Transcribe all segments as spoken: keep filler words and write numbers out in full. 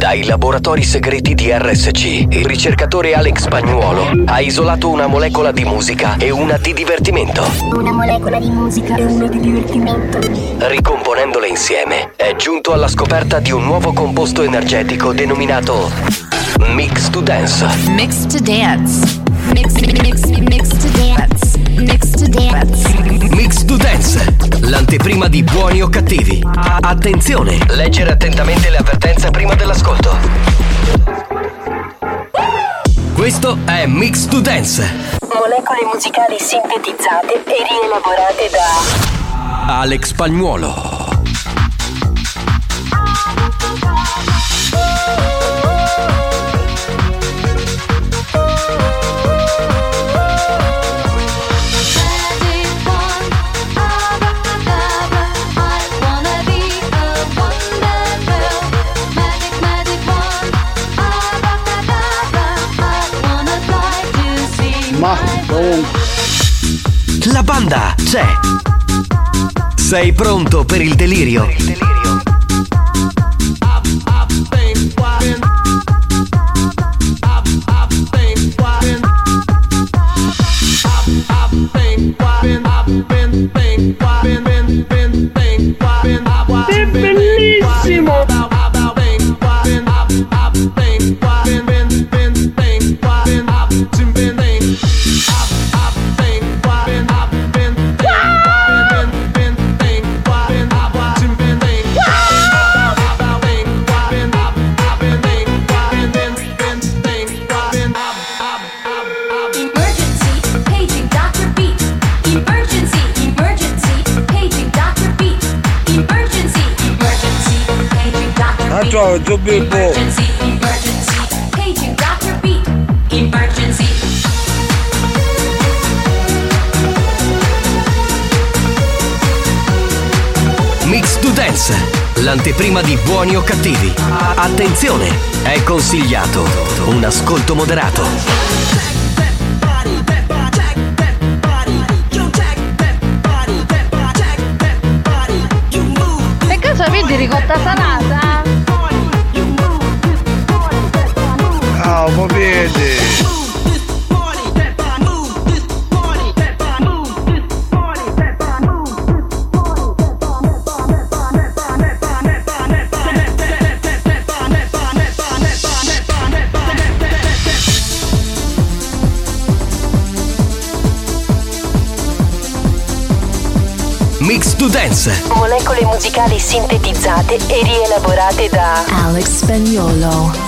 Dai laboratori segreti di R S C, il ricercatore Alex Spagnuolo ha isolato una molecola di musica e una di divertimento. Una molecola di musica e una di divertimento. Ricomponendole insieme, è giunto alla scoperta di un nuovo composto energetico denominato Mix to Dance. Mix to Dance. Mix, mix, mix to dance. Mix to dance. Mix to Dance, l'anteprima di Buoni o Cattivi. Attenzione, leggere attentamente le avvertenze prima dell'ascolto. Questo è Mix to Dance. Molecole musicali sintetizzate e rielaborate da Alex Spagnuolo. Ma La banda c'è. Sei pronto per il delirio? Per il delirio. è bellissimo. Ciao, Gio Bimbo. Emergency, emergency, paging doctor Beat. Emergency. Mix to Dance, l'anteprima di Buoni o Cattivi. Attenzione, è consigliato un ascolto moderato. Vedi ricotta salata? Ah, ma vedi. Mix to Dance. Molecole musicali sintetizzate e rielaborate da Alex Spagnuolo.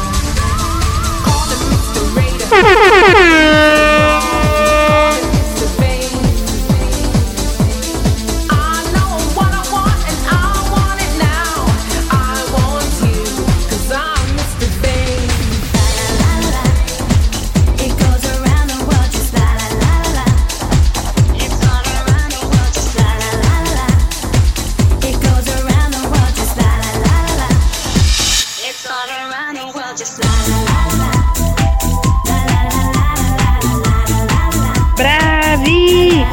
Bravi!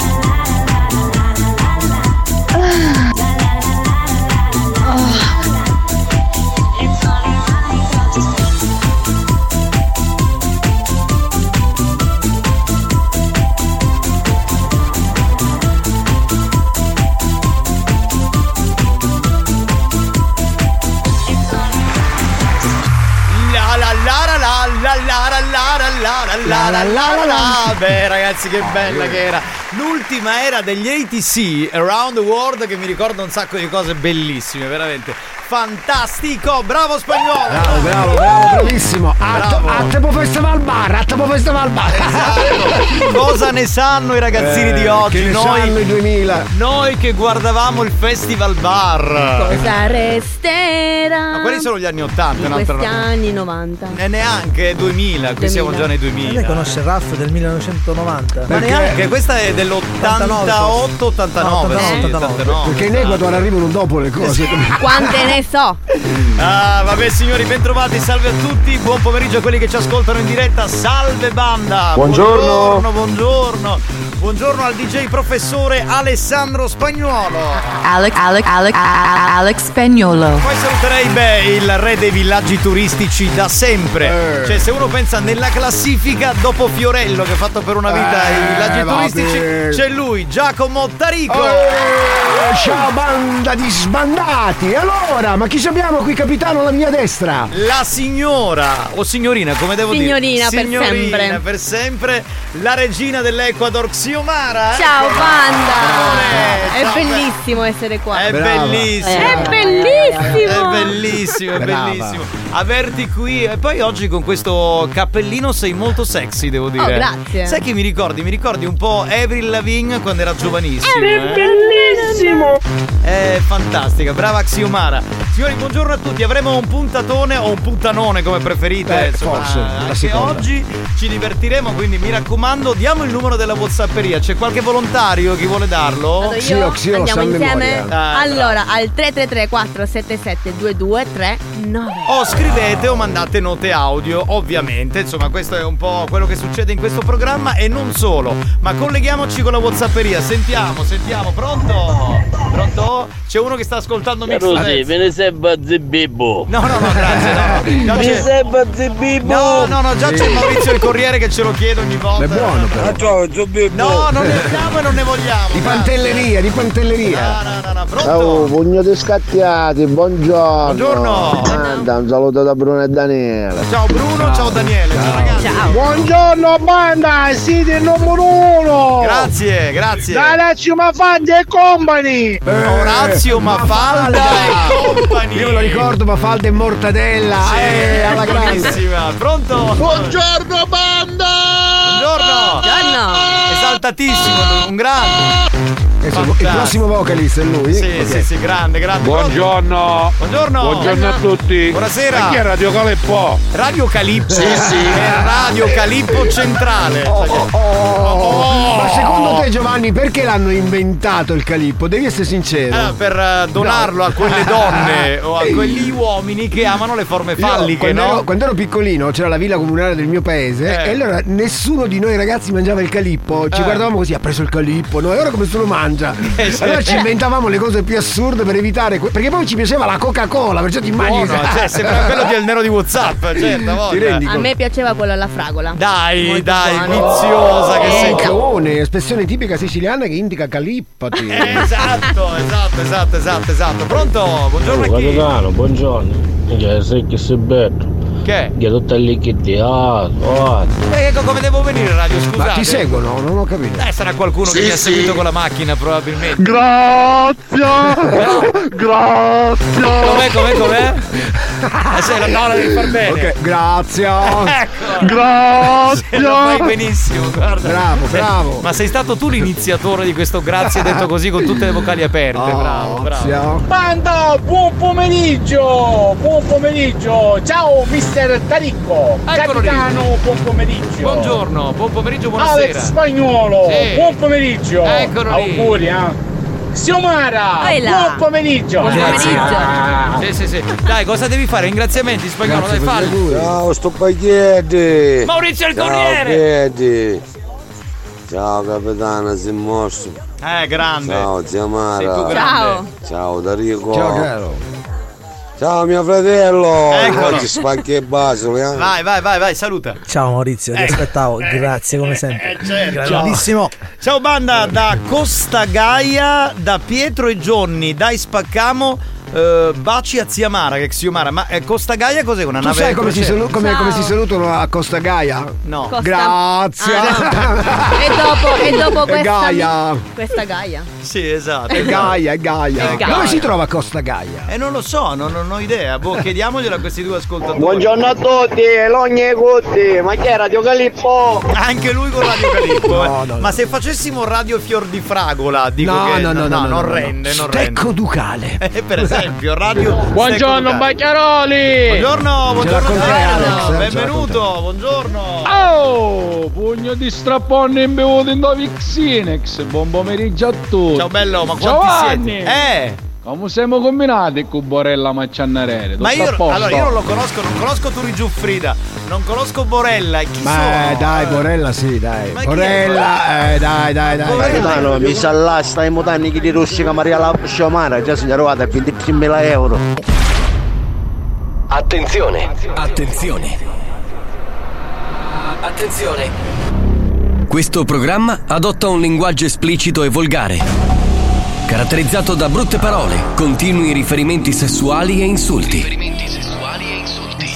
La la la la la. Beh ragazzi, che bella che era. L'ultima era degli A T C, Around the World, che mi ricorda un sacco di cose bellissime, veramente fantastico. Bravo Spagnuolo. Bravo, bravo, bravo, bravissimo. A Tempo Festival Bar, a Tempo Festival Bar. Esatto. Cosa ne sanno i ragazzini eh, di oggi? Che ne noi, sanno i duemila. Noi che guardavamo il Festival Bar. Cosa resterà? Ma quelli sono gli anni ottanta, in questi anni novanta. E neanche duemila, qui siamo già nei duemila. Lei conosce Raff del millenovecentonovananta? Ma neanche, questa è dell'ottantotto ottantanove. No, sì, ottantanove. Perché in Ecuador arrivano dopo le cose. Quante ne so? Ah, vabbè signori, bentrovati, salve a tutti, buon pomeriggio a quelli che ci ascoltano in diretta, salve banda. Buongiorno. Buongiorno, buongiorno. Buongiorno al D J professore Alessandro Spagnuolo. Alex, Alex, Alex, Alex Spagnuolo. Poi saluterei beh, il re dei villaggi turistici da sempre. Eh. Cioè, se uno pensa nella classifica, dopo Fiorello che ha fatto per una vita eh, i villaggi turistici, vabbè. C'è lui, Giacomo Tarico. Eh, ciao banda di sbandati. Allora, ma chi abbiamo qui, capitano, alla mia destra? La signora, o signorina, come devo signorina dire? Signorina per sempre. per sempre, la regina dell'Ecuador, Xiomara. Ciao banda. Ciao, è ciao, bellissimo essere qua. È Brava. bellissimo. È bellissimo. È bellissimo, è Brava. bellissimo. Averti qui e poi oggi con questo cappellino sei molto sexy, devo dire. Oh, grazie. Sai che mi ricordi? Mi ricordi un po' Avril Lavigne quando era giovanissima. È eh? bellissimo. È fantastica, brava Xiomara. Signori, buongiorno a tutti. Avremo un puntatone o un puntanone come preferite. Beh, insomma, forse, la anche seconda. oggi ci divertiremo, quindi mi raccomando, diamo il numero della WhatsApperia. C'è qualche volontario? Chi vuole darlo? Vado io? Xio, Xio, Andiamo sa a insieme? memoria. Ah, allora, al tre tre tre quattro sette sette due due tre nove. O scrivete o mandate note audio, ovviamente. Insomma, questo è un po' quello che succede in questo programma e non solo. Ma colleghiamoci con la WhatsApperia. Sentiamo, sentiamo. Pronto? Pronto? C'è uno che sta ascoltando Mix to Dance. me ne sembra Zibibbo. No, no, no, grazie. No. Già Mi c'è- sembra Zibibbo. No, no, no, già c'è Maurizio il Corriere che ce lo chiede ogni volta. È buono però. Ciao, Zubibbo. No, non ne abbiamo e non ne vogliamo. Di pantelleria, di pantelleria. No, no, no, no, pronto? Ciao, pugno di scattiati, buongiorno. Buongiorno. Manda un saluto da Bruno e Daniele. Ciao Bruno, ciao, Daniele, ciao, ragazzi. Ciao. Buongiorno banda, siete il numero uno. Grazie, grazie. Orazio Mafalda e company. Orazio Mafalda e compagni. Io lo ricordo, Mafalda e mortadella. Sì, eh, alla grande. bellissima. Pronto? Buongiorno banda. Buongiorno. Buongiorno. Esaltatissimo, un grande. Adesso, il prossimo vocalist è lui. Sì, Ok. sì, sì, grande, grande. Buongiorno. Buongiorno. Buongiorno a tutti. Buonasera. E chi è Radio Calippo? Radio Calippo. Sì, sì. È Radio Calippo Centrale. Oh, oh, oh. Oh. Ma secondo te, Giovanni, perché l'hanno inventato il calippo? Devi essere sincero. Ah, per eh, donarlo a quelle donne o a quegli uomini che amano le forme Io, falliche, quando, no? ero, quando ero piccolino c'era la villa comunale del mio paese Eh. e allora nessuno di noi ragazzi mangiava il calippo. Ci Eh. guardavamo così, ha preso il calippo, no? E ora come se lo mangia? Eh, sì. Allora ci inventavamo le cose più assurde per evitare que- perché poi ci piaceva la Coca-Cola, perciò ti immagini. Buono, cioè, sembra quello del nero di WhatsApp, certo, voglia. Ti rendi A conto? me piaceva quello alla fragola. Dai, Molto dai, buono. viziosa che Eh, sei. Cocchione, espressione tipica siciliana che indica calippati. Esatto, esatto, esatto, esatto, esatto. Pronto? Buongiorno a chi? Capitano, buongiorno. Che sei che sei bello. Che? Che tutta lì che ti ha. Oh. Eh, ecco come devo venire radio, scusate. Ma ti seguono? Non ho capito. Eh, sarà qualcuno che mi ha seguito con la macchina, probabilmente. Grazie. Grazie. Com'è, com'è, com'è? Eh, se la no, la devi far bene. Ok, grazie. Ecco. Grazie. Lo fai benissimo, guarda. Bravo, bravo. Ma sei stato tu l'iniziatore di questo grazie detto così con tutte le vocali aperte. Bravo, bravo. Grazie. Banda, buon pomeriggio. Buon pomeriggio. Ciao, mister Taricco. Eccolo lì. Capitano, buon pomeriggio. Buongiorno, buon pomeriggio, Alex buonasera. Spagnuolo. Sì. Buon pomeriggio. Eccolo lì. Auguri, eh. Xiomara, Eila. buon pomeriggio. Buon pomeriggio. Sì, sì, sì. Dai, cosa devi fare? Ringraziamenti, spagnolo, dai, falli. Ciao, sto Paghetti. Maurizio il Ciao, Corriere. Paghetti. Ciao, capitano, sei mosso. Eh, grande. Ciao, Sei tu Xiomara. grande. Ciao. Ciao, Darico. Ciao caro. Ciao, mio fratello. Eccolo. Oggi spacchi e basili, eh. Vai, vai, vai, vai, saluta. Ciao Maurizio, ti Ecco. aspettavo, grazie come sempre. Eh, certo. Grandissimo. Ciao banda, da Costa Gaia, da Pietro e Gionni, dai spaccamo. eh, baci a Xiomara, che è Xiomara. Ma eh, Costa Gaia cos'è? Una Tu nave sai come si, crociera? salu- come, Ciao. come si salutano a Costa Gaia? No. Costa- Grazie. Ah, e dopo, e dopo È questa Gaia. questa Gaia. Sì, esatto. È Gaia, è Gaia. È Gaia. Dove si trova Costa Gaia? E non lo so, non, non ho idea. Boh, chiediamoglielo a questi due ascoltatori. Buongiorno a tutti, Logne Gutti. Ma chi è Radio Calippo? Anche lui con Radio Calippo. No, eh. no, no. Ma se facessimo Radio Fior di Fragola, dico No, che no, no, no, no, non no, rende, non Stecco rende. Ducale. Eh, per esempio, Radio Buongiorno, Stecco Ducale. Bacchiaroli. Buongiorno, buongiorno racconterai, Adriano. Alex, eh, ce la Benvenuto, buongiorno. Oh, pugno di strappone imbevuto in Vixenex. Buon pomeriggio a tutti. Ciao bello, ma quanti Giovanni. siete? Eh! Ma siamo combinati con Borella Macciannarere. Ma io, allora, io non lo conosco, non conosco Turi Giuffrida, non conosco Borella. Chi Ma sono? dai, Borella sì, dai. Ma Borella, eh, dai, dai, dai. Capitano, mi sa là, stai mutando chi di Russia Maria la Sciomara, già signora guarda, ventitremila euro. Attenzione, attenzione. Attenzione. Questo programma adotta un linguaggio esplicito e volgare, caratterizzato da brutte parole, continui riferimenti sessuali e insulti. Riferimenti sessuali e insulti.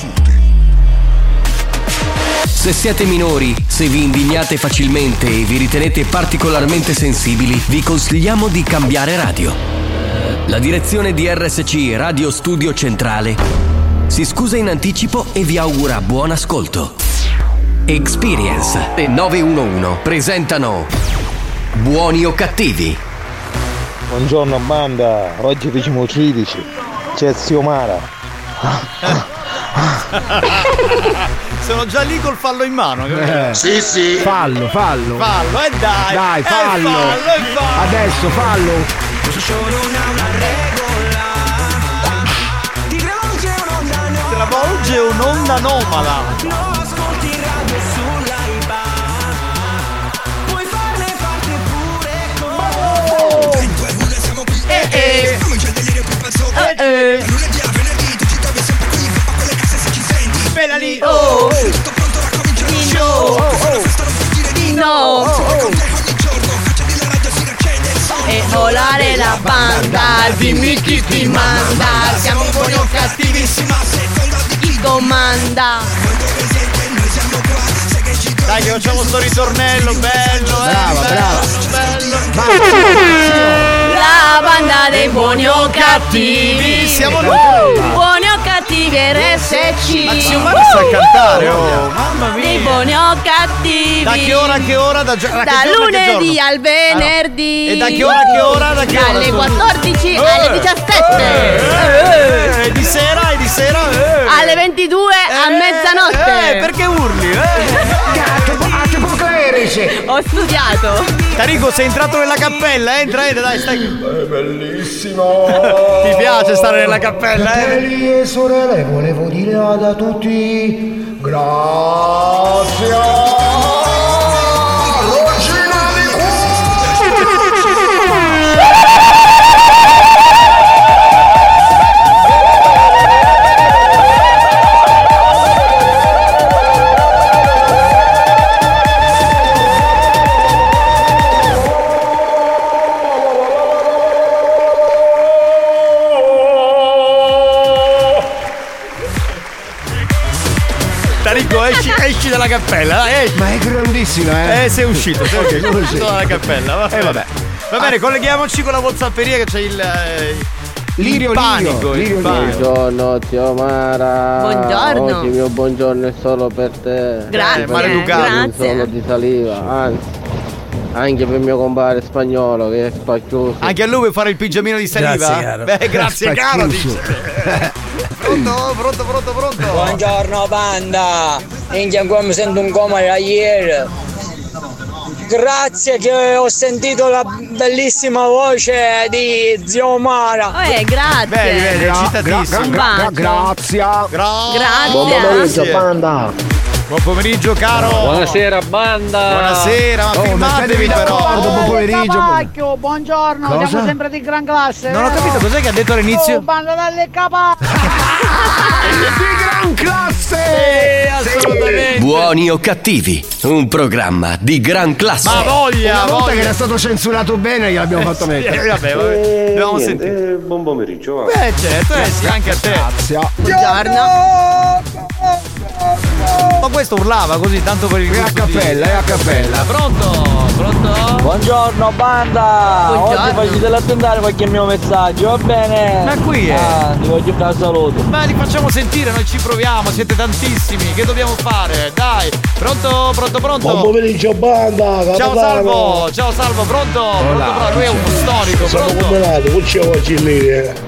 Se siete minori, se vi indignate facilmente e vi ritenete particolarmente sensibili, vi consigliamo di cambiare radio. La direzione di R S C Radio Studio Centrale si scusa in anticipo e vi augura buon ascolto. Experience e nove uno uno presentano Buoni o Cattivi. Buongiorno banda, oggi facciamo tredici, c'è zio Mara. Sono già lì col fallo in mano. Eh, sì, sì. Fallo, fallo. Fallo, e eh dai. Dai, fallo. Eh, fallo, eh, fallo. Adesso fallo. Travolge un'onda anomala. Eh eh. Eh eh. Bella lì. Oh. Dino. Oh. Dino. E volare la banda, dimmi chi ti manda. Siamo buoni o cattivissimi, chi comanda? Dai che facciamo sto ritornello bello. Brava, eh, brava. Bello, bello. La banda dei buoni o cattivi. Siamo noi. Buoni o cattivi R S C. Ma zio Mario sa cantare, oh, mamma mia. Dei buoni o cattivi. Da che ora a che ora? Da, gio- da, da che giorno, lunedì che al venerdì. Ah, no. E da che ora a che ora? Da che Dalle ora? quattordici Eh. alle diciassette. Eh, eh, di sera e di sera eh. Alle ventidue a mezzanotte. Eh, perché urli? Eh? Ho studiato. Tarico, sei entrato nella cappella, entra, entra, dai, stai. È bellissimo. Ti piace stare nella cappella, eh? Fratelli e sorelle, volevo dire a tutti grazie. Tarico, esci, esci dalla cappella, dai, esci. Ma è grandissima, eh? Eh, sei uscito, sei uscito, sei uscito dalla cappella, va Eh, vabbè. Va bene, colleghiamoci con la WhatsApperia che c'è il, eh, Lirio, il panico, Lirio, il Lirio, panico. Buongiorno zio Mara. Buongiorno. Oggi il mio buongiorno è solo per te. Grazie, Eh, maleducato. Non grazie. solo di saliva, anzi, anche per mio compare spagnolo che è spacchioso. Anche a lui vuoi fare il pigiamino di saliva? Grazie, caro. Beh, grazie caro, Spacchioso. dice. Pronto, pronto, pronto, pronto. Buongiorno banda, minchia ancora mi sento un coma da ieri. Grazie che ho sentito la bellissima voce di zio Mara. Oh, eh, grazie. Vedi, vedi, Gra- citatissimo. gra- gra- grazie. Gra- Grazie. Buon pomeriggio banda. Buon pomeriggio, caro. Buonasera banda. Buonasera, ma Oh, filmatevi mettetevi però. d'accordo, buon pomeriggio. Capacchio, buongiorno, Cosa? siamo sempre di gran classe. Non ho vero? capito cos'è che ha detto all'inizio. Oh, banda dalle capa. Di gran classe. Assolutamente. Buoni o Cattivi, un programma di gran classe. Ma voglia, Una volta voglia. che era stato censurato bene gliel'abbiamo fatto mettere. Eh, vabbè, vabbè. Dobbiamo niente, sentire. eh, buon pomeriggio. va. Beh, certo, eh, sì, anche a te. Grazie. Buongiorno. Ma questo urlava così, tanto per il È a gusto di- cappella, è a cappella. Pronto? Pronto? Buongiorno banda, Buongiorno. oggi facete attendere qualche mio messaggio, va bene? Ma qui è. Ah, ti voglio fare saluto. Ma li facciamo sentire, noi ci proviamo, siete tantissimi, che dobbiamo fare? Dai, pronto, pronto, pronto? Buon pomeriggio banda, Ciao capitano. Salvo, ciao Salvo, pronto? Pronto, pronto, lui è uno storico, Sono pronto? combinato, non c'è oggi lì. eh.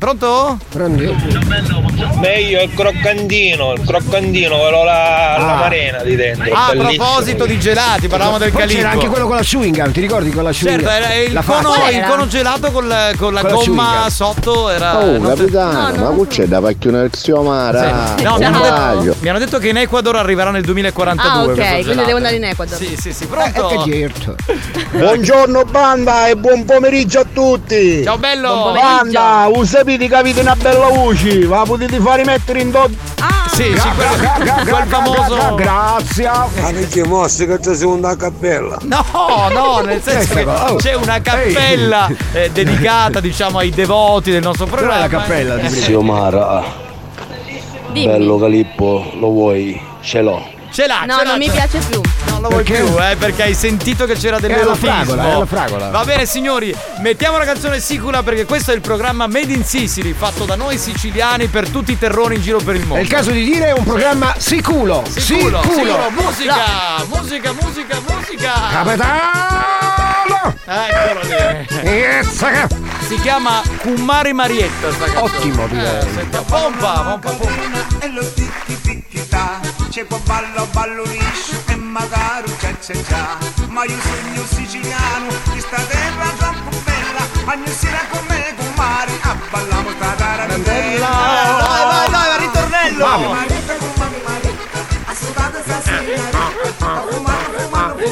Pronto? Pronto? Meglio il croccantino, il croccantino, quello la, Ah. la marena di dentro. Ah, a bellissimo. proposito di gelati, parlavamo del Poi Calippo. c'era anche quello con la chewing gum, ti ricordi con la chewing Certo, gum? era il, La cono, faccia. il cono gelato con la, con la Con la gomma chewing gum. sotto era. Oh, non- capitano, ma qui c'è da pacchione zio Mara. Sì. No, mi hanno, Sbaglio. detto, mi hanno detto che in Ecuador arriverà nel duemilaquarantadue. Ah, ok, questo quindi gelato. devo andare in Ecuador. Sì, sì, sì, Eh, pronto? che certo. Buongiorno banda e buon pomeriggio a tutti. Ciao bello. Buon pomeriggio. Banda, un sapete che avete una bella voce, ma potete fare mettere in do... Ah, Sì, sì, quel, quel famoso. Grazie. Amici mossi che c'è seconda cappella. No, no, nel senso che Oh. c'è una cappella eh, dedicata, diciamo, ai devoti del nostro Però programma. è la cappella di prima. Zio Mara, dimmi. bello Calippo, lo vuoi? Ce l'ho. Ce l'ha, No, ce l'ha, non mi ce l'ha. piace più. Non lo vuoi Perché? più, eh, perché hai sentito che c'era È la dell'erotismo. fragola, è la fragola. Va bene, signori, mettiamo la canzone sicula perché questo è il programma Made in Sicily, fatto da noi siciliani per tutti i terroni in giro per il È mondo. il caso di dire un programma siculo. Siculo, Siculo. siculo, musica, musica, musica, musica. Capitano! Eccolo lì. Izzaca. Si chiama Kumari Marietta sta canzone. Ottimo, direi. Eh, sentiamo. Pompa, pompa, pompa. E lo ticchi ticchi ta, c'è poi ballo ballo liscio e magari c'è c'è già. Ma io sogno siciliano, di sta terra troppo bella, ogni sera con me con mare, a ballamo sta tarantella. Vai, vai, vai, vai, ritornello. Marietta con mami Marietta, a sudare sta sigaretta, a fumare, fumare,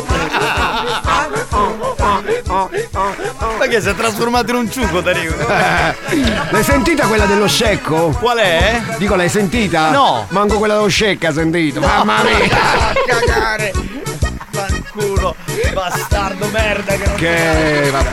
fumare. Perché si è trasformato in un ciuco, Tarico? L'hai sentita quella dello scecco? Qual è? Dico, l'hai sentita? No. Manco quella dello scecco ha sentito. Mamma mia. Cagare. Fanculo. Bastardo merda che non Che vabbè.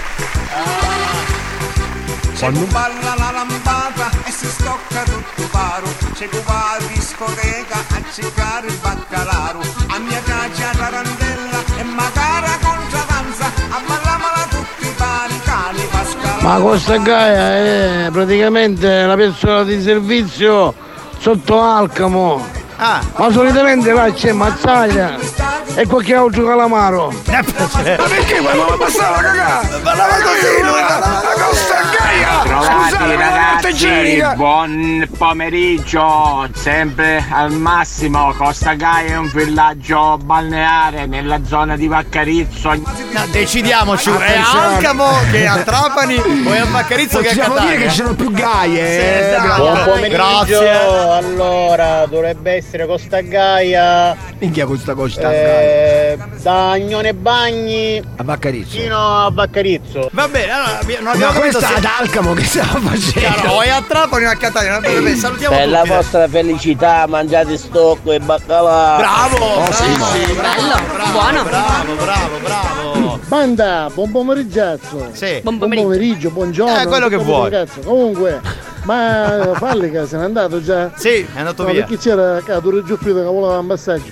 C'è chi balla la lambata e si stocca tutto paro. C'è chi va a discoteca a cercare il baccalaro. A mia caccia tarantella e magari a contradanza, a ballamala tutti i pari, cani pascalaro. Ma Costa Gaia è praticamente la persona di servizio sotto Alcamo. Ah. Ma solitamente là c'è Mazzaglia e qualche altro calamaro. Ma perché vuoi passare la cagata? Parlava così lui, la Costa Gaia! Trovati ragazzi, buon pomeriggio, sempre al massimo. Costa Gaia è un villaggio balneare nella zona di Vaccarizzo. No, decidiamoci, è Attenzione. Alcamo che è a Trapani o è a Vaccarizzo che è a Possiamo Catania? dire che ci sono più gaie. Sì, eh, esatto. bravo. Buon pomeriggio. Grazie. Allora, dovrebbe essere Costa Gaia, Minchia questa Costa Gaia. eh, da Agnone Bagni A Vaccarizzo. fino a Vaccarizzo. Va bene, allora abbi- non Ma abbiamo capito questa se ad Alcamo che stiamo facendo? o è a Trapani o è a Catania. Vabbè, salutiamo Per la tutti. vostra felicità mangiate stocco e baccalà. Bravo, bravo, Ottimo. bravo, Bello, bravo, buono. bravo, bravo, bravo. Banda, buon pomeriggio. Sì. Buon Buon pomeriggio. pomeriggio, buongiorno. Eh, quello che tutto vuoi. Ragazzi. Comunque, ma Fallica se n'è andato già? Sì, è andato No, via. perché c'era Cadore Giuffrida che voleva un massaggio.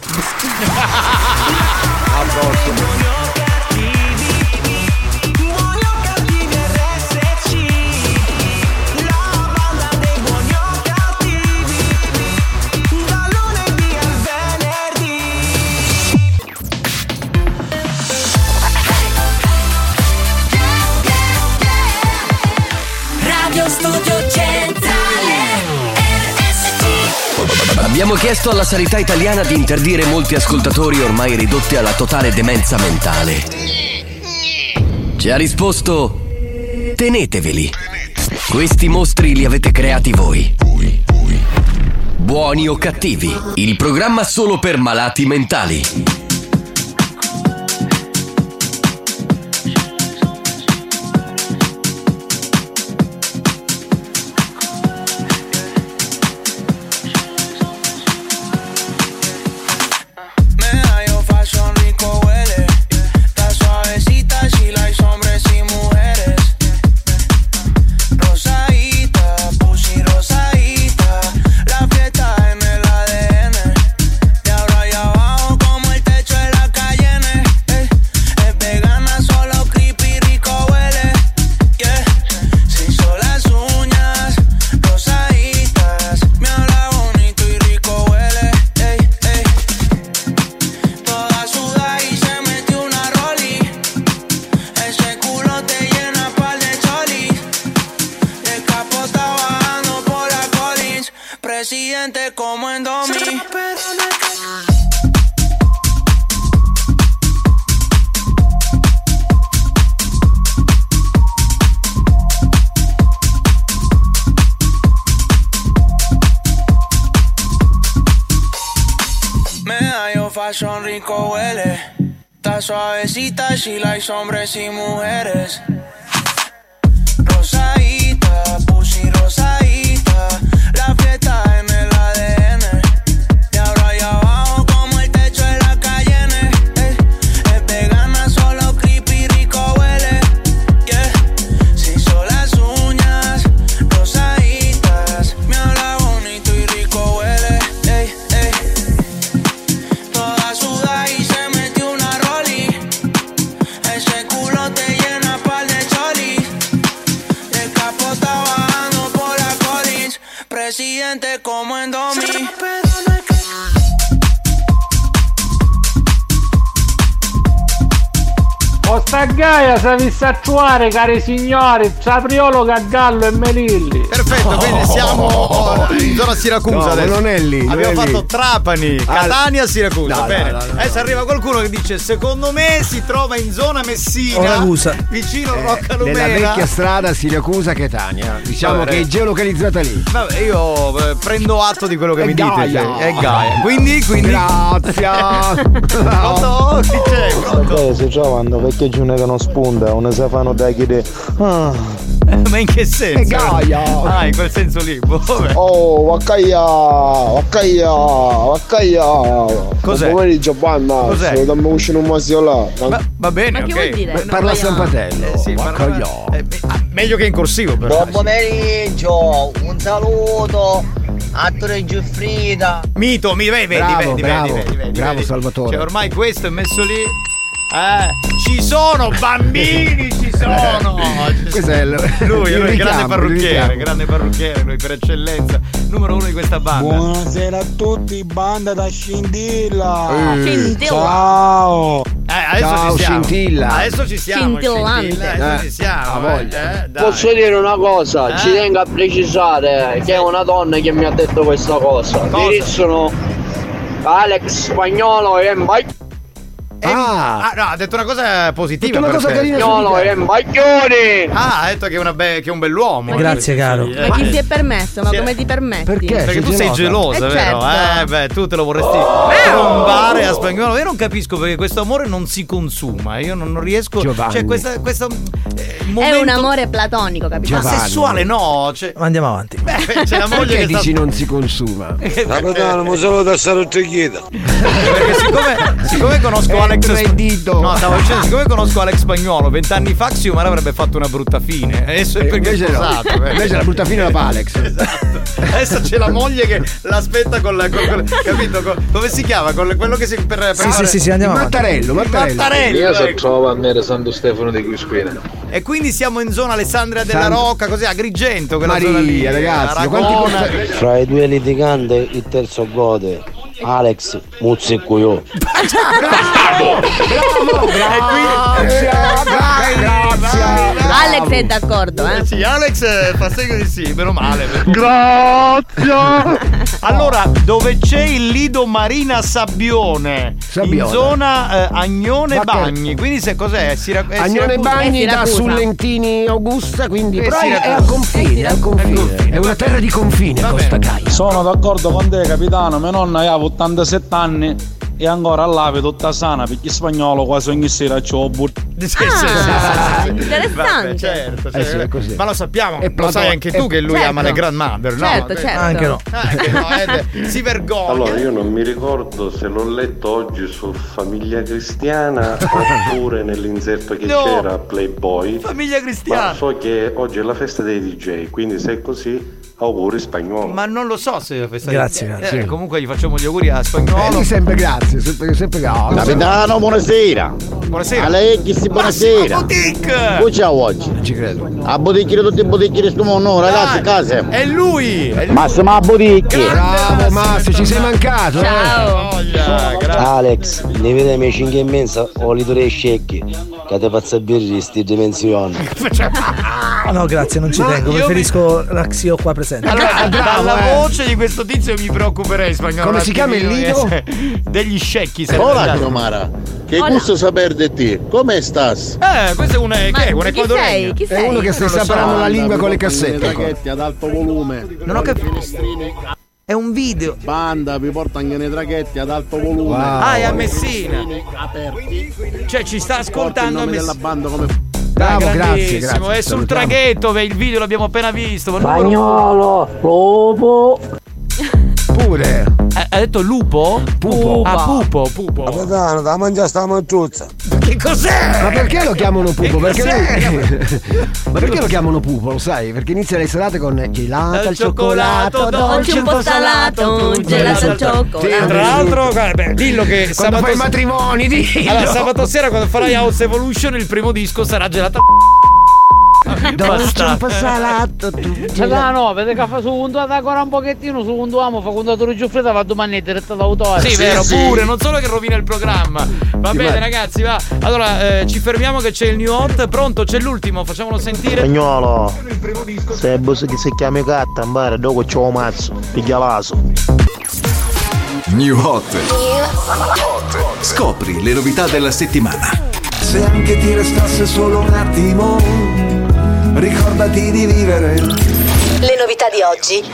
Radio Studio Centrale R S C. Abbiamo chiesto alla sanità italiana di interdire molti ascoltatori ormai ridotti alla totale demenza mentale. Ci ha risposto: teneteveli. Questi mostri li avete creati voi. Buoni o cattivi, il programma solo per malati mentali. Medallo fashion rico huele, está suavecita si la hay hombres y mujeres. Rosadita, pussy rosadita, la fiesta en el A D N. De ahora y abajo como el techo. Presidente como en Domi. Medallo fashion rico huele. Está suavecita, she likes hombres y mujeres. Rosadita, pussy rosadita. La fiesta en el A D N. De ahora allá abajo como el techo de la Cayenne. Eh, es vegana, solo creepy, rico huele. Yeah. Se hizo las uñas rosaditas. Me habla bonito y rico huele. Ey, ey. Toda suda y se metió una roli. Ese culo te llena par de cholis. El capo está bajando por la Collins. Presidente como en Domi. Costa Gaia si avesse attuare, cari signori, Sapriolo, Gallo e Melilli. Perfetto, quindi siamo in zona Siracusa No, adesso. non è lì, non Abbiamo è lì. fatto Trapani, Catania, Siracusa. No, Bene. no, no, no, Adesso arriva qualcuno che dice: secondo me si trova in zona Messina, Ragusa. vicino a Eh, Rocca nella Lumera. vecchia strada Siracusa-Catania. Diciamo Vabbè, che è geolocalizzata lì. Vabbè, io eh, prendo atto di quello che È mi Gaia. dite. È Gaia. Quindi, quindi. Grazie. Pronto? Chi c'è? Pronto? Vabbè, si trovano perché giù che non spunta, non si fanno da chiedere. Ah. Ma in che senso? È Gaia. Ah, in quel senso lì. Boh, vabbè. Oh, Vaccaia, Vaccaia, Vaccaia. Cos'è? Buon pomeriggio, banda. Cos'è? Se dobbiamo uscire un massimo là. Va, va bene, Ma che ok. vuol dire? Beh, Non parla a vogliamo- Stampatello. Eh, sì, Vaccaia. parla- eh, ah, meglio che in corsivo, però. Buon pomeriggio, un saluto a Torre Giuffrida. Mito, mi vedi, vedi, Bravo, vedi, bravo, vedi, vedi, bravo vedi. Salvatore. Cioè, ormai questo è messo lì. Eh, ci sono bambini, ci sono. Questo è il- lui, il lui è il grande richiamo, il parrucchiere, richiamo. grande parrucchiere, lui per eccellenza, numero uno di questa banda. Buonasera a tutti, banda da Scintilla. Eh, Scintilla. Ciao. Eh, adesso Ciao, ci siamo. Scintilla. Adesso ci siamo. Scintillante. Scintilla, Adesso Eh, ci siamo. a voglia. eh, dai. Posso dire una cosa, Eh? ci tengo a precisare che è una donna che mi ha detto questa cosa. Cosa? Mi sono Alex Spagnolo e Mbagli- Eh, Ah. ah, no, ha detto una cosa positiva. Una per cosa te. carina. Spagnolo e Mbaglioni. Ah, ha detto che è, una be- che è un bell'uomo. Grazie, caro. Eh, Ma chi si è permesso? Ma Sì. come ti permetti? Perché? Perché Sei tu sei gelosa? gelosa, Eh, vero? certo. Eh, beh, tu te lo vorresti trombare a Spagnolo. Io non capisco perché questo amore non si consuma. Io non, non riesco. Giovanni. Cioè, questa, questo eh, È momento. un amore platonico, capito? Ma Giovanni. sessuale no. Cioè, Ma andiamo avanti. beh, c'è la moglie Perché che sta. dici non si consuma? Capitano, mi saluto a Sarotteghita. Perché siccome, siccome conosco È Alex reddito. No, stavo dicendo, siccome conosco Alex Spagnolo, vent'anni fa Xiomara avrebbe fatto una brutta fine. Adesso è Eh, perché è invece no. sposato. eh. Invece la brutta fine la fa Alex. Esatto. Adesso c'è la moglie che l'aspetta con la. Con, con- capito? Con- come si chiama? Con quello che si. Per, per Sì, fare- sì, sì, sì, andiamo avanti. Mattarello, Mattarello. Mattarello, Io so ecco. trovo a me Santo Stefano di Crisquina. E quindi siamo in zona Alessandria della San- Rocca, così Agrigento, quella Maria, zona lì. ragazzi, ma quanti Aragona. porta- Fra i due litiganti, il terzo gode. Alex Muzzicco io. Bravo! Bravo! Grazie! Grazie! Alex è d'accordo, eh? Eh sì, Alex eh, fa segno di sì, meno male. Grazie. Allora, dove c'è il lido Marina Sabbione, Sabbione. in zona eh, Agnone Ma che- Bagni, quindi se cos'è? Sira- è Agnone Siracusa? Bagni È da Siracusa. Sullentini Augusta, quindi Eh, però è, Siracusa. è al confine, è al confine. confine. È una terra di confine, Va Costa bene. Gaia. Sono d'accordo con te, capitano. Mia nonna aveva ottantasette anni e ancora là vedo tutta sana perché spagnolo quasi ogni sera c'ho but- Sì, sì, sì, Ah, sì, sì. interessante. Vabbè, certo, Eh sì, certo. è così. Ma lo sappiamo, È lo Platone- sai anche tu è- che lui certo. ama le grandmother, no? Certo, Vabbè. certo. Anche no. Anche no, eh, si vergogna. Allora, io non mi ricordo se l'ho letto oggi su Famiglia Cristiana oppure nell'inserto che No. c'era a Playboy. Famiglia Ma cristiana. so che oggi è la festa dei D J, quindi se è così, auguri Spagnolo. Ma non lo so se è la festa Grazie, di- grazie. Eh, comunque gli facciamo gli auguri a Eh, Spagnolo. lì sempre grazie, sempre, sempre grazie. Capitano, buonasera. Buonasera. A lei chi si buonasera. Boutique. Poi ciao oggi. Non ci credo. A bottiglie tutti i bottiglie di sto mondo, ragazzi, case. È lui. È lui. Massimo a bottiglie. Bravo Massimo, ci sei mancato. eh. Ciao. Voglia, grazie. Alex, ne vediamo cinque e mezza o li tre scecchi. Che te faccia birri sti dimensioni. No, grazie, non ci Ma tengo. io Preferisco la Xio qua Ma presente. Allora, Ah, bravo, dalla eh. voce di questo tizio mi preoccuperei, spagnolo. Come si chiama il lido? Degli scecchi. sarebbe Hola stato. Xiomara, che Hola. gusto saper di te, come stas? Eh, questo è un, che è un chi equadoregno. sei? Chi È sei? uno che sta non lo so. separando la lingua con le Le cassette. traghetti ad alto volume. Non ho capito. È un video. Banda, vi porta anche nei traghetti ad alto volume. Wow. Ah, è a Messina. Aperti. Cioè, ci sta Porta il ascoltando a nome della Messina. banda come Bravo, grazie, Grandissimo. grazie. È sul Salutiamo. traghetto, beh, il video l'abbiamo appena visto. ma numero- Spagnolo, lupo. Pure. Ha ha detto lupo? Pupo. Ah, pupo, pupo. Capitano, da mangiare sta manciuzza. Che cos'è? Ma perché lo chiamano pupo? Che Perché cos'è? lui... Ma perché lo chiamano pupo, lo sai? Perché inizia le serate con gelato al Al cioccolato, cioccolato, Dolce un po' salato, un gelato al cioccolato. Tra l'altro, guarda, beh, dillo che Quando sabato fai i matrimoni, dillo. Allora, sabato sera quando farai House Evolution il primo disco sarà gelato. Dolce un po' salato, tu. Cioè, no, vede che fa su puntuata ancora un pochettino, su un uomo, fa contatore giuffrida, va domani diretta d'autore. Sì, vero, pure, non solo che rovina il programma. Va Sì, bene, vai. ragazzi, va. Allora, eh, ci fermiamo che c'è il new hot. Pronto, c'è l'ultimo, facciamolo sentire. Spagnolo, se busi che si chiama gatta, ambare, dopo c'ho un mazzo, piglia vaso. New Hot. Scopri le novità della settimana. Se anche ti restasse solo un attimo, ricordati di vivere. Le novità di oggi.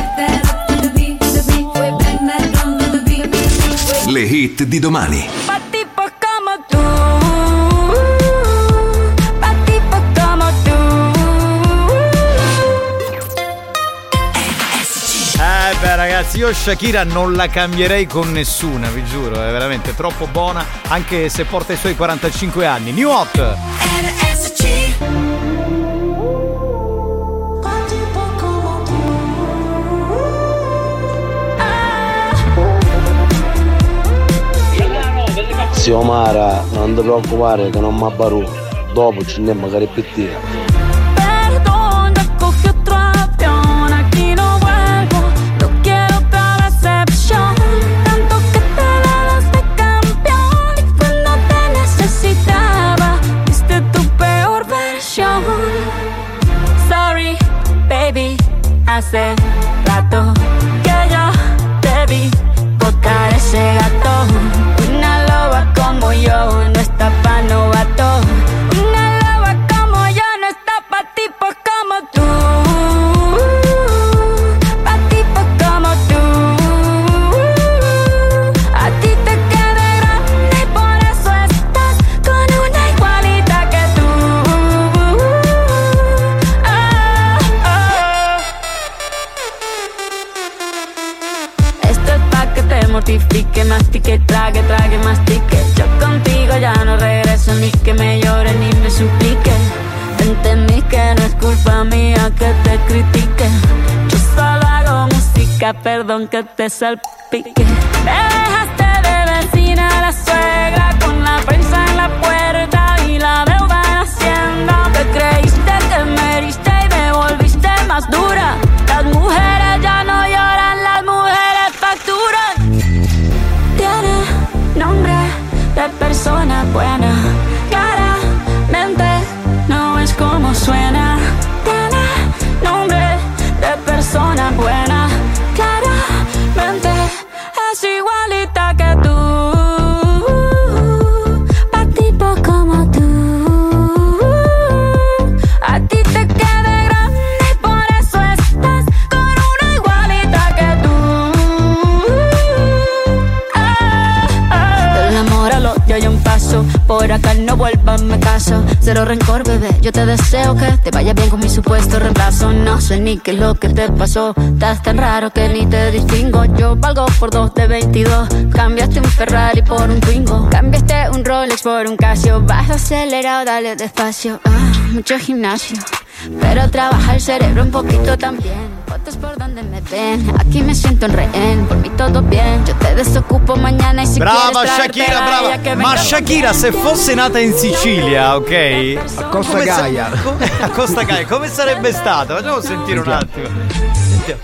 Le hit di domani. Pa' tipos como tú, pa' tipos como tú. Eh beh ragazzi, io Shakira non la cambierei con nessuna, vi giuro, è veramente troppo buona, anche se porta i suoi quarantacinque anni. New Hot. Xiomara, non ti preoccupare che non mi abbaru. Dopo ci andiamo magari più tira. Perdón, ya cogí otro avión, aquí no vuelvo, no quiero otra decepción. Tanto que te dabas de campeón y cuando te necesitaba, viste tu peor versión. Sorry, baby, hace rato que yo te vi botar ese gato. Una loba como yo no está pa' novato. Una loba como yo no está pa' tipos como tú. Pa' tipos como tú. A ti te queda grande y por eso estás con una igualita que tú. Ah, ah. Esto es pa' que te mortifique, mastique, trague, trague, mastique. Yo contigo ya no regreso, ni que me llore ni me suplique. Entendí que no es culpa mía que te critique. Yo solo hago música, perdón que te salpique. Me dejaste de vecina la suegra con la prensa en la puerta y la deuda en Hacienda. Te creíste que me heriste y me volviste más dura. Las mujeres ya no lloran, las mujeres facturan. Tiene nombre de persona buena, claramente no es como suena. Tiene nombre de persona buena, claramente es igualita que tú. Pa' tipo como tú. A ti te queda grande y por eso estás con una igualita que tú. Ah, ah. Del amor al odio hay un paso, por acá no vuelvas, me caso. Cero rencor, bebé, yo te deseo que te vaya bien con mi supuesto reemplazo. No sé ni qué es lo que te pasó, estás tan raro que ni te distingo. Yo valgo por dos de veintidós, cambiaste un Ferrari por un Twingo. Cambiaste un Rolex por un Casio, vas acelerado, dale despacio. Ah, mucho gimnasio, pero trabaja el cerebro un poquito también. Fotos por donde me ven, aquí me siento en rehén. Por mí todo bien, yo te desocupo mañana y si Brava quieres Shakira, traértela a brava. ella che Ma venga Shakira se fosse nata in Sicilia, ok? A Costa Come sa- Gaia. come- a Costa Gaia, come sarebbe stata? Facciamo sentire un attimo. Sentiamo.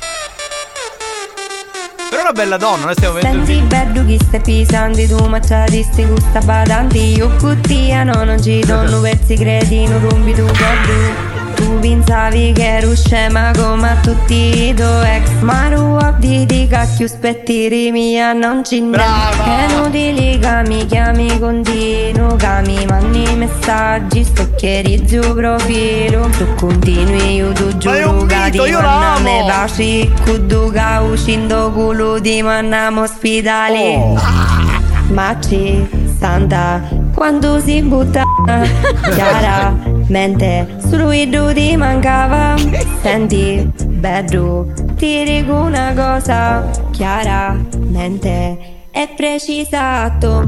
Però è una bella donna, noi stiamo vedendo il Senti video. bello chi stai pisando, tu macciatisti gusta badanti. Io cuttiano, non ci donno pezzi credi, non rompi tu guardi. tu pensavi che ero scema come a tutti i tuoi ex. Ma tu di di cacchio spettiri mia non ci n'è. Che inutili che mi chiami continuo, che mi mandi messaggi, stocchieri giù profilo. Tu continui io tu giuro che ti mandame baci, cudo che uscendo culo ti mandiamo ospitali. Oh. Ma ci standa quando si butta chiaramente su lui ti mancava. Senti bello, ti dico una cosa chiaramente è precisato,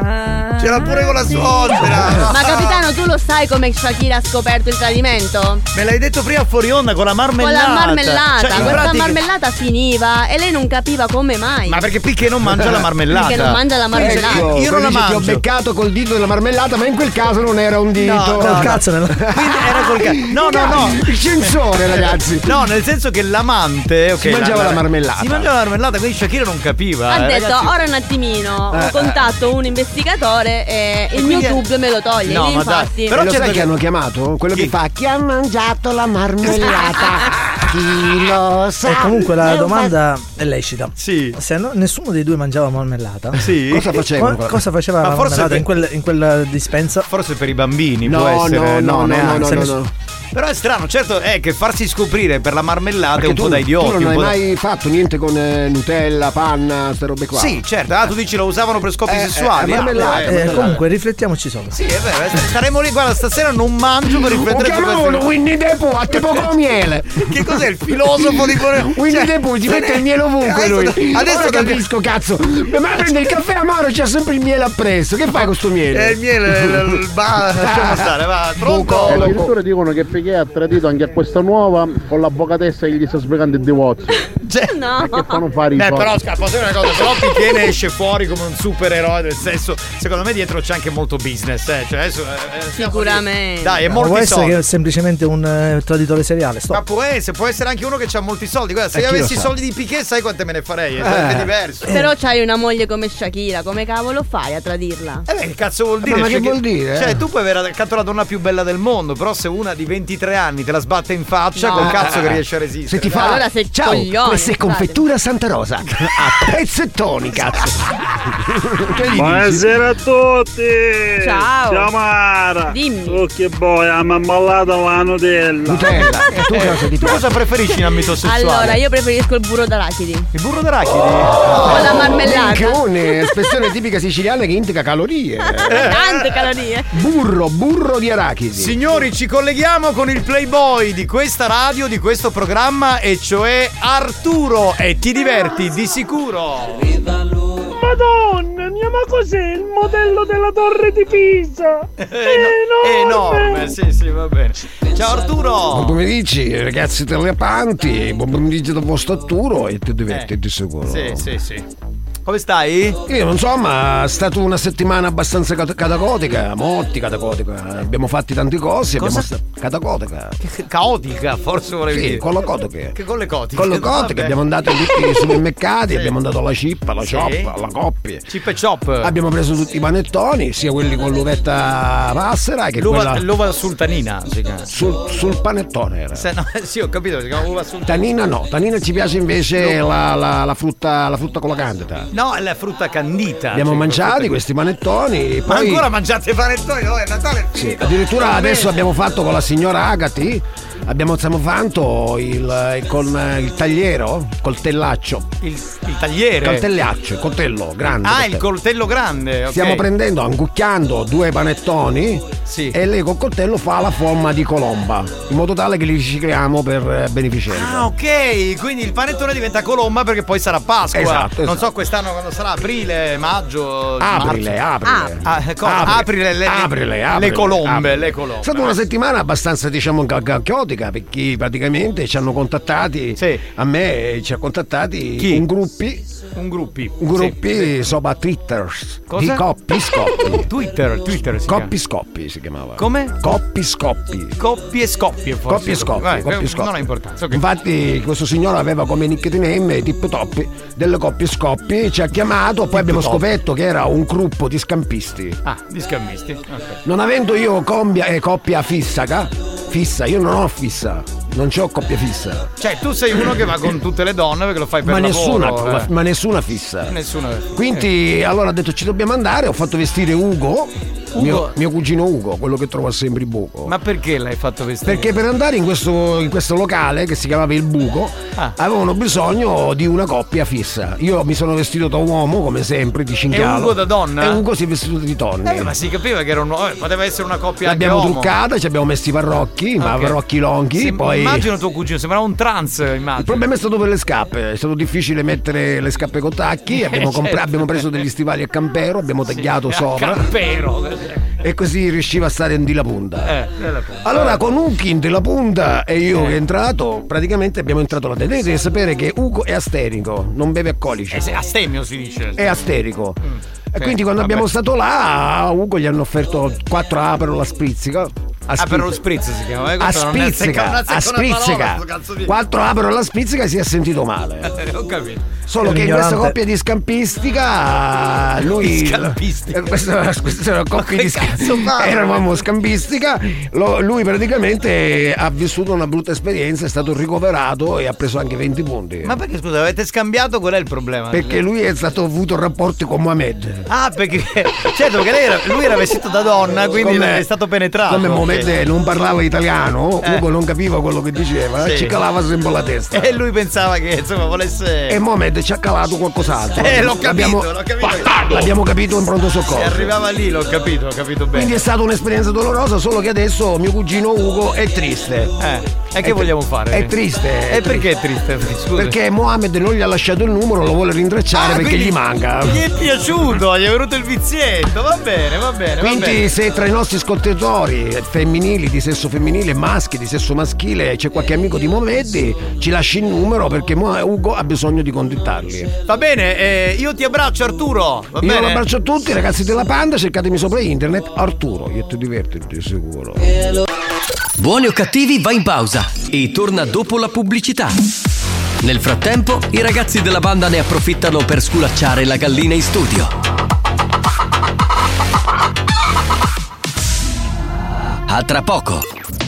ma c'era pure con la suocera. Ma capitano, tu lo sai come Shakira ha scoperto il tradimento? Me l'hai detto prima fuori onda con la marmellata. Con la marmellata, cioè, questa pratica... marmellata finiva e lei non capiva come mai. Ma perché Picche non mangia la marmellata? Perché non mangia la marmellata. Ecco, io non la mangio. Ti ho beccato col dito della marmellata, ma in quel caso non era un dito. No, col no, cazzo nella... Quindi era col cazzo. No, no, no. Il censore, ragazzi. No, nel senso che l'amante okay, si mangiava la, la marmellata. Si mangiava la marmellata, quindi Shakira non capiva. Ha eh, detto ragazzi. Ora un attimino Eh, ho contatto un investigatore e, e il mio dubbio me lo toglie. No, ma infatti. Dai, però lo sai che hanno chiamato? Quello chi? Che fa chi ha mangiato la marmellata. Chi lo sa? E comunque la domanda è lecita. Sì. Se no, nessuno dei due mangiava marmellata, sì. Cosa faceva? Co- cosa faceva ma la forse marmellata per... in, quel, in quella dispensa? Forse per i bambini no, può essere. No, no, no, no, no, no, no, no. Però è strano, certo è che farsi scoprire per la marmellata perché è un tu, po' da idioti. Tu non hai da... mai fatto niente con eh, Nutella, panna, ste robe qua? Sì, certo. Ah, tu dici lo usavano per scopi eh, sessuali. Eh, marmellata, eh, eh, marmellata. Comunque riflettiamoci sopra. Sì, è vero. Staremo lì, guarda, stasera non mangio per riflettere su questo. Chiamavano Winnie the Pooh, a te poco miele. Che cos'è il filosofo di Winnie the Pooh, ci mette il miele ovunque lui. Adesso Ora capisco, cazzo. Ma prende il caffè amaro, c'ha sempre il miele appresso. Che fai con sto miele? È il miele, il ba, lasciamo stare, va. Pronto? E addirittura dicono che Piqué ha tradito anche a questa nuova con l'avvocatessa che gli sta spiegando il divorzio. Cioè, no. Che fanno fare i Beh, soldi. però scappa, posso dire una cosa, se no Piqué ne esce fuori come un supereroe del sesso. Secondo me dietro c'è anche molto business, eh. Cioè, adesso, eh, sicuramente. Dai, è no, molti può essere soldi. che è semplicemente un eh, traditore seriale. Stop. Ma può essere, può essere anche uno che ha molti soldi. Guarda, se eh, io avessi i sa? soldi di Piqué, sai quante me ne farei? È eh. diverso. Però c'hai una moglie come Shakira, come cavolo fai a tradirla? Eh beh, che cazzo vuol dire? Ma, ma cioè, che vuol dire? Cioè, tu puoi avere accanto la donna più bella del mondo, però se una di ventitré anni te la sbatte in faccia, No. col cazzo che riesce a resistere. Se ti fa allora sei ciao, coglione, questa è state. confettura Santa Rosa a pezzettoni, cazzo. Buonasera a tutti. Ciao. Ciao Mara. Dimmi. Oh che boia, mi ha mollata la Nutella. Nutella. E tu cosa ti Tu cosa preferisci in ambito sessuale? Allora, io preferisco il burro d'arachidi. Il burro d'arachidi? Oh, con la marmellata. Minchione, espressione tipica siciliana che indica calorie. Tante calorie. Burro, burro di arachidi. Signori, ci colleghiamo con il playboy di questa radio, di questo programma, e cioè Arturo. E ti diverti di sicuro. Madonna mia, ma cos'è il modello della torre di Pisa? È enorme. È enorme, sì, sì, va bene. Ciao Arturo. Buon pomeriggio, ragazzi telepanti. Buon pomeriggio dal vostro Arturo e ti diverti Eh. di sicuro. Sì, sì, sì. Come stai? Io non so, ma è stata una settimana abbastanza cat- catacotica, molti catacotica. Abbiamo fatto tante cose, Cosa? abbiamo sta- catacotica. Caotica, forse volevi Sì, dire. con le cotiche. Che con le cotiche. Con le cotiche Vabbè. abbiamo andato in tutti i supermercati, Sì. abbiamo andato alla cippa, alla Sì. cioppa, alla coppia. Chip e chop. Abbiamo preso tutti i panettoni, sia quelli con l'uvetta passera che L'uva, quella l'uva sultanina si chiama. sul, sul panettone era. Se no, sì, ho capito, si chiama uva sultanina. Tanina no, tanina ci piace invece la, la, la frutta la frutta con la candida. No, è la frutta candita. Abbiamo cioè, mangiati frutta- questi panettoni. Ma Poi, ancora mangiate i panettoni? No, è Natale. è sì, finito. addirittura Va adesso bene. abbiamo fatto con la signora Agati. Abbiamo stiamo fatto il, con il tagliero, coltellaccio. Il, il tagliere. Coltellaccio, il coltello grande. Ah, coltello. il coltello grande. ok. Stiamo prendendo, angucchiando due panettoni. Sì. E lei col coltello fa la forma di colomba, in modo tale che li ricicliamo per eh, beneficenza. Ah, ok. Quindi il panettone diventa colomba perché poi sarà Pasqua. Esatto, Non esatto. so quest'anno quando sarà, aprile, maggio. Aprile, marzo. aprile. Ah, ah, cosa? Aprile, aprile, le, aprile, aprile, le colombe, aprile. le colombe. È stata una settimana abbastanza, diciamo, ca- ca- caotica, perché praticamente ci hanno contattati, Sì. a me eh, ci ha contattati Chi? un gruppi, Un gruppi. un gruppi sopra Twitter, Cosa? di coppi scoppi. Twitter, Twitter si Coppi scoppi si chiamava. Come? Coppi scoppi. chiama. Coppie e scoppie forse. Coppie e scoppi, Eh, coppie e scoppi. Non ha importanza. ok. Infatti questo signore aveva come nickname Tip Top delle coppie e scoppi, ci ha chiamato, poi abbiamo Top. scoperto che era un gruppo di scampisti. Ah, di scammisti. Ok. Non avendo io combia, eh, coppia fissaca, Fissa, io non ho fissa. Non c'ho coppia fissa. Cioè, tu sei uno che va con tutte le donne perché lo fai per ma lavoro. Nessuna, eh. ma nessuna fissa. Nessuna. Quindi, allora ha detto ci dobbiamo andare. Ho fatto vestire Ugo. Ugo? Mio, mio cugino Ugo, quello che trova sempre il buco. Ma perché l'hai fatto vestire? Perché per andare in questo, in questo locale che si chiamava Il Buco ah. avevano bisogno di una coppia fissa. Io mi sono vestito da uomo come sempre di cinghialo. E Ugo da donna? E Ugo si è vestito di Tonni. Eh, ma si capiva che era un uomo, poteva essere una coppia L'abbiamo anche truccata, ci abbiamo messo i parrocchi, okay. ma parrocchi longhi. Sì, poi... Immagino tuo cugino, sembrava un trans, immagino. Il problema è stato per le scarpe, è stato difficile mettere le scarpe con tacchi, abbiamo, compra- certo. abbiamo preso degli stivali a campero, abbiamo tagliato sì, sopra. Campero! E così riusciva a stare in di la punta. Eh, nella punta. Allora con Uki in di la punta e io eh. che è entrato, praticamente abbiamo entrato là dentro. Devi sapere che Ugo è asterico, non beve alcolici. Eh, astemio si dice. È asterico. Mm. E sì, quindi quando vabbè. abbiamo stato là, a Ugo gli hanno offerto quattro Aperol a sprizzica. A ah, per lo spritz si chiama, eh? A sprizzica, a sprizzica. Quattro Aperol alla sprizzica si è sentito male. Ho capito. Solo che in questa coppia di scampistica lui scampistica. Questa, questa era una coppia di scampistica. Eravamo scampistica. Lo, lui praticamente ha vissuto una brutta esperienza, è stato ricoverato e ha preso anche venti punti. Ma perché scusa, avete scambiato? Qual è il problema? Perché lui è stato avuto rapporti con Mohamed. Ah, perché certo che lei era, lui era vestito da donna, quindi come, è stato penetrato. Come Mohamed non parlava italiano, eh. Ugo non capiva quello che diceva, sì. ci calava sempre la testa. E lui pensava che insomma volesse. E Mohamed ci ha calato qualcos'altro. Eh, l'ho capito, l'abbiamo, l'ho capito. L'abbiamo capito in pronto soccorso. Se arrivava lì, l'ho capito, l'ho capito bene. Quindi è stata un'esperienza dolorosa, solo che adesso mio cugino Ugo è triste. Eh. E che è vogliamo fare? È triste. E perché è triste? Scusa. Perché Mohamed non gli ha lasciato il numero, lo vuole rintracciare ah, perché gli manca. Gli è piaciuto, gli è venuto il vizietto. Va bene, va bene. Quindi, va bene. Se tra i nostri ascoltatori femminili, di sesso femminile, maschi, di sesso maschile, c'è qualche amico di Mohamed, ci lasci il numero perché Ugo ha bisogno di contattarli. Va bene, eh, io ti abbraccio, Arturo. Va io bene? lo abbraccio a tutti, ragazzi della Panda, cercatemi sopra internet, Arturo, io ti diverti di sicuro. Buoni o cattivi va in pausa e torna dopo la pubblicità. Nel frattempo, i ragazzi della banda ne approfittano per sculacciare la gallina in studio. A tra poco.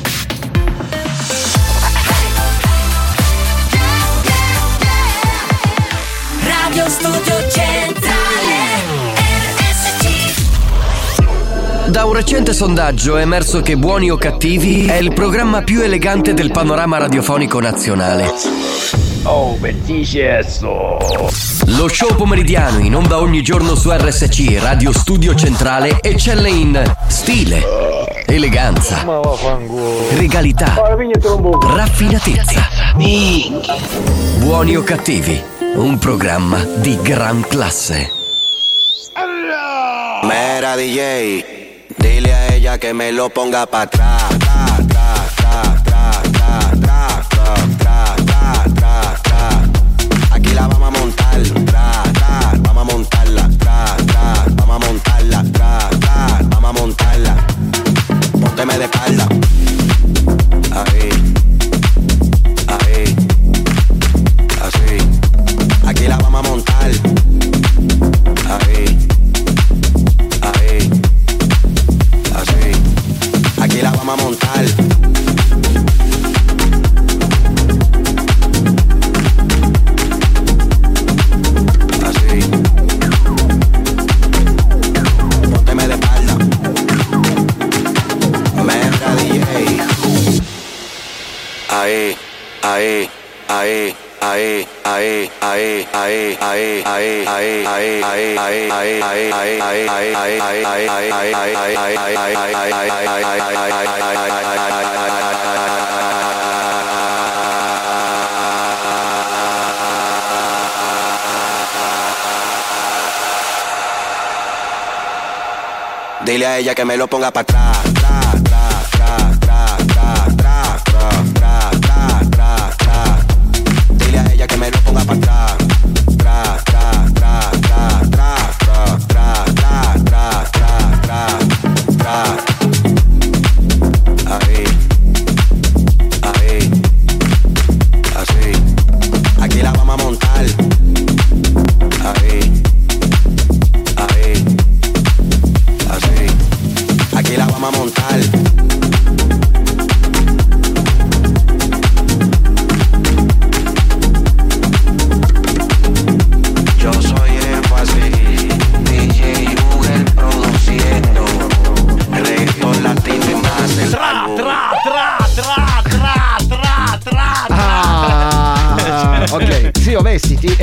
Radio Studio Centrale R S C. Da un recente sondaggio è emerso che Buoni o Cattivi è il programma più elegante del panorama radiofonico nazionale. Oh, benissimo. Lo show pomeridiano in onda ogni giorno su R S C Radio Studio Centrale eccelle in stile, eleganza, regalità, raffinatezza. Buoni o Cattivi, un programma di gran classe. Mera D J, dile a ella que me lo ponga pa' atrás. Tra, tra, tra, tra, tra, tra, tra, tra, tra, tra. Aquí la vamos a montar, tra, tra, vamos a montarla, tra, tra, vamos a montarla, tra, tra, vamos a montarla. Pónteme de espalda. Ahí, ahí, así. Aquí la vamos a montar. Ahí. Ahí, así, aquí la vamos a montar. Así, pónteme de espalda. Mera D J. Ahí, ahí, ahí. Ahí, ahí, ahí, ahí, ahí, ahí, ahí, ahí, ahí, ahí, ahí, ahí, ahí, dile a ella que me lo ponga para atrás. Que me lo ponga para atrás. Tra, tra, tra, tra, tra, tra, tra, tra, tra, tra, tra. Ahí, ahí, así. Aquí la vamos a montar. Ahí, ahí, así. Aquí la vamos a montar.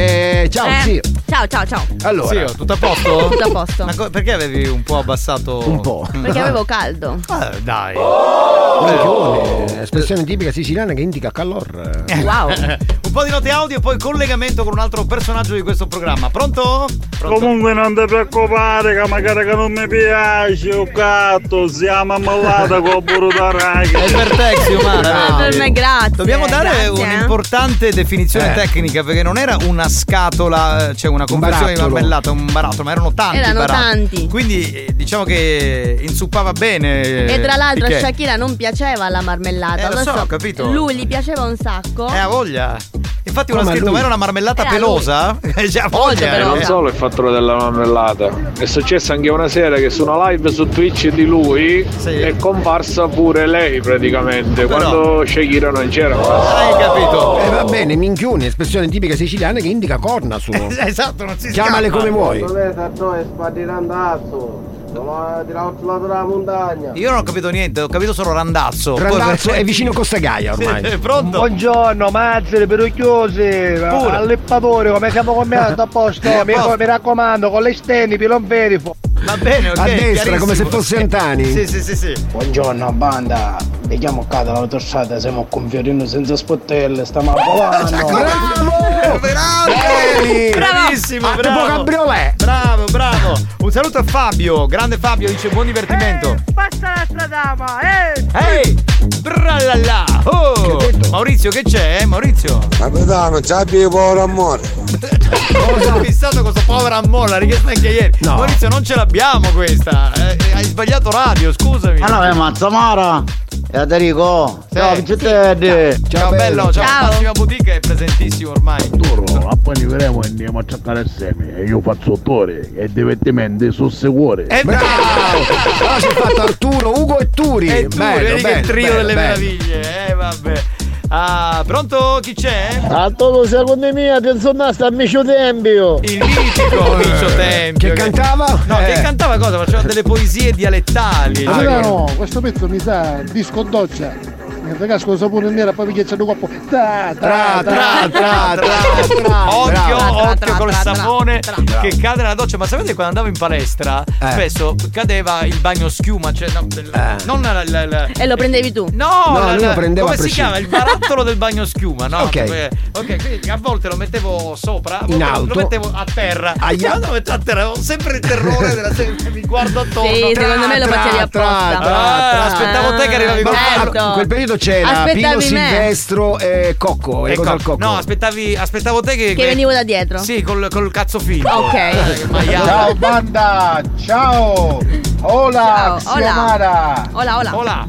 Eh, ciao Eh, zio. Ciao, ciao, ciao. Allora, Zio, tutto a posto? Tutto a posto. Ma co- perché avevi un po' abbassato? Un po'. Perché avevo caldo. Ah, dai. Minchione, espressione tipica siciliana che indica calor. Wow. Un po' di note audio e poi collegamento con un altro personaggio di questo programma. Pronto? Pronto? Comunque non ti preoccupare che magari che non mi piace o gatto, siamo ammallati con burro d'arachidi. È per te, Xiomara. Ah, per me, grazie. Dobbiamo dare grazie, eh. un'importante definizione Eh. tecnica, perché non era una scatola, cioè una confezione di barattolo. marmellata, un barattolo, ma erano tanti Erano barattoli. tanti. Quindi eh, diciamo che inzuppava bene. E tra l'altro a Piqué. Shakira non piaceva la marmellata. Eh, lo so, Adesso ho capito. Lui gli piaceva un sacco. Eh, ha voglia. Infatti uno No, ha ma scritto, lui- ma era una marmellata Era pelosa? Eh, già, Molto voglia. pelosa. eh. Non solo il fattore della marmellata, è successo anche una sera che su una live su Twitch di lui Sì. è comparsa pure lei praticamente, Però- quando Shakira non c'era. Hai capito? Eh, va bene, minchioni, espressione tipica siciliana che indica corna su. Esatto, non si Chiamale scappa. come vuoi. della montagna. Io non ho capito niente, ho capito solo randazzo. Randazzo Poi- è vicino Costa Gaia ormai. Sì, pronto? Buongiorno, mazzere, perucchiosi, Pure. all'eppatore, come siamo combinati a posto? Eh, a mi, posto. mi raccomando, con le stenni, pilon veri. fu- Va bene, ok. A destra, chiarissimo. come se fosse Antani. Sì, sì, sì, sì. Buongiorno banda, mi chiamo Cata l'autostrada, siamo con Fiorino senza sportelle, stiamo a volando. Bravo! Bravo! Bravi! Bravissimo, Ah, tipo bravo! cabriolet. Bravo, bravo! Un saluto a Fabio, grande Fabio, dice buon divertimento. Passa la stradama, eh! Ehi! Brallala! Oh! Maurizio, che c'è, eh, Maurizio? Capitano, c'è più povero amore. Ho fissato questo povero amore, l'ha richiesta anche ieri. No. Maurizio, non ce l'abbiamo questa. Eh, eh, hai sbagliato radio, scusami. Ah no, è Mazzamara. E Aderico. Sì. Ciao, Piccettelli. Ciao, bello, ciao. Ciao. Massima Boutique è presentissimo ormai. Turro, appena arriveremo e andiamo a cercare assieme e io faccio attore e divertimenti sul seguore. È Bravo! Allora si è fatto Arturo, Ugo e Turi. E tu, Bello, vedi che bello, trio bello, delle bello. meraviglie. Eh, vabbè. Ah, pronto? Chi c'è? A tutto secondo me, ti sono sta Micio Tempio. Il mitico Micio Tempio. Che cantava? No, Eh. che cantava cosa? Faceva delle poesie dialettali. Ah, Cioè, no, questo pezzo mi sa disco doccia. Ragazzi, con sapore nero poi mi chiacciano qua. Tra Tra, tra, tra, tra, tra. Occhio, Bravo. occhio tra, col tra, tra, sapone tra. che cade nella doccia. Ma sapete quando andavo in palestra Eh. spesso cadeva il bagno schiuma, cioè no, del- Eh. non la, la- la- E lo prendevi tu. No, No, la- lui la- lo prendeva come a si chiama? Il prescindere. barattolo del bagno schiuma, no? Ok. Dove- ok, quindi a volte lo mettevo sopra, a In volte alto. lo mettevo a terra. Aia. Quando lo mettevo a terra, ho sempre il terrore della mi guardo attorno. Sì, secondo me lo Tra, facevi tra, apposta. tra, Ah, aspettavo te che arrivavi Ma con certo. in quel periodo c'era Aspettavi Pino me. Silvestro e Cocco. E Ecco, cosa al Cocco? no, aspettavi, aspettavo te che. Che venivo da dietro. Sì, col, col cazzo finto. Ok. Eh, maiale. Ciao banda, ciao. Hola, Ciao, hola. Xiomara. Hola, hola. Hola.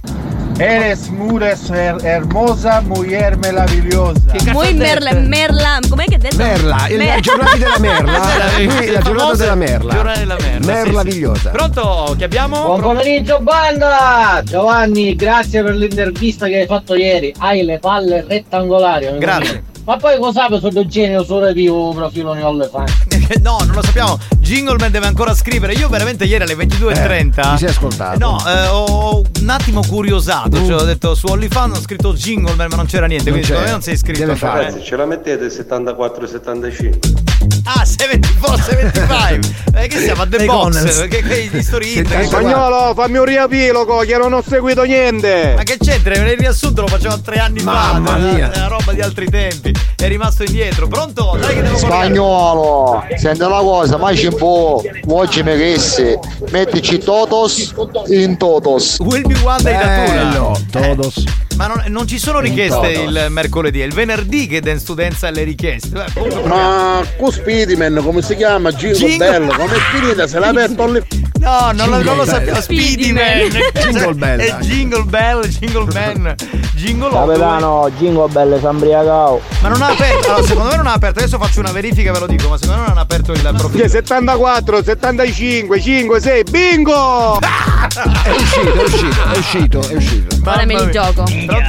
Eres mures her- hermosa mujer meravigliosa. Che cazzo Muy hai merla, detto? merla, com'è che hai detto? Merla, il- Mer- la giornata della Merla. Sì, Lui, la giornata famose della Merla. Giornata della Merla. Merlavigliosa. Pronto? Chi abbiamo? Buon pomeriggio banda! Giovanni, grazie per l'intervista che hai fatto ieri. Hai le palle rettangolari. amico Grazie. mio. Ma poi cosa sape sul genio solo di un profilo non le fa? No, non lo sappiamo. Jingleman deve ancora scrivere. Io veramente ieri alle ventidue e trenta. Eh, ti sei ascoltato? No, eh, ho un attimo curiosato. Mm. Cioè, ho detto su OnlyFans ho scritto Jingleman, ma non c'era niente. Non quindi c'era. secondo me non sei iscritto. Deve fare. Ragazzi, ce la mettete settantaquattro settantacinque? Ah, settantaquattro settantacinque. Eh, che siamo a The Dei Box? Connors. Che, che gli story hit? Che- Spagnolo, fammi un riepilogo che non ho seguito niente. Ma che c'entra? Il riassunto lo facevo tre anni Mamma fa. mia. È una roba di altri tempi. È rimasto indietro. Pronto? Dai che devo parlare. Spagnolo, senti una cosa, ma c'è un po', oggi mi chessi, mettici Totos in Totos. Will be one day Bello, da Todos. Ma non, non ci sono richieste Todos. il mercoledì, è il venerdì che Dan Studenza ha le richieste. Beh, comunque proviamo. Ma con Speedyman, come si chiama? Jingle, Jingle. Bello, come è finita? Se l'ha aperto lì. No, non, lo, non lo Jingle sappiamo. Bell. Speedyman. Jingle Bell. È Jingle Bell, Jingle Man. Jingle All the way. Capitano, Jingle Belle, Sambriacao. Ma non ha aperto. Allora, secondo me non ha aperto. Adesso faccio una verifica, ve lo dico. Ma secondo me non ha aperto il profilo. settantaquattro, settantacinque, cinque, sei, bingo! È uscito, è uscito, è uscito, è uscito. Ora me li Mamma mia. gioco. Pronto?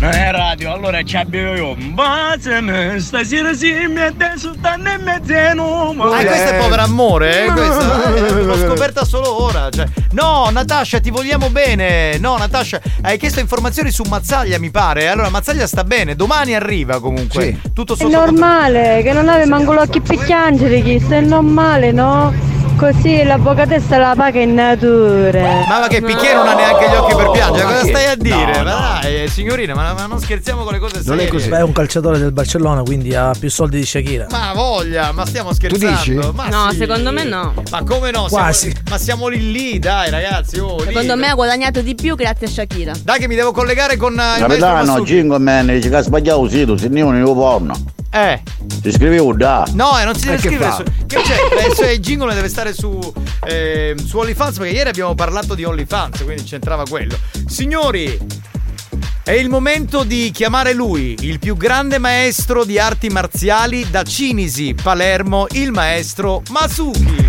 Non è radio, allora ci abbiamo io. Baciami, stasera si mette soltanto in mezzeno. Ma ah, questo è povero amore, eh? Questa eh, l'ho scoperta solo ora. Cioè, no, Natascia, ti vogliamo bene. No, Natascia, hai chiesto informazioni su Mazzaglia, mi pare. Allora, Mazzaglia sta bene, domani arriva comunque. Sì. Tutto sotto. È normale, che non ave manco l'occhio per piangere, chi è normale, no? Così l'avvocatessa la paga in natura. Ma che Picchier non ha neanche gli occhi per piangere, cosa stai a dire? No, no. Ma dai, signorina, ma, ma non scherziamo con le cose serie. Non è così. Beh, è un calciatore del Barcellona, quindi ha più soldi di Shakira. Ma voglia, ma stiamo scherzando? Tu dici? Ma no, sì. Secondo me no. Ma come no? Quasi. Siamo, ma siamo lì lì, dai ragazzi. Oh, secondo lì. me ha guadagnato di più grazie a Shakira. Dai che mi devo collegare con uh, il Capitano, Jingo Man dice che ha sbagliato il sito, se non è porno. Eh. Ti scrivevo da. No, e non si deve eh, scrivere che su. Che c'è? Adesso il jingle deve stare su eh, su OnlyFans, perché ieri abbiamo parlato di OnlyFans, quindi c'entrava quello. Signori, è il momento di chiamare lui, il più grande maestro di arti marziali da Cinisi, Palermo, il maestro Masuki.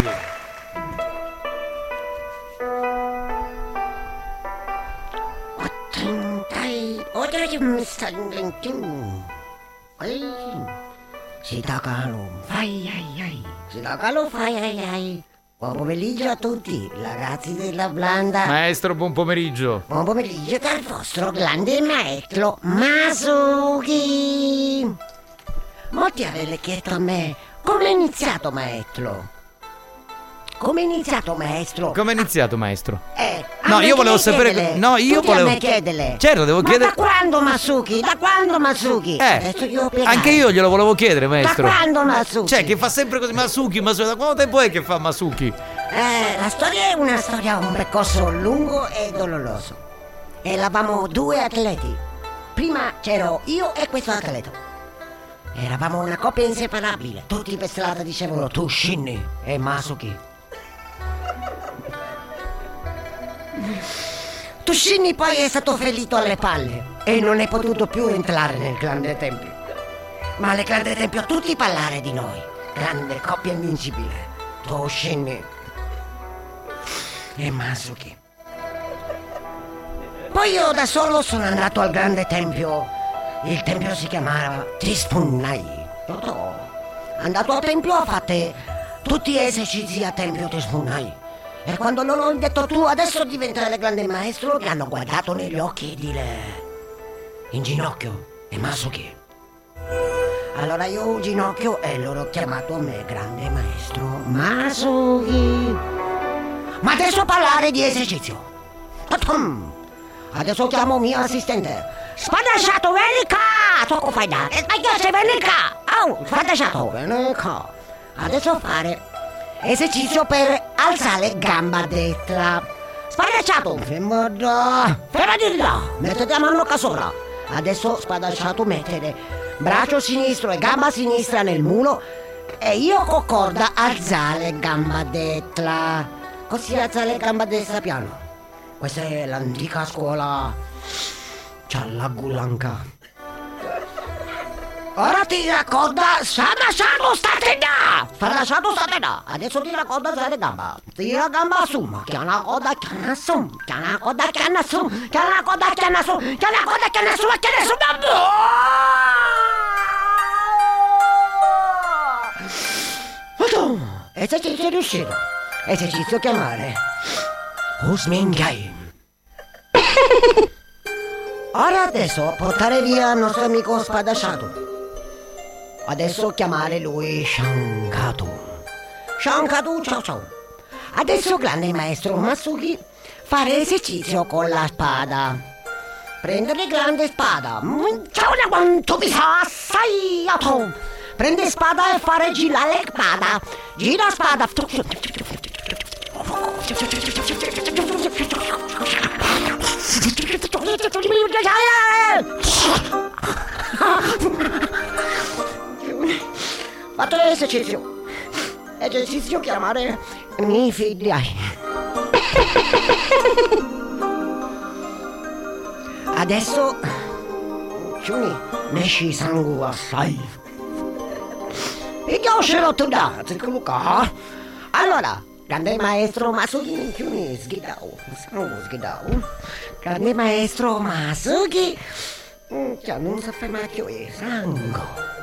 Sitacalo, fai ai ai, Sitacalo, fai ai ai. Buon pomeriggio a tutti, ragazzi della Blanda. Maestro, buon pomeriggio. Buon pomeriggio dal vostro grande maestro Masuki. Molti avete chiesto a me come è iniziato maestro. Come è iniziato maestro? Come è iniziato maestro? Eh, no, io volevo sapere. Chiedele. No, io Tutti volevo. A me chiedele. Certo, devo Ma chiedere. da quando Masuki? Da quando Masuki? Eh, Adesso io spiegare. anche io glielo volevo chiedere, maestro. Da quando Masuki? Cioè, che fa sempre così Masuki, Masuki. Da quanto tempo è che fa Masuki? Eh, la storia è una storia, un percorso lungo e doloroso. Eravamo due atleti. Prima c'ero io e questo atleta. Eravamo una coppia inseparabile. Tutti per strada dicevano tu Shinny e Masuki. Tuscini poi è stato ferito alle palle e non è potuto più entrare nel grande tempio. Ma nel grande tempio tutti parlare di noi. Grande coppia invincibile. Tuscini e Masuki. Poi io da solo sono andato al grande tempio. Il tempio si chiamava Tispunnai. Andato al tempio ho fatto tutti gli esercizi a tempio Tispunnai. E quando non ho detto tu adesso diventerai grande maestro, mi hanno guardato negli occhi e dire in ginocchio e Masuki. Allora io ho ginocchio e loro ho chiamato me grande maestro Masuki. Ma adesso parlare di esercizio. Adesso chiamo mio assistente. Spadasciato, vieni qua! Tocco fai da. Sbagliato, vieni qua! Oh, spadasciato, vieni qua. Adesso fare esercizio per alzare gamba destra. Spadacciato, fermo da. Fermo di là. Mettete la mano qua sopra. Adesso spadacciato mettere braccio sinistro e gamba sinistra nel muro. E io con corda alzare gamba destra. Così alzare gamba destra piano. Questa è l'antica scuola Ciallagulanca. Ora ti racconta, Spadasciato state là! Spadasciato state là! Adesso ti racconta state gamba. Tira gamba su, ma che una coda chiana su, che una coda chiana su, che una coda chiana su, che una coda chiana su, ma che ne su, ma esercizio riuscito. Esercizio chiamare Usmin Game. Ora adesso portare via il nostro amico Spadasciato. Adesso chiamare lui Shankatu. Shankatu, ciao ciao. Adesso grande maestro Masuki fare esercizio con la spada. Prendere grande spada. Ciao da quanto mi sa, sai. Prende spada e fare girare spada. Gira spada. Fatto l'esercizio. Esercizio chiamare miei figli. Adesso Giuni Neshi sangue assai. E che ho scelto da Luca. Allora grande maestro Masuki Giuni sghidao sangue sghidao. Grande maestro Masuki Cioè, non si ferma più il sangue.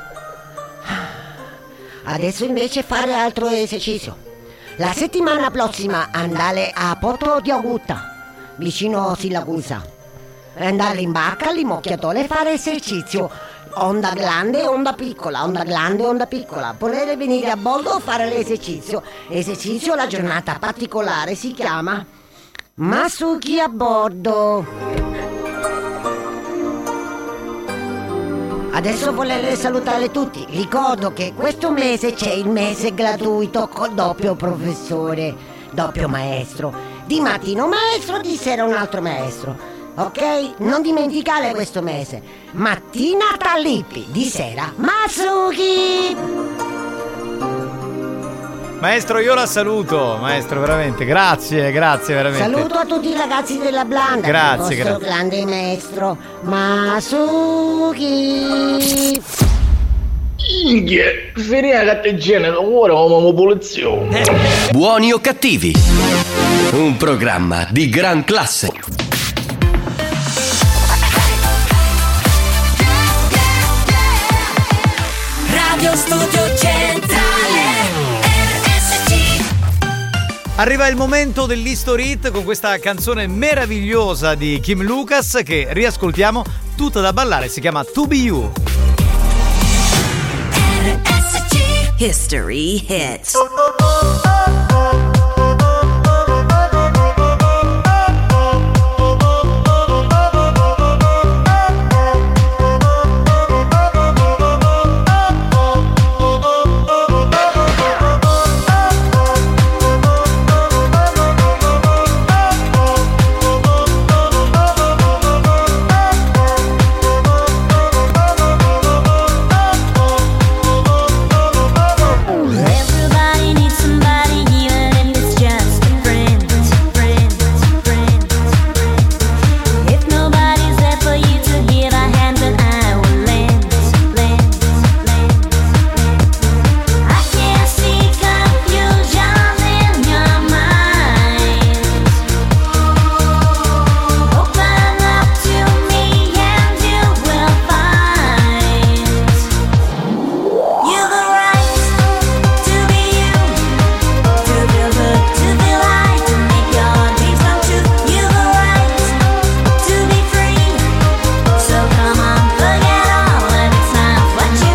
Adesso invece fare altro esercizio. La settimana prossima andare a Porto di Augusta, vicino Siracusa. Andare in barca all'Imocchiatore e fare esercizio. Onda grande, onda piccola, onda grande, onda piccola. Potete venire a bordo a fare l'esercizio. Esercizio, la giornata particolare si chiama Masuki a bordo. Adesso volevo salutare tutti. Ricordo che questo mese c'è il mese gratuito col doppio professore, doppio maestro. Di mattino maestro, di sera un altro maestro. Ok? Non dimenticare questo mese. Mattina Talippi, di sera Masuki. Maestro, io la saluto, maestro, veramente, grazie, grazie veramente. Saluto a tutti i ragazzi della Blanda. Grazie, il vostro grazie. grande maestro Masuki. Inghia, finire la catteggina, ora come pulizia. Buoni o cattivi? Un programma di gran classe. Radio Studio Centrale. Arriva il momento dell'History Hit con questa canzone meravigliosa di Kim Lucas che riascoltiamo, tutta da ballare, si chiama To Be You. History Hits. Everybody needs somebody, even if it's just a friend, friend, friend. If nobody's there for you to give a hand, then I will lend, lend, lend. I can see confusion in your mind. Open up to me and you will find you've the right to be you, to feel good, to feel right, to make your dreams come true. You've the right to be free, so come on, forget all of it's not what you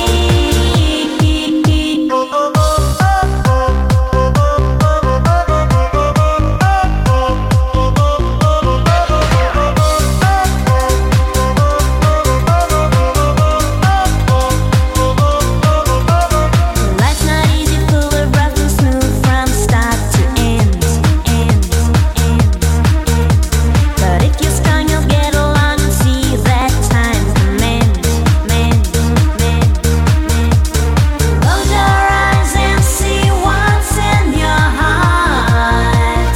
Life's not easy, full of rough and smooth from start to end, end, end. But if you're strong, you'll get along and see that time can mend, mend, mend, mend. Close your eyes and see what's in your heart.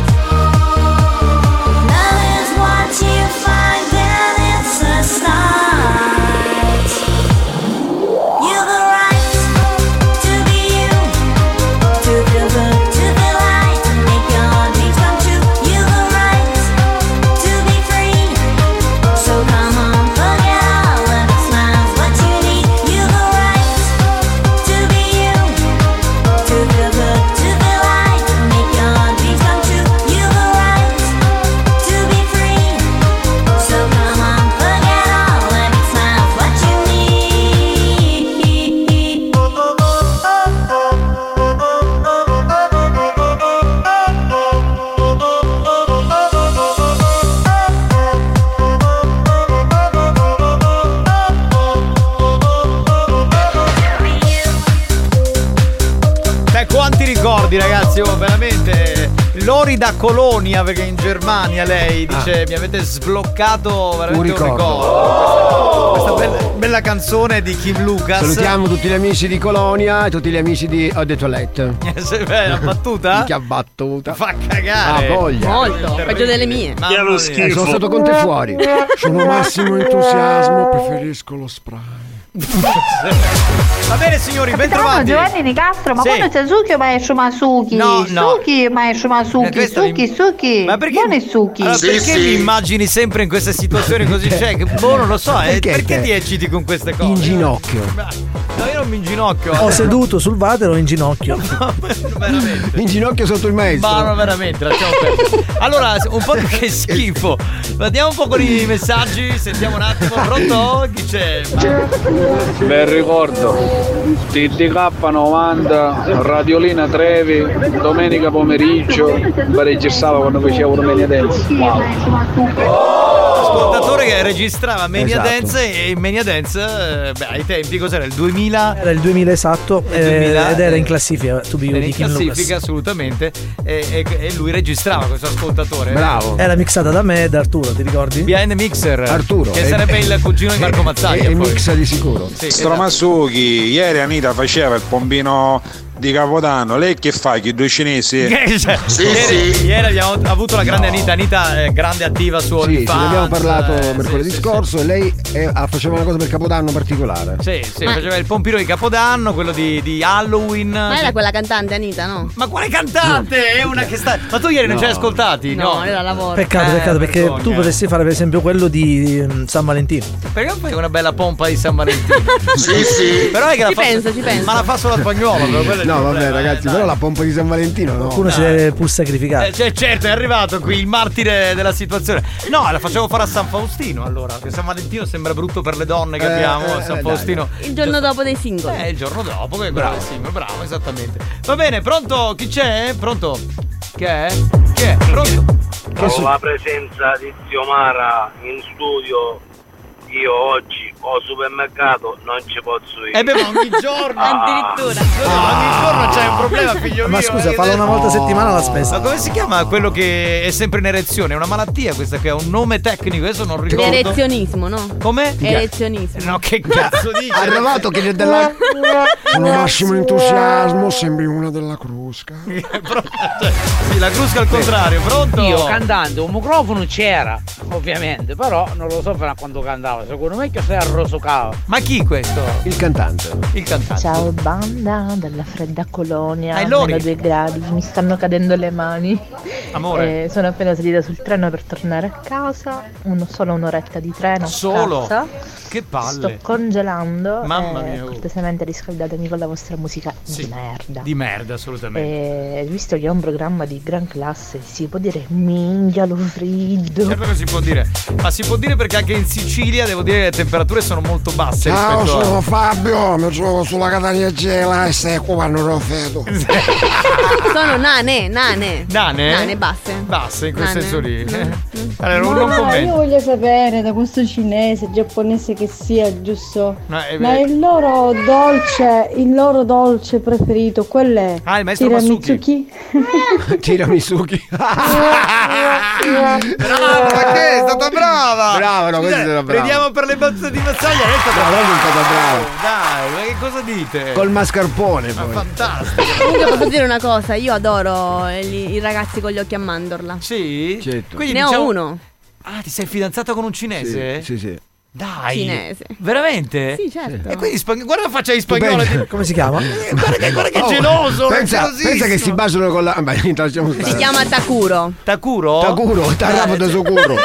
Love is what you find, and it's a start. You've the right to be you, to feel good, to feel right, to make your dreams come true. You've the right to be free, so come on, forget all of it, smile's what you need. You've the right to be you, to feel good, to feel right, to make your dreams come true. You've the right to be free, so come on, forget all of it, smile's what you need. Beh, quanti ricordi, ragazzi, oh, veramente. Lori da Colonia, perché in Germania lei dice mi avete sbloccato veramente un Un ricordo. ricordo. Questa bella, bella canzone di Kim Lucas. Salutiamo tutti gli amici di Colonia e tutti gli amici di Eau de Toilette. Se beh, la battuta? Che ha battuta. Fa cagare. Ah, voglia. Molto, peggio delle mie. Mamma mia. Eh, sono stato con te fuori. Sono massimo entusiasmo, preferisco lo spray. Va bene signori, ben Capitano trovati. Giovanni Nicastro, ma Sì. quando c'è Suki o maestro Masuki? No, no. Suki, maestro Eh, Masuki, questo Suki, mi- Suki. Ma perché- Buoni Suki. Allora, perché mi immagini sempre in queste situazioni così? Cioè, che, boh, non lo so, eh, Perché perché, te? ti ecciti con queste cose? In ginocchio. No, io non mi inginocchio. O seduto sul water o in ginocchio. Veramente. In ginocchio sotto il maestro. Ma no, veramente, lasciamo perdere. Allora, un po' di che schifo. Andiamo un po' con i messaggi, sentiamo un attimo. Pronto? Chi c'è? Bel ricordo, T D K novanta, Radiolina Trevi, domenica pomeriggio, registrava quando facevo Mania Dance. Wow. Ascoltatore che registrava Mania Esatto. Dance e in Mania Dance, eh, beh, ai tempi cos'era? Il duemila? Era il duemila esatto Il eh, duemila, ed era eh, in classifica To Be You Era di in Kim classifica Lucas. assolutamente e, e- e lui registrava questo ascoltatore. Era mixata da me e da Arturo, ti ricordi? Behind the Mixer. Arturo. Che è- sarebbe il cugino di Marco Mazzaglia. È il poi. mix di sicuro. Sì, Stramasuki, ieri Anita faceva il pompino di Capodanno, lei che fa? Che due cinesi? Che- cioè, Sì, ieri, sì. ieri abbiamo avuto la grande No. Anita. Anita è grande attiva su Sì, ce OnlyFans. ne abbiamo parlato eh, mercoledì sì, sì, scorso e lei eh, ah, faceva una cosa per Capodanno particolare. Sì, sì, faceva il pompino di Capodanno, quello di, di Halloween. Ma era quella cantante Anita, no? Ma quale cantante? È una che sta. Ma tu ieri non No. ci hai ascoltati? No, era lavoro. Peccato, Eh, peccato, perché vergogna. tu potresti fare per esempio quello di mm, San Valentino. Perché non fai una bella pompa di San Valentino? Sì, sì. Però è che la Ci fa. penso, ci penso. Ma la fa solo a spagnolo. Però quello è il No, problema, vabbè, eh, ragazzi, dai. però la pompa di San Valentino no. Qualcuno si deve pur sacrificare. Eh, cioè, certo, è arrivato qui il martire della situazione. No, la facevo fare a San Faustino allora. Che San Valentino sembra brutto per le donne che Eh, abbiamo. eh, San eh, Faustino. Il giorno dopo dei singoli. Eh, il giorno dopo, che è bravo, sì, bravo, esattamente. Va bene, pronto? Chi c'è? Pronto? Che è? Chi è? Pronto? Con la presenza di zio Mara in studio, io oggi ho supermercato, non ci posso ir. Eh beh, ma ogni giorno. Addirittura. No, ogni giorno c'è un problema, figlio Ma mio. scusa, eh, fallo una volta a settimana la spesa. Ma come si chiama quello che è sempre in erezione? È una malattia questa che ha un nome tecnico, adesso non ricordo. L'erezionismo, no? Come? Erezionismo. No, che cazzo dici? Ha arrivato che gli è della con massimo entusiasmo sembri una della Crusca. Sì, la crusca al contrario, pronto? Io cantante, un microfono c'era, ovviamente, però non lo so fino a quando cantava, secondo me che sei arrosocava. Ma chi questo? Il cantante. Il cantante. Ciao banda, dalla fredda colonia, Ah, è Lori. meno due gradi, mi stanno cadendo le mani. Amore. Eh, sono appena salita sul treno per tornare a casa, uno, solo un'oretta di treno. a Solo? casa. Che palle. Sto congelando. Mamma eh, mia, oh. Cortesemente riscaldatemi con la vostra musica Sì, di merda. Di merda, assolutamente. Eh, visto che è un programma di gran classe, si può dire minchialo friddo. Certo che si può dire, ma si può dire perché anche in Sicilia devo dire che le temperature sono molto basse Ciao, rispetto a... sono Fabio, mi trovo sulla Catania Gela e stai occupando il feto. Sono nane, nane. Nane? Nane basse. Basse in quel Nane. senso lì. Mm. Allora, non, non Ma io commento. voglio sapere da questo cinese, giapponese che sia, giusto? No, è Ma vero. il loro dolce, il loro dolce preferito, qual è? Ah, il maestro Tiramisukì? Tiramisuki. Brava, ma che? È stata brava! Brava, no, Scusate, questa era brava. Vediamo per le bozze di Mazzaglia. È stata No, proprio è stata brava. Dai, ma che cosa dite? Col mascarpone Ma poi. fantastico. Comunque posso dire una cosa, io adoro i, i ragazzi con gli occhi a mandorla. Sì? Certo. Quindi Ne diciamo- ho uno. Ah, ti sei fidanzato con un cinese? Sì, sì, sì. Dai. Cinese. Veramente? Sì, certo. E quindi spag- guarda la faccia di spagnolo. pensa- di- Come si chiama? Guarda che, guarda che Oh, geloso. Pensa, gelosissimo. pensa che si basano con la. Beh, niente, lasciamo stare. Si chiama Takuro. Takuro? Takuro, Tarrapo da Socuro.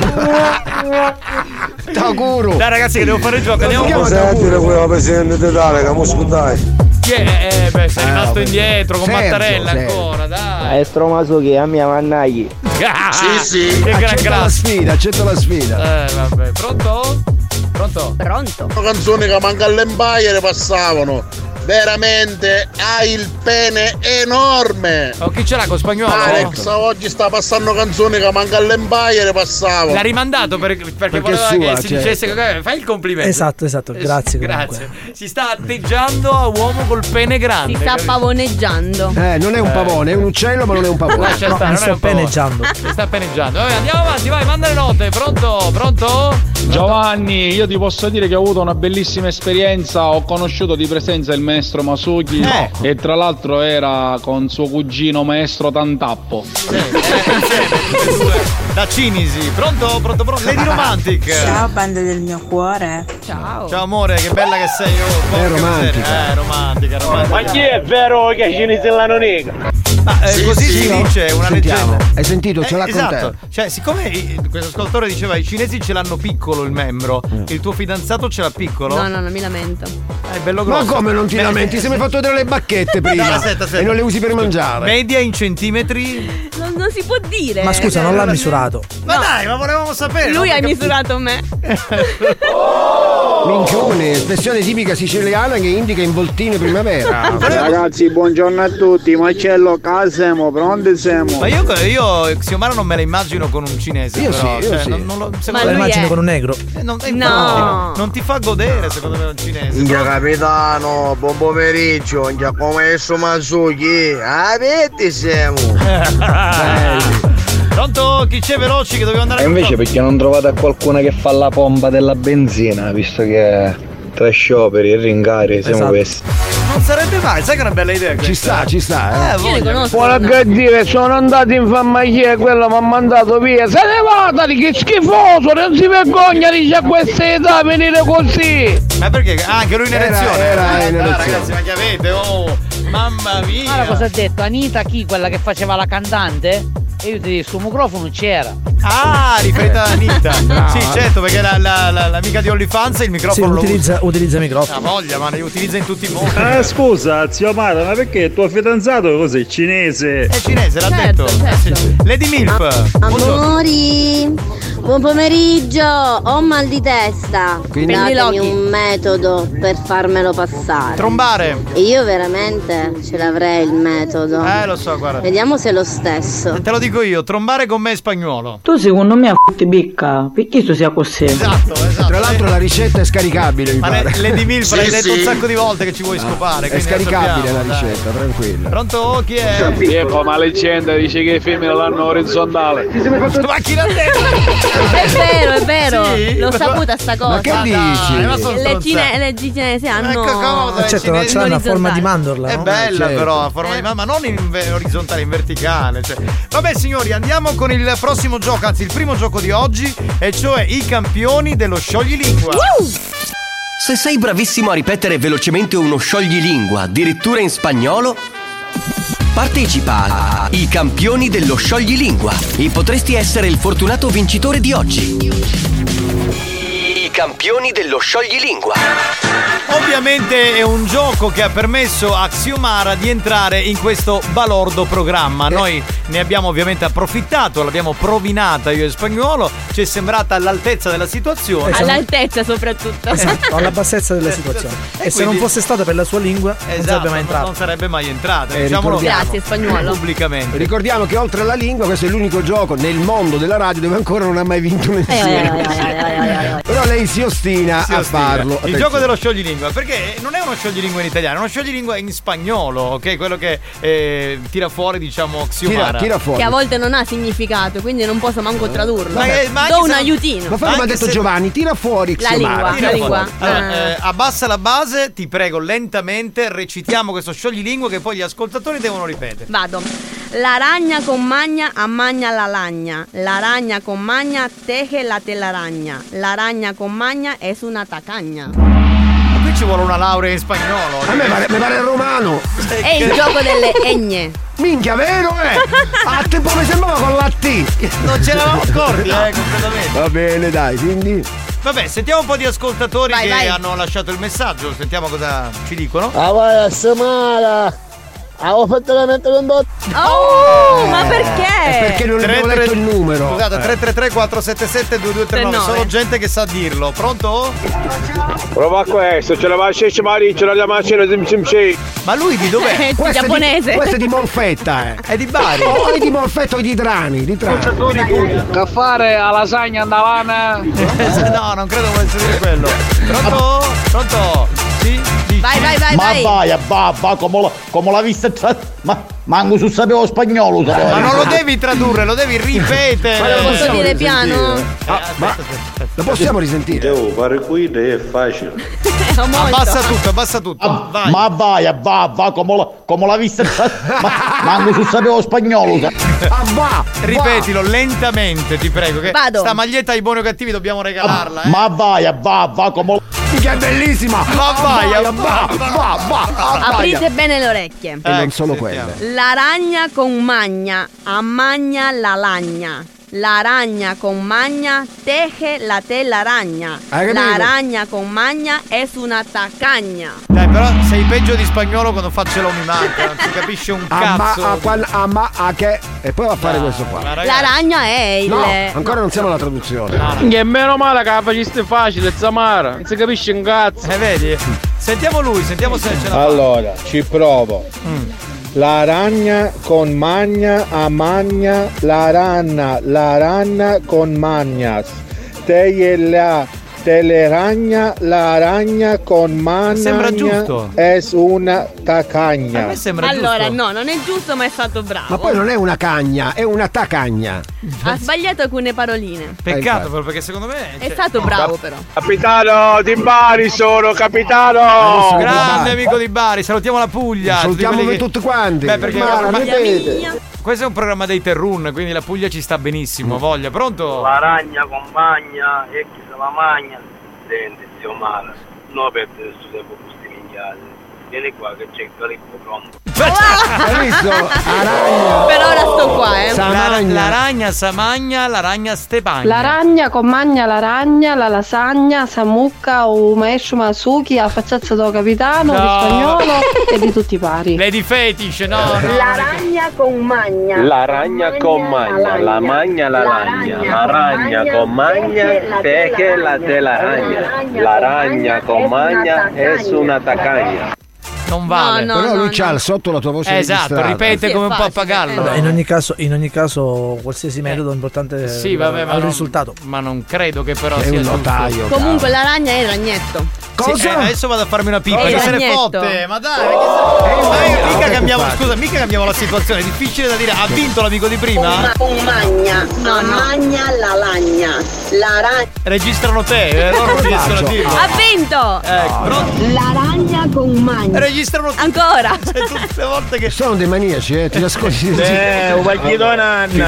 Takuro. Dai ragazzi che devo fare il gioco. Andiamo chiama un Sentire quella presidente d'Italia che mo sputai. Chi è? Eh, beh, sei Eh, rimasto vabbè. indietro con Sergio, Mattarella Sergio. ancora, dai. Maestro Masuki, a mia mannagli. Ah, Sì, sì. Che gran Accetta la classe. sfida, accetta la sfida. Eh, vabbè, pronto? Pronto? Pronto. Canzoni che manca all'Empire passavano. Veramente hai il pene enorme. Oh, chi ce l'ha con spagnolo? Alex oggi sta passando canzoni che manca all'Empire passavano. L'ha rimandato per- perché, Perché voleva è sua, che si cioè. dicesse che fai il complimento. Esatto, esatto, Eh, grazie. Grazie. comunque. Si sta atteggiando a uomo col pene grande. Si sta capito? pavoneggiando. Eh, non è un pavone, è un uccello, ma non è un pavone. Lascia No, stare, mi non è sto un pavone. peneggiando. Si sta peneggiando. Vabbè, andiamo avanti, vai, manda le note. Pronto? Pronto? Giovanni, io ti posso dire che ho avuto una bellissima esperienza, ho conosciuto di presenza il maestro Masuki Eh. e tra l'altro era con suo cugino maestro Tantappo. Da Cinisi. Pronto? Pronto? Pronto? Lady Romantic. Ciao banda del mio cuore. Ciao. Ciao amore, che bella che sei. Oh, È romantica. Eh, romantica, romantica. Ma chi è vero che i cinesi l'hanno nega? Ma eh, Sì, così sì, si no? dice, è una Sentiamo. leggenda. Hai sentito? Ce l'ha Eh, con esatto. te. Cioè, siccome i- questo ascoltatore diceva i cinesi ce l'hanno piccolo il membro, il tuo fidanzato ce l'ha piccolo? No, no, non mi lamento. È bello Ma grosso. come non ti Beh, lamenti? Se mi hai fatto vedere le bacchette prima No, aspetta, aspetta. e non le usi per mangiare. Media in centimetri? Non, non si può dire. Ma scusa, non l'ha misurato. Ma dai, ma volevamo sapere. Lui no? ha Perché- misurato me. Minchione, espressione tipica siciliana che indica involtino primavera. Ragazzi, buongiorno a tutti. Marcello, casa siamo, pronti siamo. Ma io, io Xiomara non me la immagino con un cinese. Io però, sì, io cioè, sì. Non, non lo, Ma secondo la me- immagino con un negro. Eh, non, eh, No. infatti, non ti fa godere secondo me un cinese. Minchia capitano, buon pomeriggio, minchia come esso Masuki. Avete siamo. Pronto? Chi c'è veloci che dobbiamo andare E a invece perché non trovate qualcuno che fa la pompa della benzina, visto che tra scioperi e ringari siamo Esatto. questi. Non sarebbe mai, sai che è una bella idea questa? Ci sta, ci sta, eh. Eh, voglio. Buona che dire, sono andato in farmacia e quello mi ha mandato via. Se ne vada, che schifoso, non si vergogna, dice a questa età venire così. Ma perché? Ah, anche lui in Era- elezione? era Eh, in dai, elezione. ragazzi, ma che avete? Oh, mamma mia. Guarda cosa ha detto, Anita chi? Quella che faceva la cantante? E io ti dico, sul microfono c'era. Ah, riferita a Anita. Sì, certo, perché la, la, la, l'amica di OnlyFans il Sì, microfono lo utilizza, utilizza il microfono. usa. Ha voglia, ma ne utilizza in tutti i modi. Ah, scusa, zio Mara, ma perché il tuo fidanzato cos'è? Cinese? È cinese, l'ha Certo, detto. certo. Eh, sì. Lady Milf. Buongiorno. Amori, buon pomeriggio, ho mal di testa. Quindi- Datemi un metodo per farmelo passare. Trombare. E io veramente ce l'avrei il metodo. Eh, lo so, guarda. Vediamo se è lo stesso. Te lo dico io, trombare con me è spagnolo. Tu secondo me a f***i bicca, perché tu sia così? Esatto, esatto. Tra l'altro la ricetta è scaricabile, mi Ma pare. le- Lady Milf Sì, l'hai detto sì. un sacco di volte che ci vuoi scopare. È quindi lo scaricabile la sappiamo, dai. ricetta, tranquilla. Pronto? Chi è? Ecco, ma leggenda dice che i femmine l'hanno orizzontale. Ma chi l'ha detto? È vero, è vero. Sì? L'ho saputa sta cosa. Ma che Ma dai, dici? ma sono Le, stronzate. cine- le cinesi hanno. Ecco cosa, Eh, le certo, ma cinesi- c'è una forma di orizzontale. mandorla. È no? bella certo. però a forma di ma, ma non in ve- orizzontale, in verticale. Cioè. Vabbè signori, andiamo con il prossimo gioco, anzi il primo gioco di oggi, e cioè i campioni dello scioglilingua. Se sei bravissimo a ripetere velocemente uno scioglilingua, addirittura in spagnolo, partecipa a I campioni dello scioglilingua e potresti essere il fortunato vincitore di oggi. I campioni dello scioglilingua. Ovviamente è un gioco che ha permesso a Xiomara di entrare in questo balordo programma. Noi ne abbiamo ovviamente approfittato, l'abbiamo provinata io e Spagnolo, ci è sembrata all'altezza della situazione. All'altezza soprattutto. Esatto, alla bassezza della situazione. E, E se non quindi- fosse stata per la sua lingua, non Esatto, sarebbe mai non- entrato. non sarebbe mai entrata. Eh, Diciamolo Grazie, spagnolo. pubblicamente. Ricordiamo che oltre alla lingua questo è l'unico gioco nel mondo della radio dove ancora non ha mai vinto Eh, nessuno. eh, eh, eh, eh, eh. Però lei si ostina Si a ostina. farlo. Il Attenzione. gioco dello scioglilingua, perché non è uno scioglilingua in italiano, è uno scioglilingua in spagnolo, ok? Quello che eh, tira fuori, diciamo, Xiomara. Tira, tira fuori. Che a volte non ha significato, quindi non posso manco tradurlo. Ma che- ma Do anche un se- aiutino. Ma poi mi ha detto se- Giovanni, tira fuori La Xiomara. lingua, Tira la fuori. lingua. Allora, Ah. eh, abbassa la base, ti prego, lentamente recitiamo questo scioglilingua che poi gli ascoltatori devono ripetere. Vado. La ragna con magna ammagna la lagna. La ragna con magna teje la telaraña. La ragna con magna es una tacagna. Ma qui ci vuole una laurea in spagnolo. A me pare, mi pare romano. È il gioco delle egne. Minchia, vero eh? A tempo mi sembrava con la T. Non ce l'avamo accorti, eh, completamente. Va bene, dai, quindi. Vabbè, sentiamo un po' di ascoltatori Vai, che vai. hanno lasciato il messaggio, sentiamo cosa ci dicono. Ah, vai, Samara. Avevo fatto la mente con dot. Oh, ma È perché? perché non abbiamo letto il numero. Scusate, Eh. tre tre tre quattro sette sette due due tre nove, nove. solo gente che sa dirlo. Pronto? Prova questo, ce la va a scesce mariccio, la macchina sim sim sim. Ma lui di dov'è? È Questo è di- giapponese. Questo è di Molfetta, eh. È di Bari. O è di Molfetta o di Trani, di Trani. Che fare a lasagna andavana? No, non credo volesse dire quello. Pronto? Pronto? Sì? Vai, vai, vai, Ma vai. vai, va, va, come la, come la vista tra... Ma manco su sapevo spagnolo. Sapevo. Ma non lo devi tradurre, lo devi ripetere. Ma lo posso dire piano? Ah, ma lo possiamo risentire? Devo fare qui è facile. Abbassa tutto, abbassa tutto. Ma Vai. ma vai, va, va, come la, come la vista tra... Ma manco su sapevo spagnolo. Ah, va, Ripetilo lentamente, ti prego. Che Vado. sta maglietta ai buoni o cattivi dobbiamo regalarla. Eh. Ma vai, va, va, come... Che è bellissima! Ma vai, va, va, va, va, Aprite bene le orecchie. E non solo quelle. La ragna con magna ammagna la lagna. La ragna con magna teje la telaraña. Hai capito? La ragna con magna es una tacagna. Dai, però sei peggio di spagnolo quando faccio lo mi manca, non si capisce un Ah, ma, cazzo. a, qual- a, ma, a che? E poi va a fare No, questo qua. ma La ragazzi, ragna è il... No, ancora non siamo alla traduzione. Che meno male che la faceste facile, Zamara. Non si capisce un cazzo. Eh, vedi? Sentiamo lui, sentiamo se ce la fa. Allora, ci provo. Mm. La ragna con magna a magna, la ranna, la ranna con magnas. Te e la teleragna, la ragna con magna. Sembra giusto. Es una A tacagna. me sembra Allora, giusto. no, non è giusto, ma è stato bravo. Ma poi non è una cagna, è una tacagna. Ha sbagliato alcune paroline. Peccato, però, perché secondo me È stato bravo, però. Capitano di Bari sono, capitano! Adesso che grande Bari. amico di Bari, salutiamo la Puglia. Salutiamo tutti quelli tutti quanti. Beh, perché Mara, ma- ripete. questo è un programma dei Terrun, quindi la Puglia ci sta benissimo. Voglia, pronto? La ragna compagna e chi se la magna. Senti, zio Mara, non perdere questo tempo con questi minchiati. Vieni qua che c'è il calippo pronto. Hai visto? Aragna. Per ora sto qua, eh. La, Samagna. la ragna Samagna, la ragna Stepagna. La ragna con magna la ragna, la lasagna, Samucca, o maestro Masuki, a facciazza do capitano, No. di spagnolo e di tutti i pari. Lady Fetish, no, no. La ragna con magna. La ragna con magna, la magna la ragna, la ragna con magna, teje la telaraña. La ragna con magna es una tacagna. Non vale. No, no. Però lui no. c'ha sotto la tua voce Esatto, registrata. ripete Sì, come è un facile, pappagallo. Vabbè, in ogni caso, in ogni caso qualsiasi metodo è importante Sì, vabbè, ma al non, risultato. ma non credo che però È sia un giusto. notaio. Comunque la ragna è il ragnetto. Sì, Cosa? eh, adesso vado a farmi una pipa. È Che il se ne ragnetto. fotte? Ma dai, che se... ma io mica cambiamo, scusa, mica cambiamo la situazione. È difficile da dire. Ha vinto l'amico di prima? Con magna. No, magna la lagna. La ragna. Registrano te, eh, loro non riescono a dirlo. Ha vinto! Ecco, pronto? La ragna con magna. Registrano te. Ancora! Cioè, tutte le volte che. Sono dei maniaci, eh, ti nascondi. Eh, un paglietto nanna.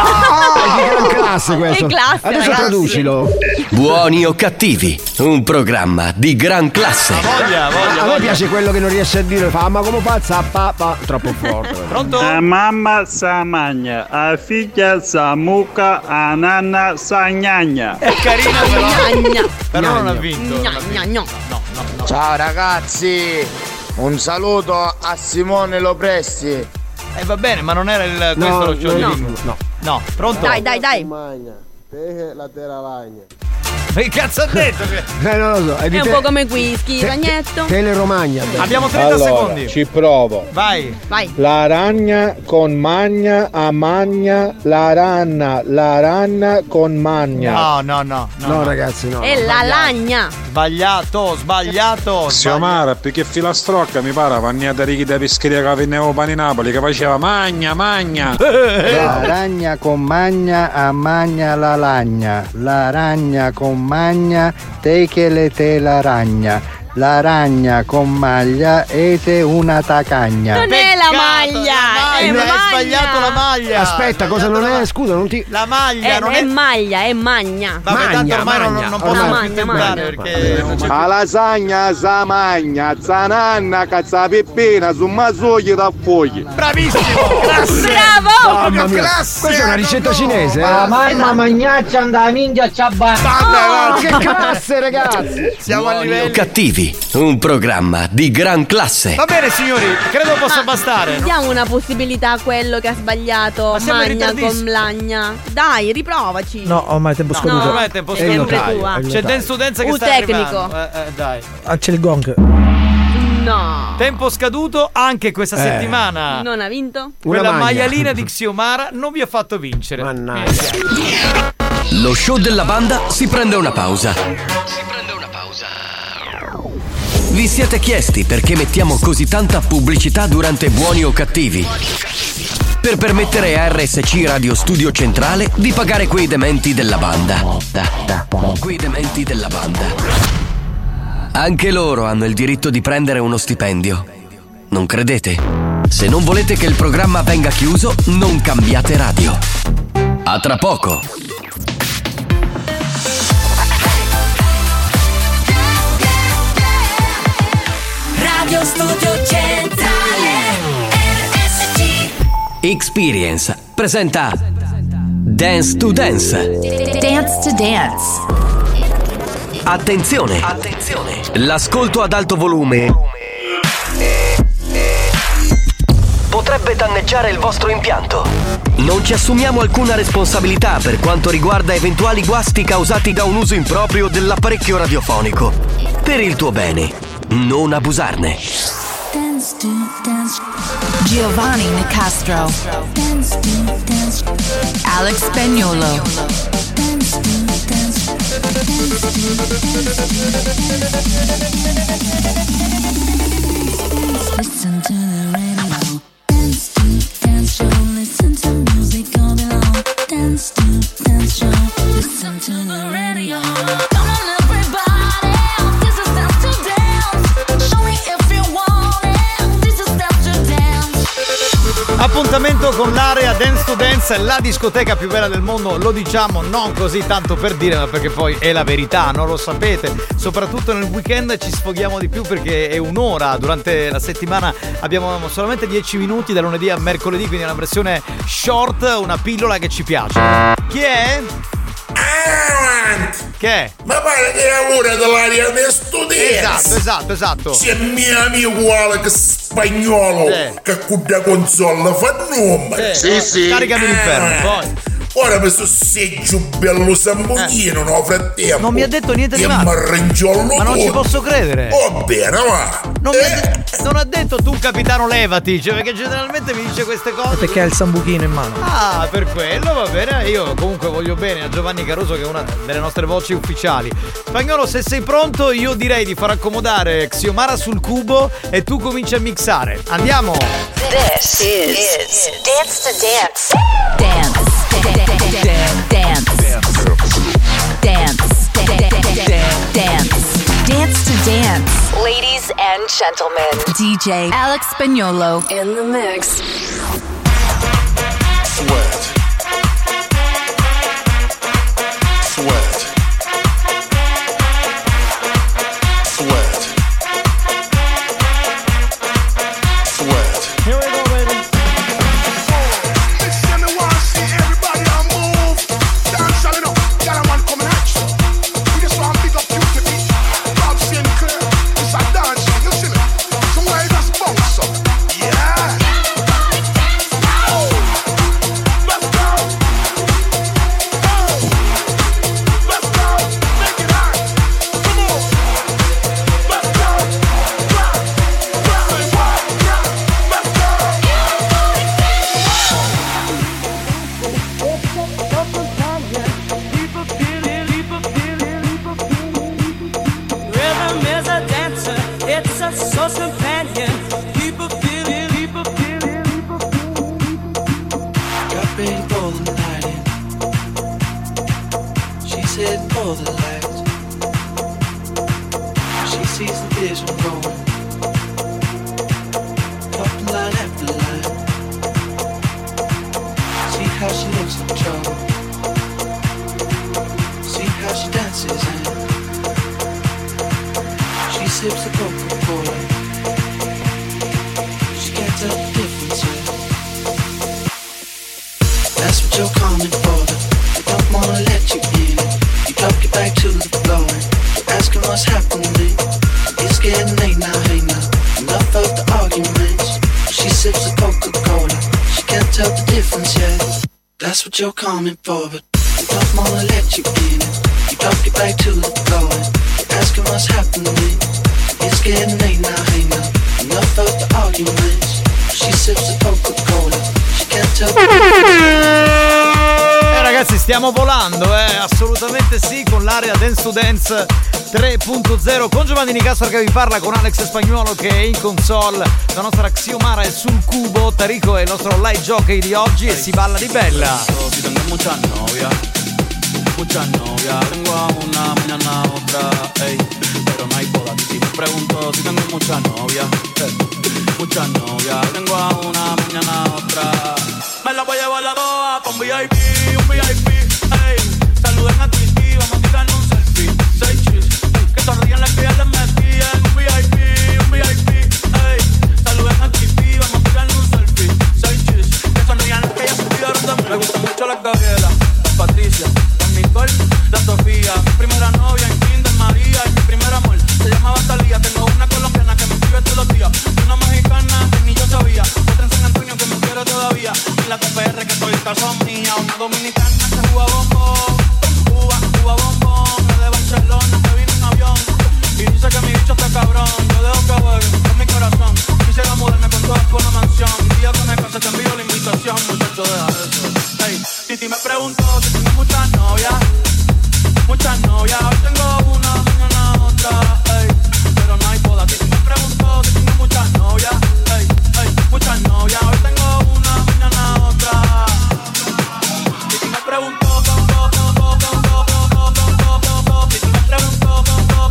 È di gran classe questo. È classe, Adesso ragazzi. traducilo. Buoni o cattivi, un programma di gran classe. Voglia, voglia, A me voglia. piace quello che non riesce a dire, fa ma come fa zappa, pa, troppo forte. Pronto? A mamma sa magna, a figlia sa mucca, a nanna sa gnagna. È carina però. Gnagna. Però non ha vinto. non ha Gna, vinto. gna, gna. No, no, no. Ciao ragazzi, un saluto a Simone Lopresti. Eh va bene, ma non era il questo No, lo show di no, Bingo. no. No, pronto? Dai, dai, dai. Teje la telaraña. Ma che cazzo ha detto? Eh, non lo so. È, di È un te- po' come whisky, te- ragnetto. Tele Romagna. Abbiamo trenta Allora, secondi. ci provo. Vai. Vai. La ragna con magna a magna, la ranna, la ranna con magna. No, no, no. No, No, no. ragazzi, no. È la lagna. Sbagliato, sbagliato. Siomara, perché filastrocca mi pare, vagnata righi da pescheria che veniva pane Napoli, che faceva magna, magna. La ragna con magna a magna la lagna. La ragna con magna teche le telaraña. La ragna con maglia ete una tacagna. Non è la Peccato, maglia, la è maglia, hai maglia. sbagliato la maglia. Aspetta, cosa non è? Scusa, non ti. La maglia, È, non è è. maglia, è magna. Vabbè, tanto Magna, ormai non, magna. non posso Ormai. più Magna, tentare magna. perché non c'è A lasagna sa magna, zananna cazzapeppina su masugli da fogli. bravissimo. Classe. Bravo! Mamma mia. classe, Questa è una no, ricetta no. cinese, eh? mamma magnaccia andava minchia ciabba. Oh, che classe, ragazzi! Siamo a Buoni o livello. cattivi, un programma di gran classe. Va bene signori, credo possa bastare. no? Diamo una possibilità a quello che ha sbagliato. Ma sembra Magna ritardissimo. con lagna. Dai, riprovaci. No, ormai è tempo No, scaduto. ormai è tempo È sempre scaduto. tua. È il C'è notaio. Dan Studenza che Un sta tecnico. arrivando. Eh, eh, dai. Ah, c'è il gong. No. Tempo scaduto anche questa Eh. settimana. Non ha vinto? Quella Una maglia. maialina di Xiomara non vi ha fatto vincere. Mannaggia. Lo show della banda si prende una pausa. Si prende una pausa. Vi siete chiesti perché mettiamo così tanta pubblicità durante Buoni o Cattivi? Per permettere a R S C Radio Studio Centrale di pagare quei dementi della banda. Quei dementi della banda. Anche loro hanno il diritto di prendere uno stipendio. Non credete? Se non volete che il programma venga chiuso, non cambiate radio. A tra poco. Radio Studio Centrale R S C. Experience presenta Dance to Dance. Dance to Dance. Attenzione! Attenzione! L'ascolto ad alto volume potrebbe danneggiare il vostro impianto. Non ci assumiamo alcuna responsabilità per quanto riguarda eventuali guasti causati da un uso improprio dell'apparecchio radiofonico. Per il tuo bene, non abusarne. Dance to Dance. Giovanni Nicastro. Dance to Dance. Alex Spagnolo. Dance to Dance. Listen to the radio. Dance to Dance show. Listen to music all day long. Dance to Dance show. Listen to the radio. Come on everybody, this is Dance to Dance. Show me if you want it. This is Dance to Dance. Appuntamento con l'area Dance to Dance, la discoteca più bella del mondo, lo diciamo non così tanto per dire, ma perché poi è la verità, non lo sapete. Soprattutto nel weekend ci sfoghiamo di più perché è un'ora, durante la settimana abbiamo solamente dieci minuti da lunedì a mercoledì, quindi è una versione short, una pillola che ci piace. Chi è? Che è? Ma pare che è ora dell'area del studente. Esatto, esatto, esatto. C'è mio amico Alex Spagnolo eh. che con la console fa nome. Eh. Sì, sì. Caricami l'inferno, poi. Ora mi sto seggio bello sambuchino, eh. no frattempo. Non mi ha detto niente di male. Ma non ci posso credere. Oh bene, va. Non, eh. ha, non ha detto tu capitano levati, cioè, perché generalmente mi dice queste cose. Perché ha il sambuchino in mano. Ah, per quello va bene. Io comunque voglio bene a Giovanni Caruso, che è una delle nostre voci ufficiali. Spagnolo, se sei pronto, io direi di far accomodare Xiomara sul cubo e tu cominci a mixare. Andiamo. This is, is Dance to Dance. Dance. Dance. Dance. Dance. Dance. Dance to Dance. Ladies and gentlemen, D J Alex Spagnolo in the mix. Sweat. Sweat. Sweat. Sweat. Here we go, baby. You're coming for, but you don't wanna let you in it. You drop it back to the floor and you're asking what's happening. It's getting late now, hey now. Enough of the arguments. She sips the Coca-Cola. She can't tell. Eh, Ragazzi, stiamo volando, eh, assolutamente sì, con l'area Dance to Dance tre punto zero con Giovanni Nicastro che vi parla, con Alex Spagnuolo che è in console, la nostra Xiomara è sul cubo, Tarico è il nostro light jockey di oggi e si balla di bella. Si tengo muchas novias, muchas novias, tengo a una, mañana a otra, ey, pero no hay boda. Y si me pregunto si tengo muchas novias, eh, muchas novias, tengo a una, mañana a otra, me la voy a llevar la boa pa' un V I P, un V I P, ey, saluden a Titi, vamos a tirarnos un selfie, seis chis, que sonrían las que ya les metían, un V I P, un V I P, ey, saluden a Titi, vamos a tirarnos un selfie, seis chis, que sonrían las que ya se olvidaron de mí. Me gustan mucho las Gabriela, las Patricia, las Nicole, la Sofía, mi primera novia en Kinder María y mi primer amor se llamaba Talía. Tengo una colombiana que me escribe todos los días, una mexicana que ni yo sabía, otra en San Antonio que me quiere todavía, y la T P R que estoy caso mía, una dominicana que juega bombón, Cuba, Cuba bombón, la de Barcelona que vino en avión, y dice que mi bicho está cabrón, yo dejo que juegue con mi corazón, quisiera mudarme con todas por una mansión, y día que me case te envío la invitación, muchacho deja eso. Hey, Titi me preguntó si tengo muchas novias, muchas novias, hoy tengo una, mañana otra, ey, pero no hay boda. Titi me preguntó si tengo muchas novias, ey, ey, muchas novias, hoy tengo una, mañana otra. Titi me preguntó, Titi me preguntó,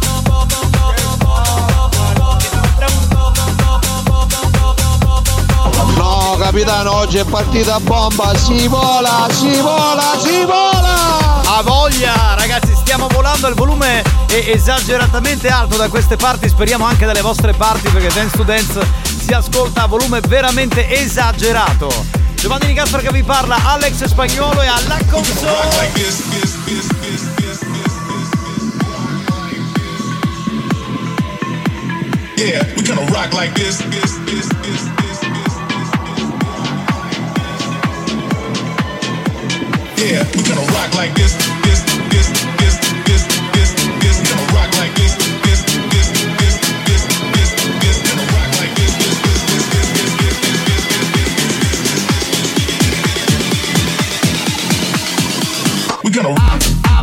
no capitano, oggi è partita bomba, si vola, si vola, si vola! A voglia, ragazzi, stiamo volando, il volume è esageratamente alto da queste parti, speriamo anche dalle vostre parti perché Dance to Dance si ascolta a volume veramente esagerato. Giovanni Nicastro che vi parla, Alex Spagnuolo e alla console. Yeah, we gonna rock like this, this, this, this, this, yeah, we gonna rock like this, this, this, this, this, this, this, we gonna rock like this, this, this, this, this, this, this, we gonna rock like this, this, this, this, this, this, this, this, this, this, we gonna rock.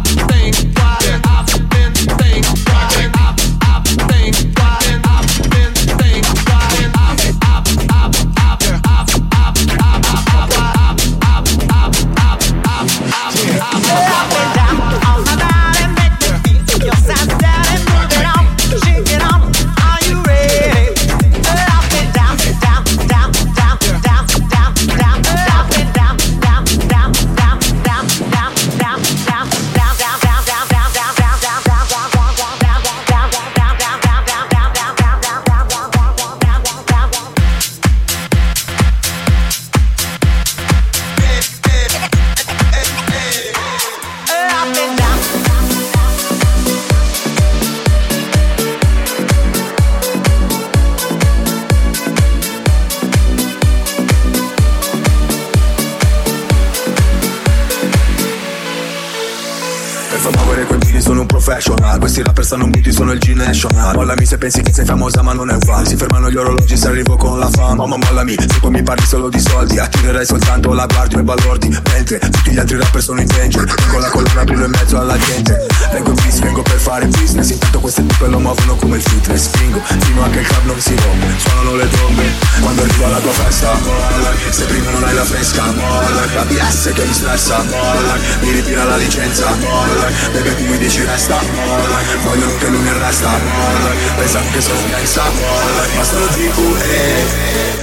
Questi rapper stanno muti, sono il G-National. Mollami se pensi che sei famosa ma non è uguale. Si fermano gli orologi se arrivo con la fama. Mamma mollami, se poi mi parli solo di soldi. Attirerai soltanto la guardia e balordi, mentre tutti gli altri rapper sono in danger. Con la colonna brillo in mezzo alla gente. Vengo in peace, vengo per fare business. Intanto queste tipe lo muovono come il fitness. Spingo fino a che il club non si rompe. Suonano le trombe quando arrivo alla tua festa. Molla, se prima non hai la fresca. Molla, la B S che mi stressa. Molla, mi ritira la licenza. Molla, bebe tu mi dici resta. Molla, vogliono che lui mi arresta. Molla, pensano che sono gangsta. Molla, ma sono G V E.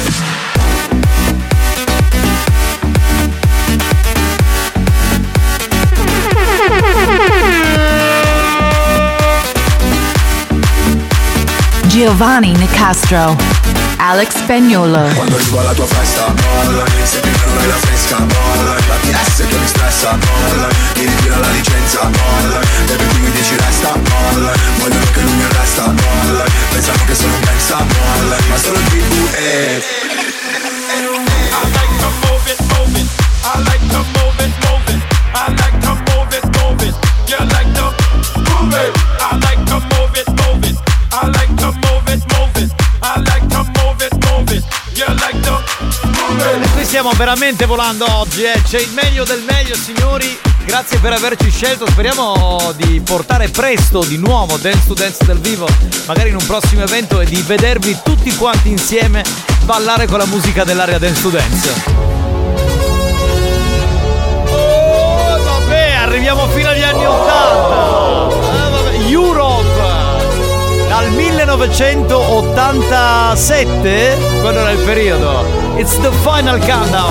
Giovanni Nicastro, Alex Spagnuolo. Quando arrivo alla tua festa, molla, se prima non hai la fresca, molla, la P S che mi stressa, molla, mi ritira la licenza, molla, bebe tu mi dici resta, molla, vogliono che lui mi arresta, molla, pensano che sono un gangsta, molla, ma sono G V E. I like to move it, move it, I like to move it, move it, I like to move it, move it, you like to move it, I like to move it, move it, I like to move it, move it, I like to move it, move it, You like the move it. Qui stiamo veramente volando oggi, eh. C'è il meglio del meglio, signori. Grazie per averci scelto. Speriamo di portare presto di nuovo Dance to Dance dal vivo, magari in un prossimo evento, e di vedervi tutti quanti insieme ballare con la musica dell'area Dance to Dance. Oh, vabbè, arriviamo fino agli anni ottanta. Ah, vabbè. Europe dal millenovecentottantasette, quello era il periodo. It's the final countdown.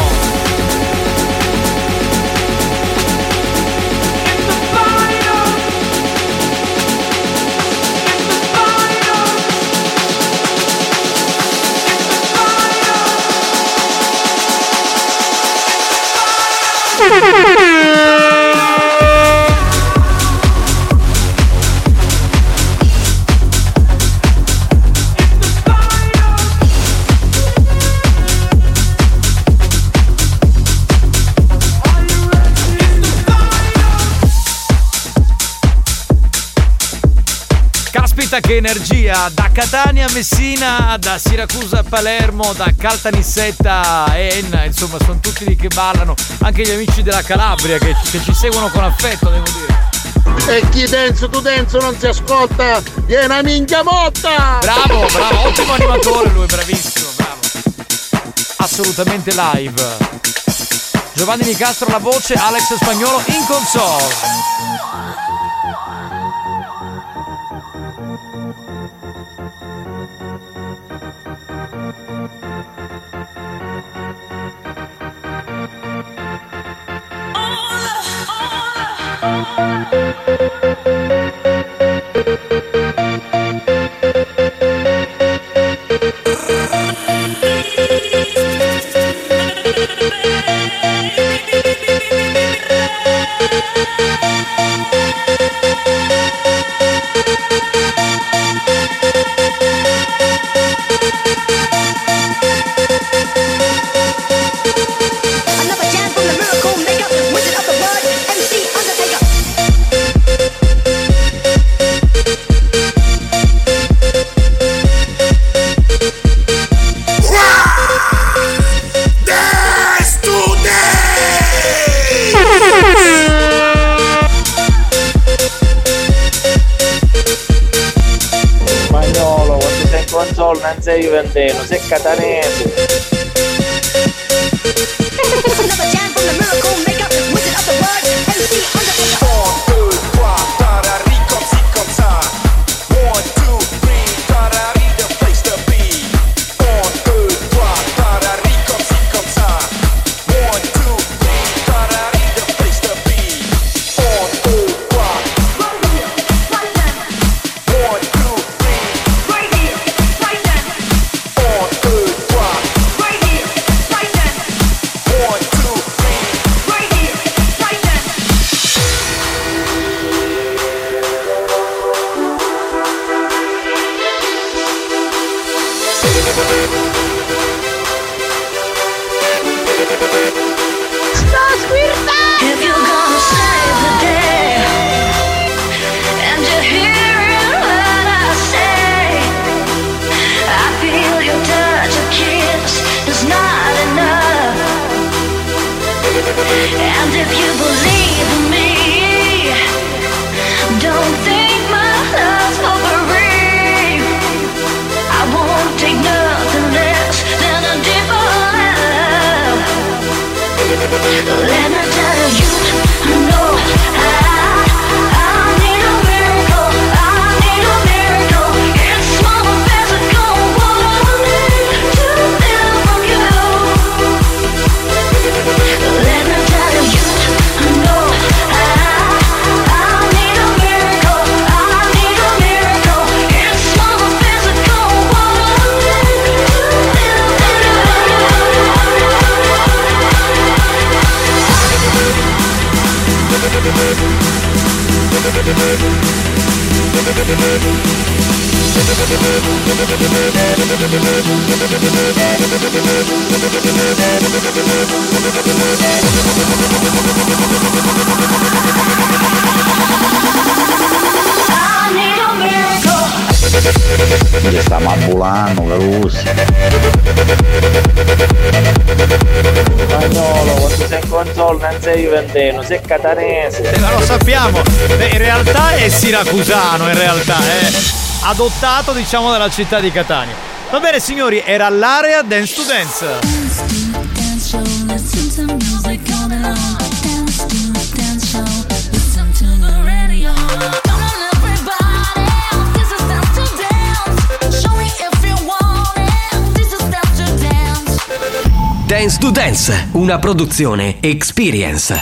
Caspita che energia, da Catania a Messina, da Siracusa a Palermo, da Caltanissetta a Enna, insomma sono tutti lì che ballano, anche gli amici della Calabria che, che ci seguono con affetto, devo dire. E chi Dance to Dance non si ascolta, è una minchia motta! Bravo, bravo, ottimo animatore lui, bravissimo, bravo. Assolutamente live. Giovanni Nicastro alla voce, Alex Spagnolo in console. Non sei juventino, sei catanese. And if you believe in me, don't think my love's for free. I won't take nothing less than a deeper love. Let me tell you, no, I, I need a miracle, I need a miracle. It's more physical, what I need to live from you. Let me tell you, no, I, I need a miracle, I need a miracle. It's more physical, what I need I need a miracle. Che stiamo a Bulano, Carusi. Spagnolo, quando sei in console non sei juventino, sei catanese. Eh, ma lo sappiamo. Beh, in realtà è siracusano, in realtà è adottato, diciamo, dalla città di Catania. Va bene signori, era l'area Dance to Dance. Dance show, listen to music all day long. Dance to dance show, listen to the radio. Come on everybody, this is dance to dance. Show me if you want it, this is dance to dance. Dance to Dance, una produzione Experience.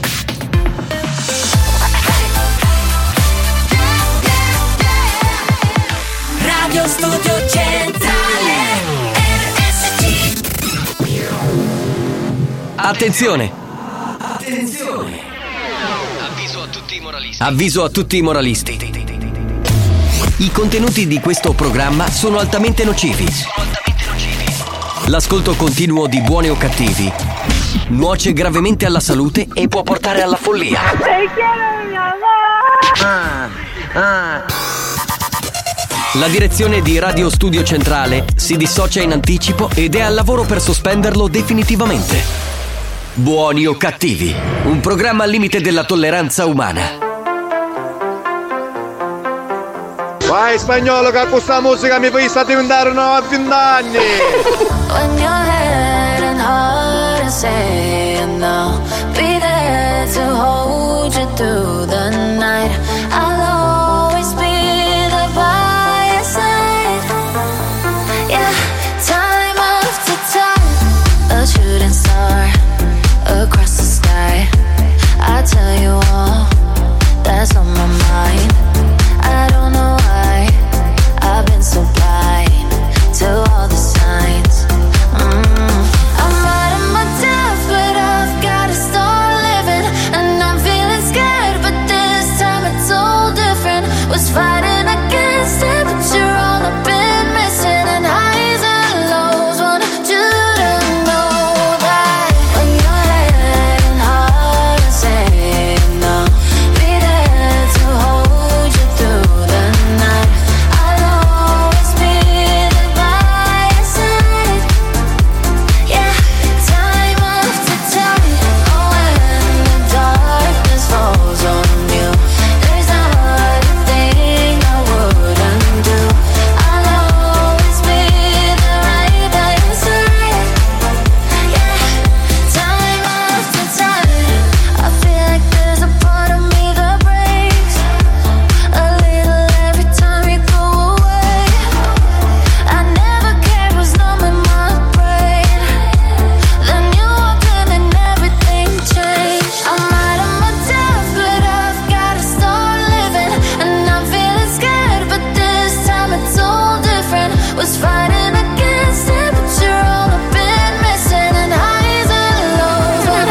Radio Studio Centrale R S C. Attenzione! Attenzione! Avviso a tutti i moralisti. Avviso a tutti i moralisti. I contenuti di questo programma sono altamente nocivi. L'ascolto continuo di buoni o cattivi nuoce gravemente alla salute e può portare alla follia. Ah, ah. La direzione di Radio Studio Centrale si dissocia in anticipo ed è al lavoro per sospenderlo definitivamente. Buoni o cattivi, un programma al limite della tolleranza umana. Vai Spagnolo, che con questa musica mi fai sta diventare a venti anni. When your head and heart is saying no, be there to hold you through the night. I'll always be there by your side. Yeah, time after time, a shooting star across the sky. I tell you all that's on my mind. I don't know why I've been so blind to all the signs. Mm. I'm out of my depth, but I've gotta start living. And I'm feeling scared, but this time it's all different. Was fighting against it, but you're all I've been missing. And highs and lows, want you to know that when your head and heart are saying no, be there to hold you through the night. I'll always be there by your side. Yeah, time after time. Oh, when the darkness falls on you, there's not a thing I wouldn't do. I'll always be there right by your side. Yeah, time after time. I feel like there's a part of me that breaks a little every time you go away. I never cared, was numb in my brain. Then you walked in and everything changed. I'm out of my depth, but I've gotta start living. And I'm feeling scared, but this time it's all different. Was fighting against it, but you're all I've been missing. And highs and lows, what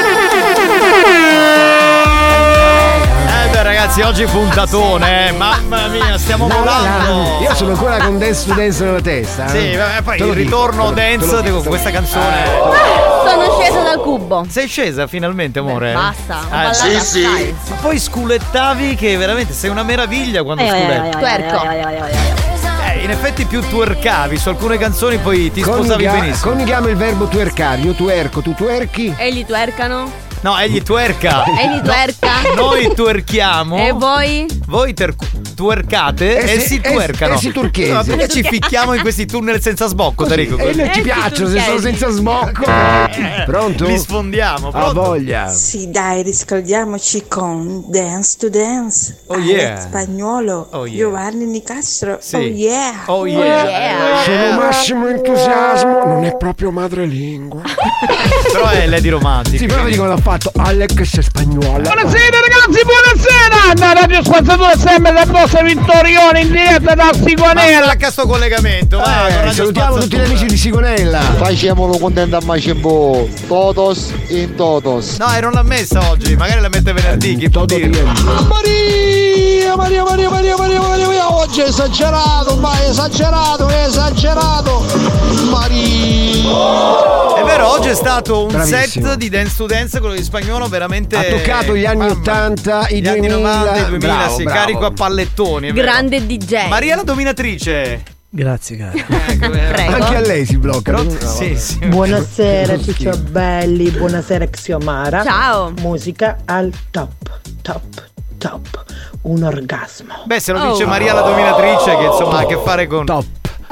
Eh beh ragazzi, oggi puntatone, eh. Mamma mia, stiamo volando. Io sono ancora con Dance to Dance nella testa. Sì, eh. vabbè, poi Te lo il dico, ritorno te lo- te dance lo dico. con questa canzone. Sono scesa dal cubo. Sei scesa finalmente, amore? Basta, ho Eh, ballato sì, a sì. Sky. Ma poi sculettavi che veramente sei una meraviglia quando Eh, sculetti. Twerco. Eh, in effetti più twercavi su alcune canzoni, poi ti sposavi Coniuga- benissimo. Coniughiamo il verbo twercare. Io twerco, tu twerchi. E gli twercano? No, egli twerca. Egli twerca. No, noi twerchiamo. E voi? Voi ter- twercate E e, si- si e- twercano. e si turchesi. No, perché ci ficchiamo in questi tunnel senza sbocco, Tarico? E noi ci piacciono, se sono senza smocco. Pronto? Li sfondiamo. Ha Pronto? voglia. Sì, dai, riscaldiamoci con Dance to Dance. Oh, yeah. Spagnolo. Oh, yeah. Giovanni Nicastro. Sì. Oh yeah. Oh yeah. Sono massimo entusiasmo. Non è proprio madrelingua. Però è Lady Romantic. Sì, però vedi come l'ha fatto Alex Spagnuolo. Buonasera ragazzi, buonasera! Da Radio Spazzatura sempre da Bossa Vittorione in diretta da Ma Sigonella. stacca sto collegamento, vai, con Eh, Radio salutiamo tutti gli Spazzatura. amici di Sigonella. Facciamolo contento a Macimbo. Totos in totos. No, e non l'ha messa oggi, magari la mette venerdì, chi può dire? Maria, Maria, Maria, Maria, Maria, Maria, Maria, oggi è esagerato, ma è esagerato, è esagerato. Maria. È vero, oggi Oggi è stato un Bravissimo. set di Dance to Dance, quello di Spagnolo, veramente. Ha toccato gli anni Mamma, ottanta, i gli anni duemila, novanta, i duemila, bravo, sì, bravo. carico a pallettoni. è vero. Grande D J. Maria la dominatrice. Grazie, cara. Prego. Anche a lei si blocca. Pronto? Sì, sì. Buonasera cicciobelli, buonasera Xiomara. Ciao. Musica al top, top, top. Un orgasmo. Beh, se lo dice Oh. Maria la dominatrice, che insomma ha a che fare con. Top.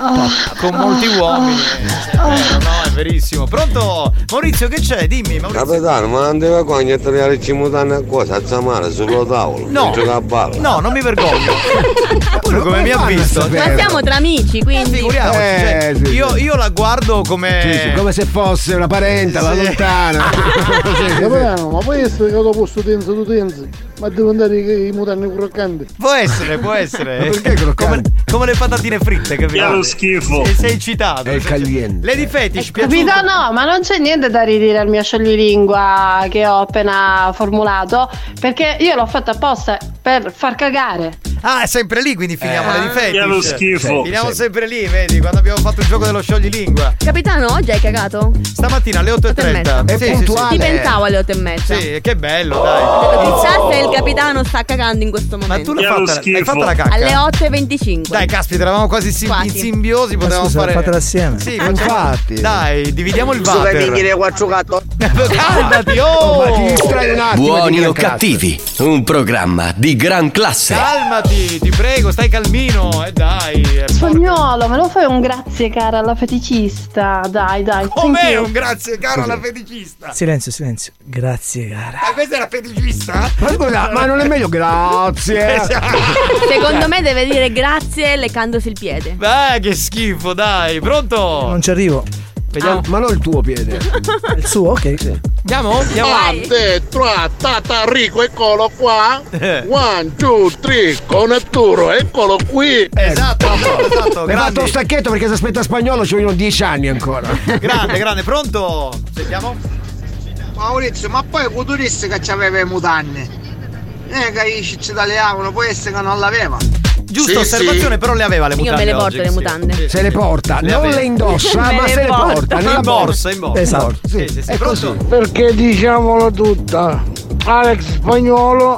Con molti uomini. Eh, no, è verissimo. Pronto? Maurizio, che c'è? Dimmi, Maurizio. Capitano, ma non deve cogna tagliare cimutanne a cosa? A zamare sul tavolo. No. Gioca a balla. No, non mi vergogno. Pure come mi ha visto. Ma siamo tra amici, quindi. Figuriamoci, cioè, Eh, sì, io, sì. io la guardo come. Sì, sì, come se fosse una parente, la Sì. lontana. Capitano, ma può essere che dopo sto tenso tu tensi, ma devo andare i mutanni croccanti. Può essere, può essere. Ma perché come, croccante? come le patatine fritte, capito? Che lo schifo. Sei, sei eccitato. È il caliente. Lady Fetish, piaciuto? Capito? No, ma non c'è niente da ridire al mio scioglilingua che ho appena formulato, perché io l'ho fatto apposta per far cagare. Ah, è sempre lì, quindi finiamo Eh. Lady Fetish. Che lo schifo. Finiamo Sì. sempre lì, vedi, quando abbiamo fatto il gioco dello scioglilingua. Capitano, oggi hai cagato? Stamattina alle otto e trenta. È Sì, sì, Ti sì. pensavo alle otto e mezza. Sì, che bello, dai. Chissà se il capitano sta cagando in questo Ma momento. tu l'hai fatta, hai fatto la cacca? Alle otto e venticinque. Dai, caspita, eravamo quasi sim- Quasi. in simbiosi, potevamo scusa, fare. fatela assieme. Sì, Ah, facciamo- infatti. Dai, dividiamo il Su che water. minchia quattro gatto. Calmati, oh! Oh, ma ti distrai un attimo. Buoni di o gran cattivi, un programma di gran classe. Calmati, ti prego, stai calmino, eh dai. eh, Spagnolo, me lo fai un grazie cara alla feticista? Dai, dai. Com'è thank you. un grazie caro alla feticista? Silenzio, silenzio. Grazie, cara. Ah, questa è la feticista? Ma scusa, ma non è meglio grazie. Esatto. Secondo me deve dire grazie leccandosi il piede. Beh, che schifo, dai, pronto? Non ci arrivo. Vediamo. Ah, ma non il tuo piede. Il suo, ok. Andiamo? Andiamo. Vai. Dentro a Tata Rico, eccolo qua. Eh. One, two, three, con Arturo, eccolo qui. Esatto, esatto, esatto. Mi ha fatto Grande, lo stacchetto perché se aspetta Spagnolo ci vogliono dieci anni ancora. grande, grande, pronto? Sentiamo? Maurizio, ma poi tu disse che c'aveva i mutanni. Eh, che i cicci tagliavano, può essere che non l'aveva. Giusta Sì, osservazione, sì. però le aveva le Io mutande me le porto oggi, le sì. mutande. Sì, Se sì. le porta, Le non aveva. le indossa, Me ma le se le porta. porta. nella In borsa, in borsa. Esatto. Sì, sì, sì. È Pronto? così. Perché diciamolo tutta, Alex Spagnolo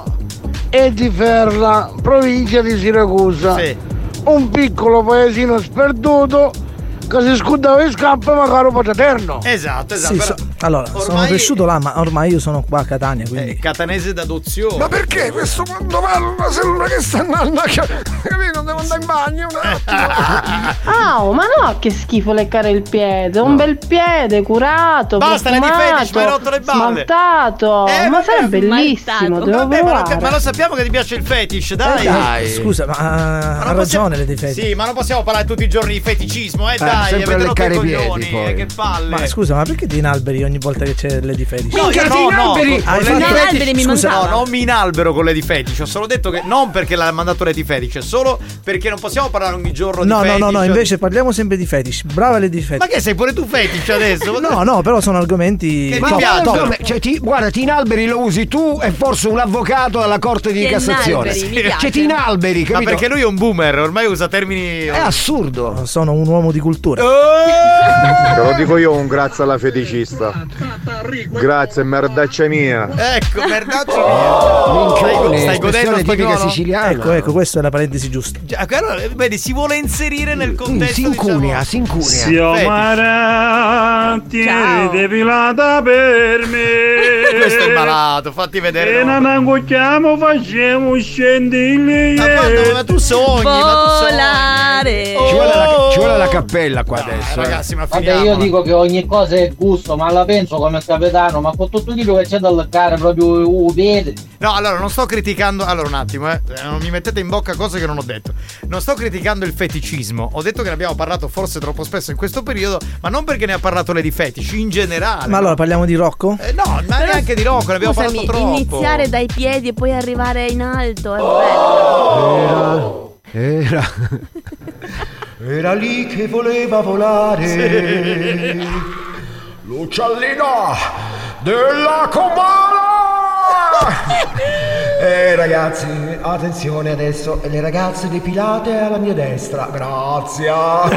è di Ferla, provincia di Siracusa. Sì. Un piccolo paesino sperduto che si scudava in scappa ma caro paterno. Esatto, esatto. Sì, però- so- allora, sono ormai- cresciuto là, ma ormai io sono qua a Catania, quindi. Eh, catanese d'adozione. Ma perché questo quando parla sembra che sta andando a capito? Devo andare in bagno un attimo. Ah, oh, ma no, che schifo leccare il piede. Un bel piede curato. Basta, Lady profumato, Fetish, mi hai rotto le balle. Smaltato. Eh, ma vabbè, sarà bellissimo. smaltato. Devo Vabbè, ma, lo, provare. ma lo sappiamo che ti piace il fetish, dai. Eh, dai. Scusa, ma ha non possiamo- ragione le difese. Sì, ma non possiamo parlare tutti i giorni di feticismo, eh, dai, sempre avete rotto i leccare i piedi, coglioni, poi. eh, che palle. Ma scusa, ma perché ti inalberi ogni volta che c'è Lady Fetish? No, Minchia, io ti no, no, inalberi! con Hai Lady fatto- Fetish- Inalberi mi scusa, mancava. no, non mi inalbero con Lady Fetish, ho solo detto che non perché l'ha mandato Lady Fetish, solo perché non possiamo parlare ogni giorno No, di no, fetish. no, no, invece parliamo sempre di fetish. Brava Lady Fetish. Ma che sei pure tu fetish adesso? No, no, però sono argomenti. Che Ma ti top, piace? top. come- cioè, ti, guarda, ti inalberi lo usi tu e forse un avvocato alla Corte di Ti Cassazione. inalberi, mi piace. Cioè ti inalberi, Ma capito? perché lui è un boomer, ormai usa termini. È assurdo. Sono un uomo di cultura. Te lo dico io un grazie alla feticista. Grazie, merdaccia mia. Ecco, merdaccia mia. Minchione, Stai godendo espressione tipica spagnolo? siciliana. Ecco, ecco, questa è la parentesi giusta. Già, allora, vedi, si vuole inserire nel Mm, contesto. si incunea, si incunea. Xiomara, tieni depilata per me. Questo è malato, fatti vedere. E no. non angocchiamo, facciamo scendere. Ma, quando- ma tu sogni, ma tu sogni. Volare. Ci vuole, la, ci vuole la cappella qua Dai, adesso. eh. ragazzi, ma Vabbè, finiamola. io dico che ogni cosa è gusto, ma la penso come capitano, ma con tutto quello che c'è da leccare proprio uh, vede. No, allora non sto criticando. Allora, un attimo, eh. Eh, Non mi mettete in bocca cose che non ho detto. Non sto criticando il feticismo. Ho detto che ne abbiamo parlato forse troppo spesso in questo periodo, ma non perché ne ha parlato Lady Fetish, in generale. Ma allora parliamo di Rocco? Eh, no, ma neanche di Rocco, ne abbiamo Scusami, parlato troppo. iniziare dai piedi e poi arrivare in alto è bello. Era. Era lì che voleva volare. L'uccellino della Comala. Eh ragazzi, attenzione adesso, le ragazze depilate alla mia destra, grazie.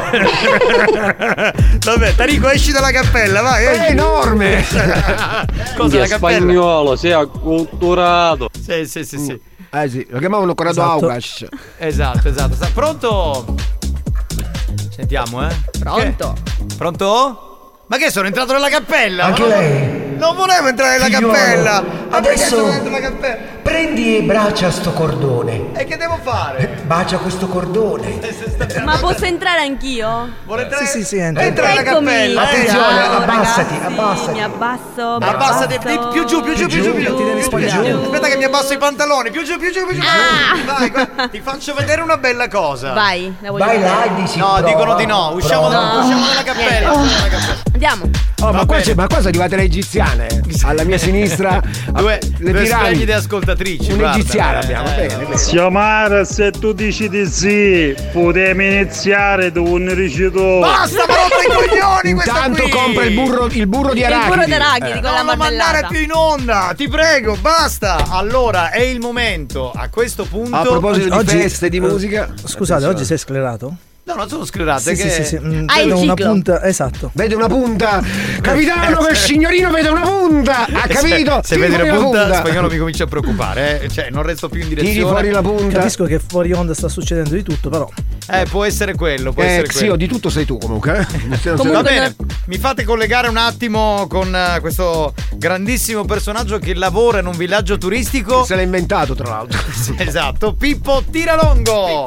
Vabbè, Tarico, esci dalla cappella, vai. È enorme. Cosa la cappella? Spagnolo, sei acculturato. Sì, sì, sì, sì. Eh sì, lo chiamavano Corrado Esatto. Augas. Esatto, esatto. Sta pronto? Sentiamo, eh. Pronto? Che? Pronto? Ma che sono entrato nella cappella? Anche Ma non- lei? Non volevo entrare nella Figliolo, cappella. Ma perché adesso- sono dentro la cappella? Prendi e bacia sto cordone. E che devo fare? Bacia questo cordone. Ma posso entrare anch'io? Vuole entrare? Sì, sì, sì, entra. Entra nella Eccomi. cappella. Attenzione, Ciao, abbassati, ragazzi, abbassati. Mi abbasso, mi Abbassati, abbasso. più giù, più giù, più giù, più giù. Ti devi più giù. spoggiare. Aspetta che mi abbasso i pantaloni. Più giù, più giù, più giù. Ah. Vai, guarda, ti faccio vedere una bella cosa. Vai, la voglio Vai vedere. là e dici No, prova, dicono di no. Usciamo, prova. da- usciamo dalla cappella. usciamo dalla cappella. Andiamo. Oh, ma Va qua, bene. c'è- ma qua sono arrivate le egiziane. Alla mia sinistra Due, le due piramidi. splendide ascoltatrici. guarda. Un'egiziana Eh, abbiamo, eh, bene, vabbè. bene. Xiomara, se tu dici di sì, potremmo iniziare da un ricito. Basta, ma rotto i coglioni questa Intanto qui. compra il burro, il burro di Il arachidi. burro d'arachidi Eh. con la Non lo mandare marmellata. più in onda, ti prego, basta. Allora, è il momento, a questo punto. A proposito Oggi- di feste, di musica. Scusate, attenzione. oggi sei sclerato? No, non sono sclerate, Sì, che sì, sì, sì. Mm, Hai vedo il una ciclo. punta, esatto. Vede una punta. Capitano, che il signorino vede una punta. Ha capito? Se, se Tiri vedi fuori la punta, punta. spagnolo mi comincia a preoccupare, eh. Cioè, non resto più in direzione. Tiri fuori la punta. Capisco che fuori onda sta succedendo di tutto, però. Eh, può essere quello, può Eh, essere sì, quello. oh, di tutto sei tu comunque. eh. Non sei- non sei- Va Comunque- bene, mi fate collegare un attimo con eh, questo grandissimo personaggio che lavora in un villaggio turistico. Se l'ha inventato, tra l'altro. Sì, esatto, Pippo Tiralongo.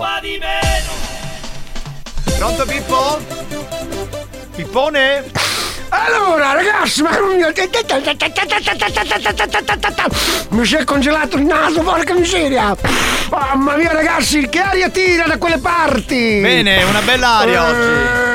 Pronto Pippo? Pippone? Allora, ragazzi, ma mi si è congelato il naso, porca miseria! Mamma mia, ragazzi, che aria tira da quelle parti! Bene, una bella aria oggi.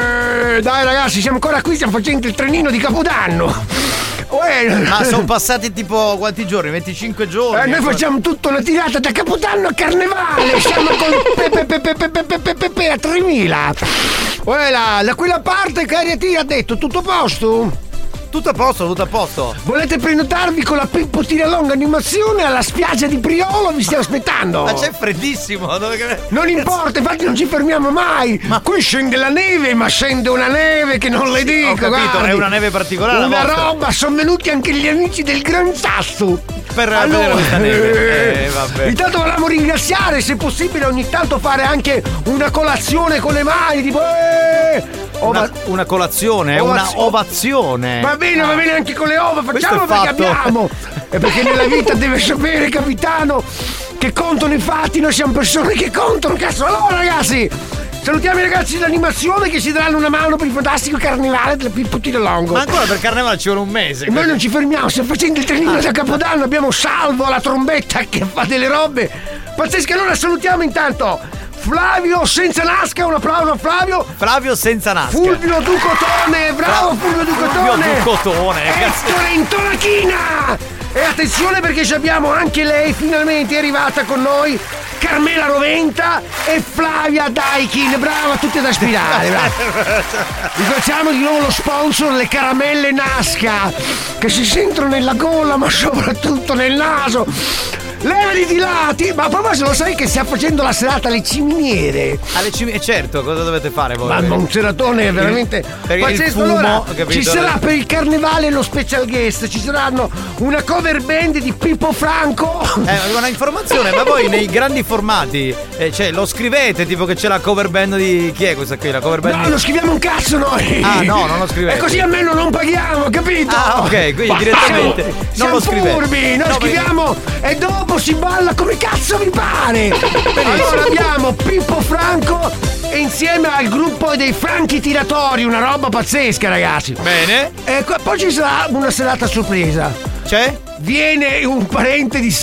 Eh, dai, ragazzi, siamo ancora qui, stiamo facendo il trenino di Capodanno. Uè. Ma sono passati tipo quanti giorni? venticinque giorni? Eh, noi facciamo tutta una tirata da Capodanno a Carnevale, siamo con pepe pepe pepe pepe pepe a tremila. Uè, là, da quella parte che aria tira ha detto, tutto a posto? Tutto a posto, tutto a posto. Volete prenotarvi con la Pippo Tiralonga animazione alla spiaggia di Priolo? Vi stiamo aspettando. Ma c'è freddissimo. Dove... Non importa, infatti non ci fermiamo mai. Ma qui scende la neve, ma scende una neve che non le dico. Ho capito, guardi. è una neve particolare. Una la vostra. roba, sono venuti anche gli amici del Gran Sasso. Per vedere questa neve. Eh, vabbè. Intanto volevamo ringraziare, se possibile, ogni tanto fare anche una colazione con le mani, tipo. Eh, Una, ova- una colazione, è una Ovazio- ovazione. Va bene, va bene anche con le ova, Questo facciamo è perché fatto. abbiamo. E perché nella vita deve sapere, capitano, che contano i fatti, noi siamo persone che contano, cazzo. Allora, ragazzi, salutiamo i ragazzi dell'animazione che ci daranno una mano per il fantastico carnevale del Pippo Tiralongo. Ma ancora per carnevale ci vuole un mese. E noi non ci fermiamo, stiamo facendo il trenino da Capodanno, abbiamo Salvo alla trombetta che fa delle robe pazzesche. Allora salutiamo intanto Flavio senza nasca, un applauso a Flavio. Flavio senza nasca. Fulvio Ducotone, bravo Fulvio Ducotone. Fulvio Ducotone, cazzo. Ettore Intolachina. E attenzione perché ci abbiamo anche lei, finalmente è arrivata con noi, Carmela Roventa e Flavia Daikin. Brava, tutte da aspirare, brava. Ringraziamo di nuovo lo sponsor, le caramelle Nasca, che si sentono nella gola ma soprattutto nel naso. Levali di là, ti... ma a proposito lo sai che sta facendo la serata alle ciminiere? Alle ciminiere, certo, cosa dovete fare voi? Ma un seratone veramente Perché il pazzesco. fumo, Allora, capito? ci sarà per il carnevale lo special guest, ci saranno una cover band di Pippo Franco. Eh, una informazione, ma voi nei grandi formati, eh, cioè lo scrivete tipo che c'è la cover band di. Chi è questa qui? La cover band No, di... non scriviamo un cazzo noi. Ah no, non lo scrivete. E così almeno non paghiamo, capito? Ah, ok, quindi direttamente non siamo lo scrivete. furbi, noi No, scriviamo e dopo si balla come cazzo vi pare. Allora abbiamo Pippo Franco e insieme al gruppo dei Franchi Tiratori, una roba pazzesca, ragazzi. Bene. E co- poi ci sarà una serata sorpresa. C'è? Viene un parente di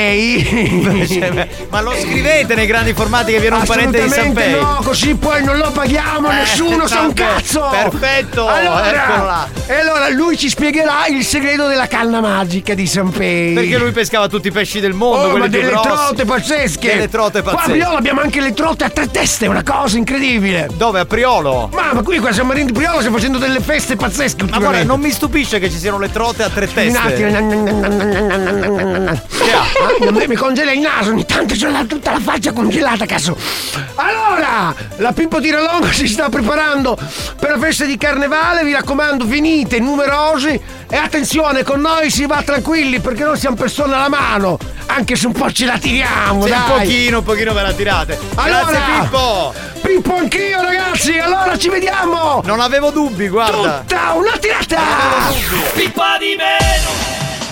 Sanpei. Cioè, ma lo scrivete nei grandi formati che viene un parente di Assolutamente Sanpei? no, così poi non lo paghiamo, Eh, nessuno sa un vabbè, cazzo. perfetto, allora, eccolo là. E allora lui ci spiegherà il segreto della canna magica di Sanpei. Perché lui pescava tutti i pesci del mondo, Oh, quelli ma più delle grossi. trote pazzesche. Delle trote Qua a pazzesche. Priolo abbiamo anche le trote a tre teste, una cosa incredibile. Dove? A Priolo? Ma, ma qui qua a San Marino di Priolo stiamo facendo delle feste pazzesche Ma guarda, ultimamente. non mi stupisce che ci siano le trote a tre Un attimo. teste. Che ha? Ah, mi, mi congela il naso, ogni tanto c'ho la, tutta la faccia congelata, cazzo. Allora, la Pippo Tiralongo si sta preparando per la festa di Carnevale. Vi raccomando, venite numerosi e attenzione, con noi si va tranquilli perché noi siamo persone alla mano, anche se un po' ce la tiriamo, sì, dai. Un pochino, un pochino ve la tirate. Allora, grazie Pippo. Pippo anch'io, ragazzi. Allora ci vediamo. Non avevo dubbi, guarda. Tutta una tirata. Pippa di meno.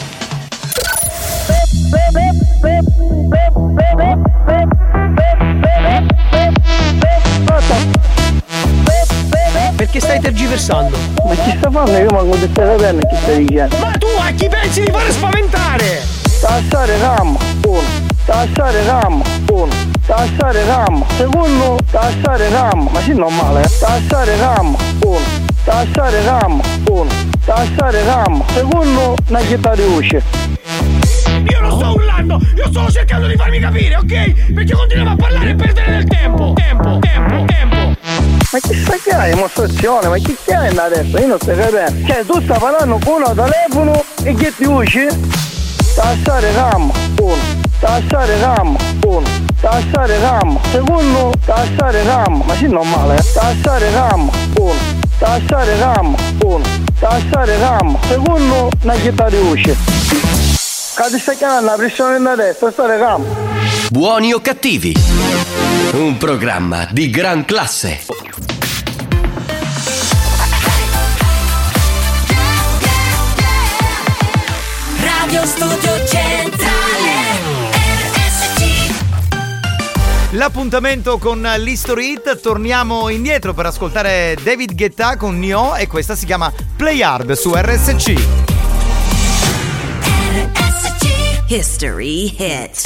Perché stai tergiversando? Ma chi sta facendo? Io manco di stai capendo chi stai dicendo. Ma tu a chi pensi di fare spaventare? Tassare RAM, uno. Tassare RAM, uno. Tassare RAM, secondo. Tassare RAM, ma sì normale, eh? Tassare RAM, uno. Tassare RAM, uno. Tassare RAM, secondo. Una chietta di usce. Io non sto urlando, io sto cercando di farmi capire, ok? Perché continuiamo a parlare e perdere del tempo. Tempo, tempo, tempo. Ma chi sta che hai dimostrazione? Ma chi che hai adesso? Io non sto capendo. Cioè tu stai parlando con un telefono e che ti usci? Tassare RAM, uno. Tassare RAM, uno. Tassare RAM, secondo. Tassare RAM, ma sì normale, eh? Tassare RAM, uno. Tassare RAM, uno. Tassare RAM, secondo. Una chietta di usci. Cade stai chiamando la pressione da destra, tassare RAM. Buoni o cattivi? Un programma di gran classe. Radio Studio Centrale R S C. L'appuntamento con l'History Hit, torniamo indietro per ascoltare David Guetta con Nio e questa si chiama Play Hard su R S C. R S C History Hit.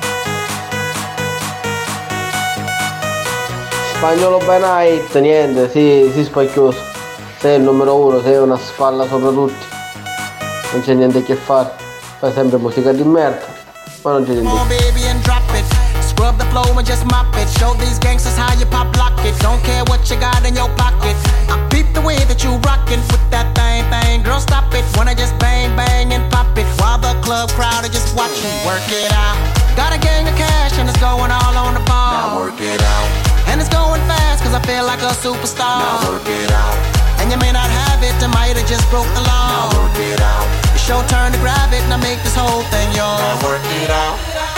Spagnolo Benite, niente, sì, si spacchioso. Sei il numero uno, sei una spalla sopra tutti. Non c'è niente a che fare. Fai sempre musica di merda, ma non c'è niente. Come on, baby, and drop it. Scrub the flow and just mop it. Show these gangsters how you pop lock it. Don't care what you got in your pocket. I peep the way that you rockin' with that thing, thing. Girl, stop it. Wanna just bang, bang and pop it while the club crowd are just watching. Work it out. Got a gang of cash and it's going all on the ball. Now work it out. And it's going fast cause I feel like a superstar. Now work it out. And you may not have it, I might have just broke the law. Now work it out. It's your turn to grab it and I make this whole thing yours. Now work it out.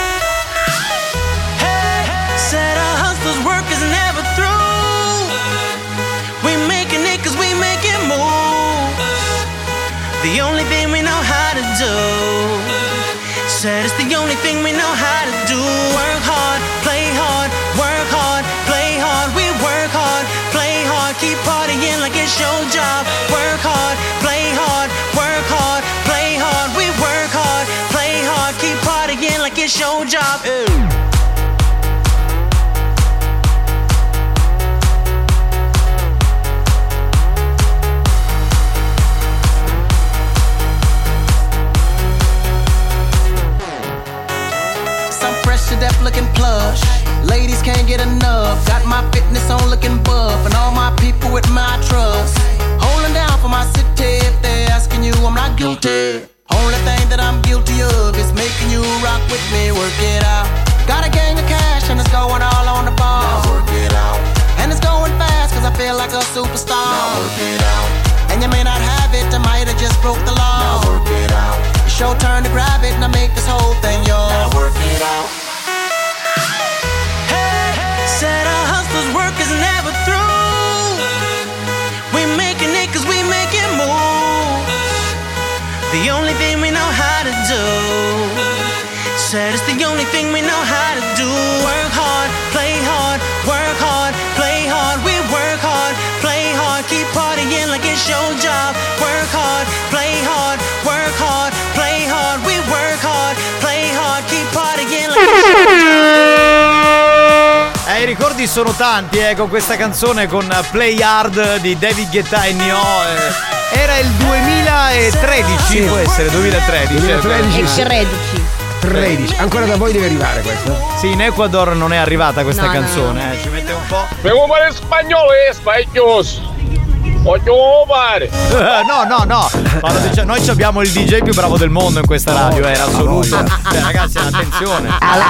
Hey, said a hustler's work is never through. We making it cause we making moves. The only thing we know how to do. Said it's the only thing we know how to do. Work hard, play hard, work hard, play hard. We work hard, play hard, keep partying like it's your job. Work hard, play hard, work hard, play hard. We work hard, play hard, keep partying like it's your job. Ew. Fresh to death looking plush. Ladies can't get enough. Got my fitness on looking buff. And all my people with my trust. Holding down for my city. If they're asking you, I'm not guilty. Only thing that I'm guilty of is making you rock with me. Work it out. Got a gang of cash and it's going all on the ball. Now work it out. And it's going fast cause I feel like a superstar. Now work it out. And you may not have it, I might have just broke the law. Now work it out. It's your turn to grab it and I make this whole thing yours. Now work it out. Said a hustler's work is never through. We making it cause we making moves. The only thing we know how to do. Said it's the only thing we know how to do. Work hard, play hard, work hard, play hard. We work hard, play hard, keep partying like it's your job. Work hard, play hard, work hard, play hard. We work hard, play hard, keep partying like it's your job. Eh, i ricordi sono tanti, eh, con questa canzone, con Play Hard di David Guetta e Nio. Eh, era il duemilatredici, sì. Può essere duemilatredici. duemilatredici E sì. tredici. tredici. Ancora da voi deve arrivare questa? Sì, in Ecuador non è arrivata questa No, canzone, no, no. Eh, ci mette un po'. Me come in spagnolo è spacchioso. Voglio fare. No, no, no. Allora, dice, noi ci abbiamo il D J più bravo del mondo in questa radio, è assoluto. Cioè, ragazzi, attenzione.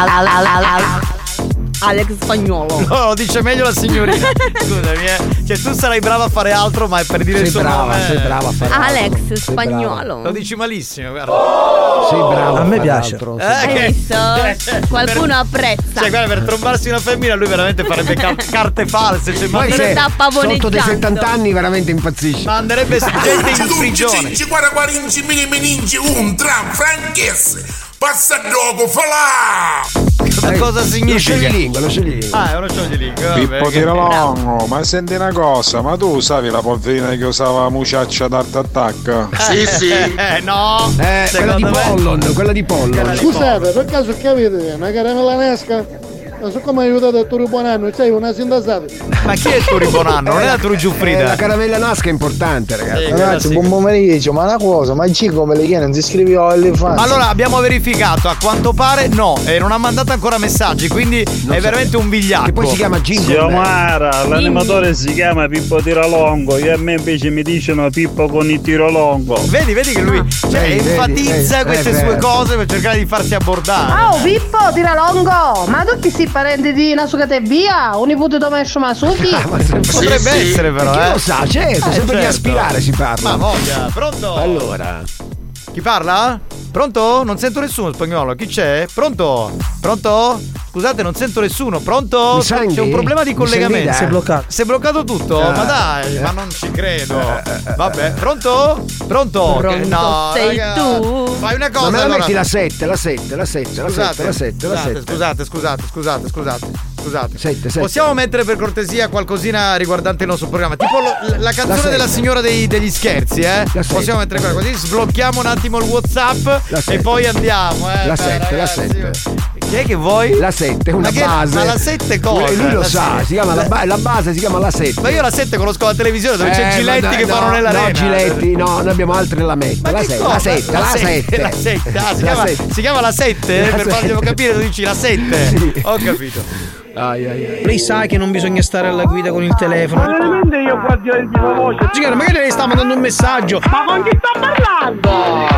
Alex Spagnolo. No, lo dice meglio la signorina. Scusami, eh. Cioè, tu sarai brava a fare altro, ma per dire sei il suo brava, nome. sei brava a fare Alex altro. Spagnolo. Lo dici malissimo, guarda. Sei brava. A me piace. Eh, Hai che- visto? Qualcuno apprezza. Cioè, guarda, per trombarsi una femmina, lui veramente farebbe car- carte false. Cioè, Poi ma- se sta pavoneggiando. sotto dei settanta anni veramente impazzisce. manderebbe gente in prigione. guarda quarinci mini meninci un tram franchesse passa dopo falà. Cosa, cosa Lo significa? scioglilingua, lo scioglilingua. Ah, è uno scioglilingua. Pippo Tirolongo, ma senti una cosa, ma tu savi la polverina che usava Muciaccia d'Art Attack? Sì, sì. Eh, no. Eh, quella di Secondo me- Pollon, quella di Pollon. Scusate, per caso che avete una caramella nesca? Ma siccome hai aiutato a Turi Buonanno, c'hai una sindasata. Ma chi è Turi Bonanno? Non è la Turi Eh, Giuffrida. la caramella nasca è importante, ragazzi. Sì, Ragazzi, quella sì. buon pomeriggio, ma una cosa, ma il Cico me le chiede, non si iscrive all'infanzia. Allora abbiamo verificato, a quanto pare no, e non ha mandato ancora messaggi, quindi è veramente un vigliacco. E poi si chiama Jingle. Zio Mara, l'animatore si chiama Pippo Tirolongo e a me invece mi dicono Pippo con il Tirolongo. Vedi, vedi che lui cioè, Vedi, vedi, enfatizza vedi, queste è sue vero. cose per cercare di farsi abbordare. Oh Pippo, tira longo! Ma tu chi sei parente di Nasukate via? Un nipote Tomescio Masuki? Potrebbe sì. essere però, Chi eh. lo sa, certo, Eh, sempre di certo. aspirare si parla. Ma voglia, pronto? Allora, Chi parla? Pronto? Non sento nessuno, Spagnolo. Chi c'è? Pronto? Pronto? Scusate, non sento nessuno. Pronto? Mi senti? C'è un problema di Mi collegamento. sentite? Si è bloccato. Si è bloccato tutto? Ah, ma dai, eh. ma non ci credo. Vabbè, pronto? Pronto? Pronto, Che- no, sei raga. tu? Fai una cosa. ma me la allora. metti la sette, la sette, la sette, la Scusate, sette, la sette, la scusate, sette. scusate, scusate, scusate, scusate, scusate. Sette, sette. Possiamo mettere per cortesia qualcosina riguardante il nostro programma? Tipo lo- la canzone sette. della signora dei- degli scherzi, eh? La sette. Possiamo mettere quella così, sblocchiamo un attimo il WhatsApp La e sette. poi andiamo, eh? La Beh, sette, la ragazzi, sette. Chi è che vuoi? La sette è una Ma che- base. ma la sette cosa? Lui, lui lo La sa, sette. si chiama la, ba- la base si chiama la sette. Ma io la sette conosco la televisione dove c'è Eh, Giletti ma dai, che no, fanno nell'arena. No, Giletti, no, noi abbiamo altre nella metta. La che sette, cosa? la sette, la sette. La sette, ah, si, La chiama, sette. si chiama la sette? La Per sette. farglielo capire tu dici la sette. Sì. Ho capito. Ai, ai, ai. Lei sa che non bisogna stare alla guida con il telefono. Veramente io guardo il vivo voce. Signora, magari lei sta mandando un messaggio. Ma con chi sta parlando?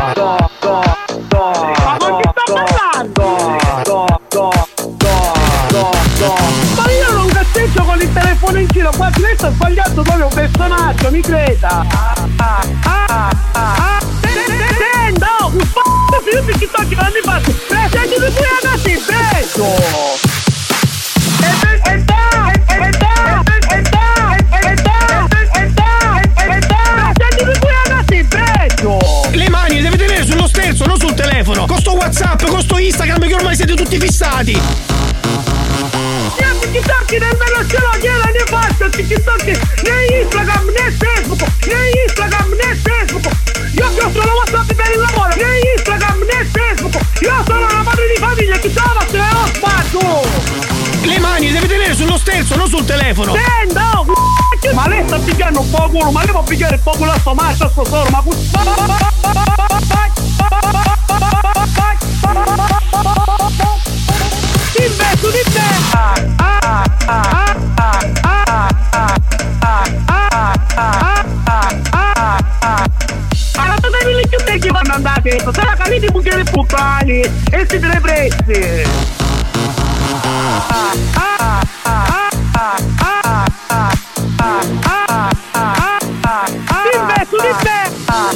Ma con chi sta parlando? Ma io non cazzeggio con il telefono in giro, quasi lei sta sbagliando proprio un personaggio, mi creda. Ah, ah, ah. Sento, un f***o, io ti sto chiamando in faccia. Presenti di qui ragazzi, beso. E da, e da, e da, e da, e da, e da, presenti di qui ragazzi, beso. Le mani le deve tenere sullo sterzo, non sul telefono. Con sto WhatsApp, con sto Instagram che ormai siete tutti fissati. Io TikTok nel meno cielo gliela ne faccio TikTok né Instagram né Facebook né Instagram né Facebook. Io che ho solo WhatsApp per il lavoro né Instagram né Facebook. Io sono una madre di famiglia che stava se lo spazio. Le mani le deve tenere sullo sterzo, non sul telefono. Sento, ma lei sta pigliando un po' culo, ma lei può pigliare un po' culo a sto macio, a sto solo, ma investo di te. Allora tu devi lì più te che vanno andate, se la capite bucchiere puttani e siete le prezzi. Investo di te.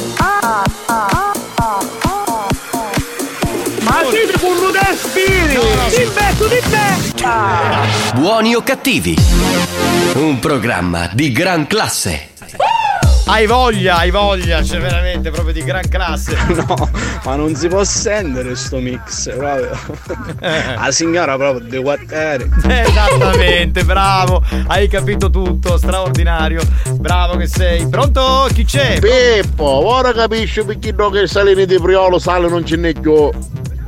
Ma siete con un respiri. Investo di te. Buoni o cattivi? Un programma di gran classe. Hai voglia, hai voglia, c'è veramente proprio di gran classe. No, ma non si può sentire sto mix, proprio. La signora proprio di guardare. Esattamente, bravo, hai capito tutto, straordinario, bravo che sei. Pronto? Chi c'è? Pippo, ora capisci perché no che Salini di Priolo sale non ce n'è più.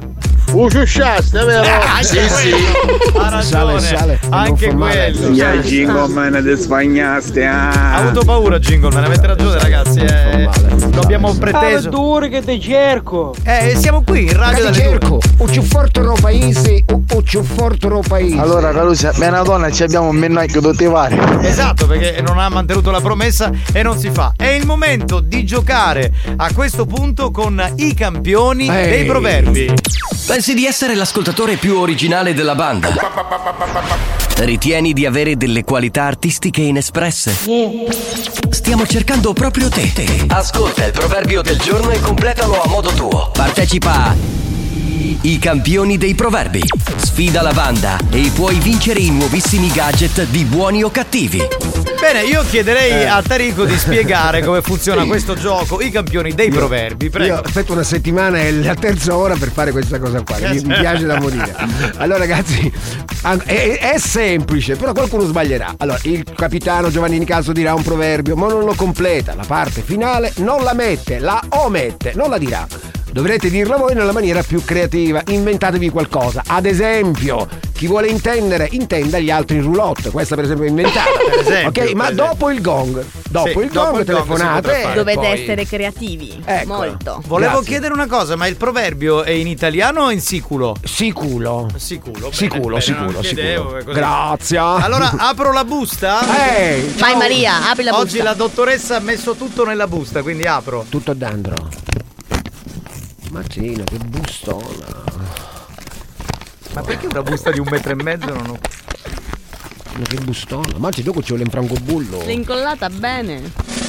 Usciusciaste, vero? Ah, sì, sì. Ha ragione. Sale, sale. Anche quello. Gli Jingleman di spagnaste. Ha avuto paura Jingleman, avete ragione ragazzi. Eh, lo abbiamo preteso. due che ti cerco. Eh, siamo qui in radio Ti dalle cerco, o più forte no paese, o più forte no paese. Allora, Carusia, bene donna, ci abbiamo un mennacchio tutti vari. Esatto, perché non ha mantenuto la promessa e non si fa. È il momento di giocare a questo punto con i campioni Ehi. dei proverbi. Pensi di essere l'ascoltatore più originale della banda? Ritieni di avere delle qualità artistiche inespresse? Stiamo cercando proprio te. Ascolta il proverbio del giorno e completalo a modo tuo. Partecipa a I campioni dei proverbi. Sfida la banda e puoi vincere i nuovissimi gadget di Buoni o Cattivi. Bene, io chiederei Eh. a Tarico di spiegare come funziona questo gioco, i campioni dei Io- proverbi. Prego. Io aspetto una settimana e la terza ora per fare questa cosa qua. che Mi, mi piace da morire. Allora, ragazzi, an- è, è semplice, però qualcuno sbaglierà. Allora, il capitano Giovanni Nicastro dirà un proverbio, ma non lo completa. La parte finale non la mette, la omette, non la dirà. Dovrete dirla voi nella maniera più creativa. Inventatevi qualcosa. Ad esempio, chi vuole intendere, intenda gli altri in roulotte. Questa per esempio è inventata. Per esempio, ok, ma per esempio. dopo il gong. Dopo Sì, il dopo gong il gong si telefonate. potrà fare. Dovete poi- essere creativi. Ecco. Molto. Volevo Grazie. chiedere una cosa, ma il proverbio è in italiano o in siculo? Siculo. Siculo. bene, Siculo, bene, siculo, non chiedevo, siculo. così. Grazie. Allora apro la busta. Ehi, Vai Ciao. Maria, apri la Oggi busta. la dottoressa ha messo tutto nella busta, quindi apro. tutto dentro. Martino, che bustona. Ma perché una busta di un metro e mezzo non ho... Ma che bustona. Marti, dopo ci vuole un francobollo. L'hai incollata bene.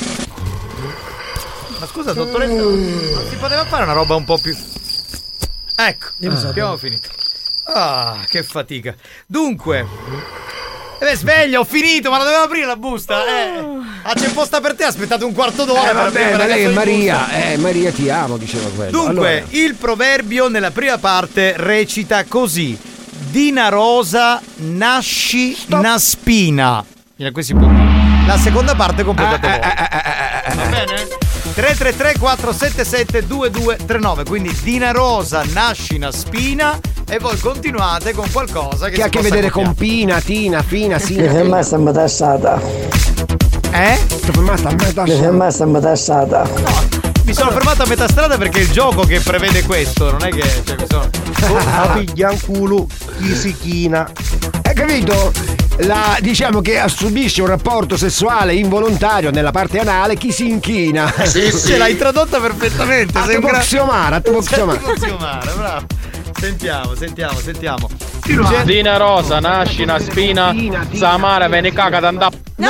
Ma scusa dottoressa, non si poteva fare una roba un po' più... Ecco, abbiamo finito. Ah, che fatica. Dunque... Eh beh, sveglio, ho finito, ma la dovevo aprire la busta. Eh, ah, c'è posta per te, aspettate un quarto d'ora. Eh per vabbè, aprire, ma lei ragazzo è di Maria. busta. Eh, Maria ti amo, diceva quello. Dunque, Allora, il proverbio nella prima parte recita così: Dina rosa nasci una spina. Viene qui si può. La seconda parte completate voi. Va bene? tre tre tre quattro sette sette due due tre nove. Quindi Dina rosa nasci una spina e voi continuate con qualcosa che, che ha a si che possa vedere copiare. con Pina, Tina, Fina, Mi Sina. sei messa a metà stata. Eh? Ti fermata a metà Mi sei messa a metà stata. Mi sono fermato a metà strada perché è il gioco che prevede questo, non è che cioè, mi sono... La piglia un culo, chi si china. Hai capito? La, diciamo che subisce un rapporto sessuale involontario nella parte anale chi si inchina. Sì, sì. Ce l'hai tradotta perfettamente. Sei un gra- Attoboxiomara, attoboxiomara. Attoboxiomara, bravo. Sentiamo, sentiamo, sentiamo. Dina rosa, nasci una spina, Samara viene caga d'andà. No!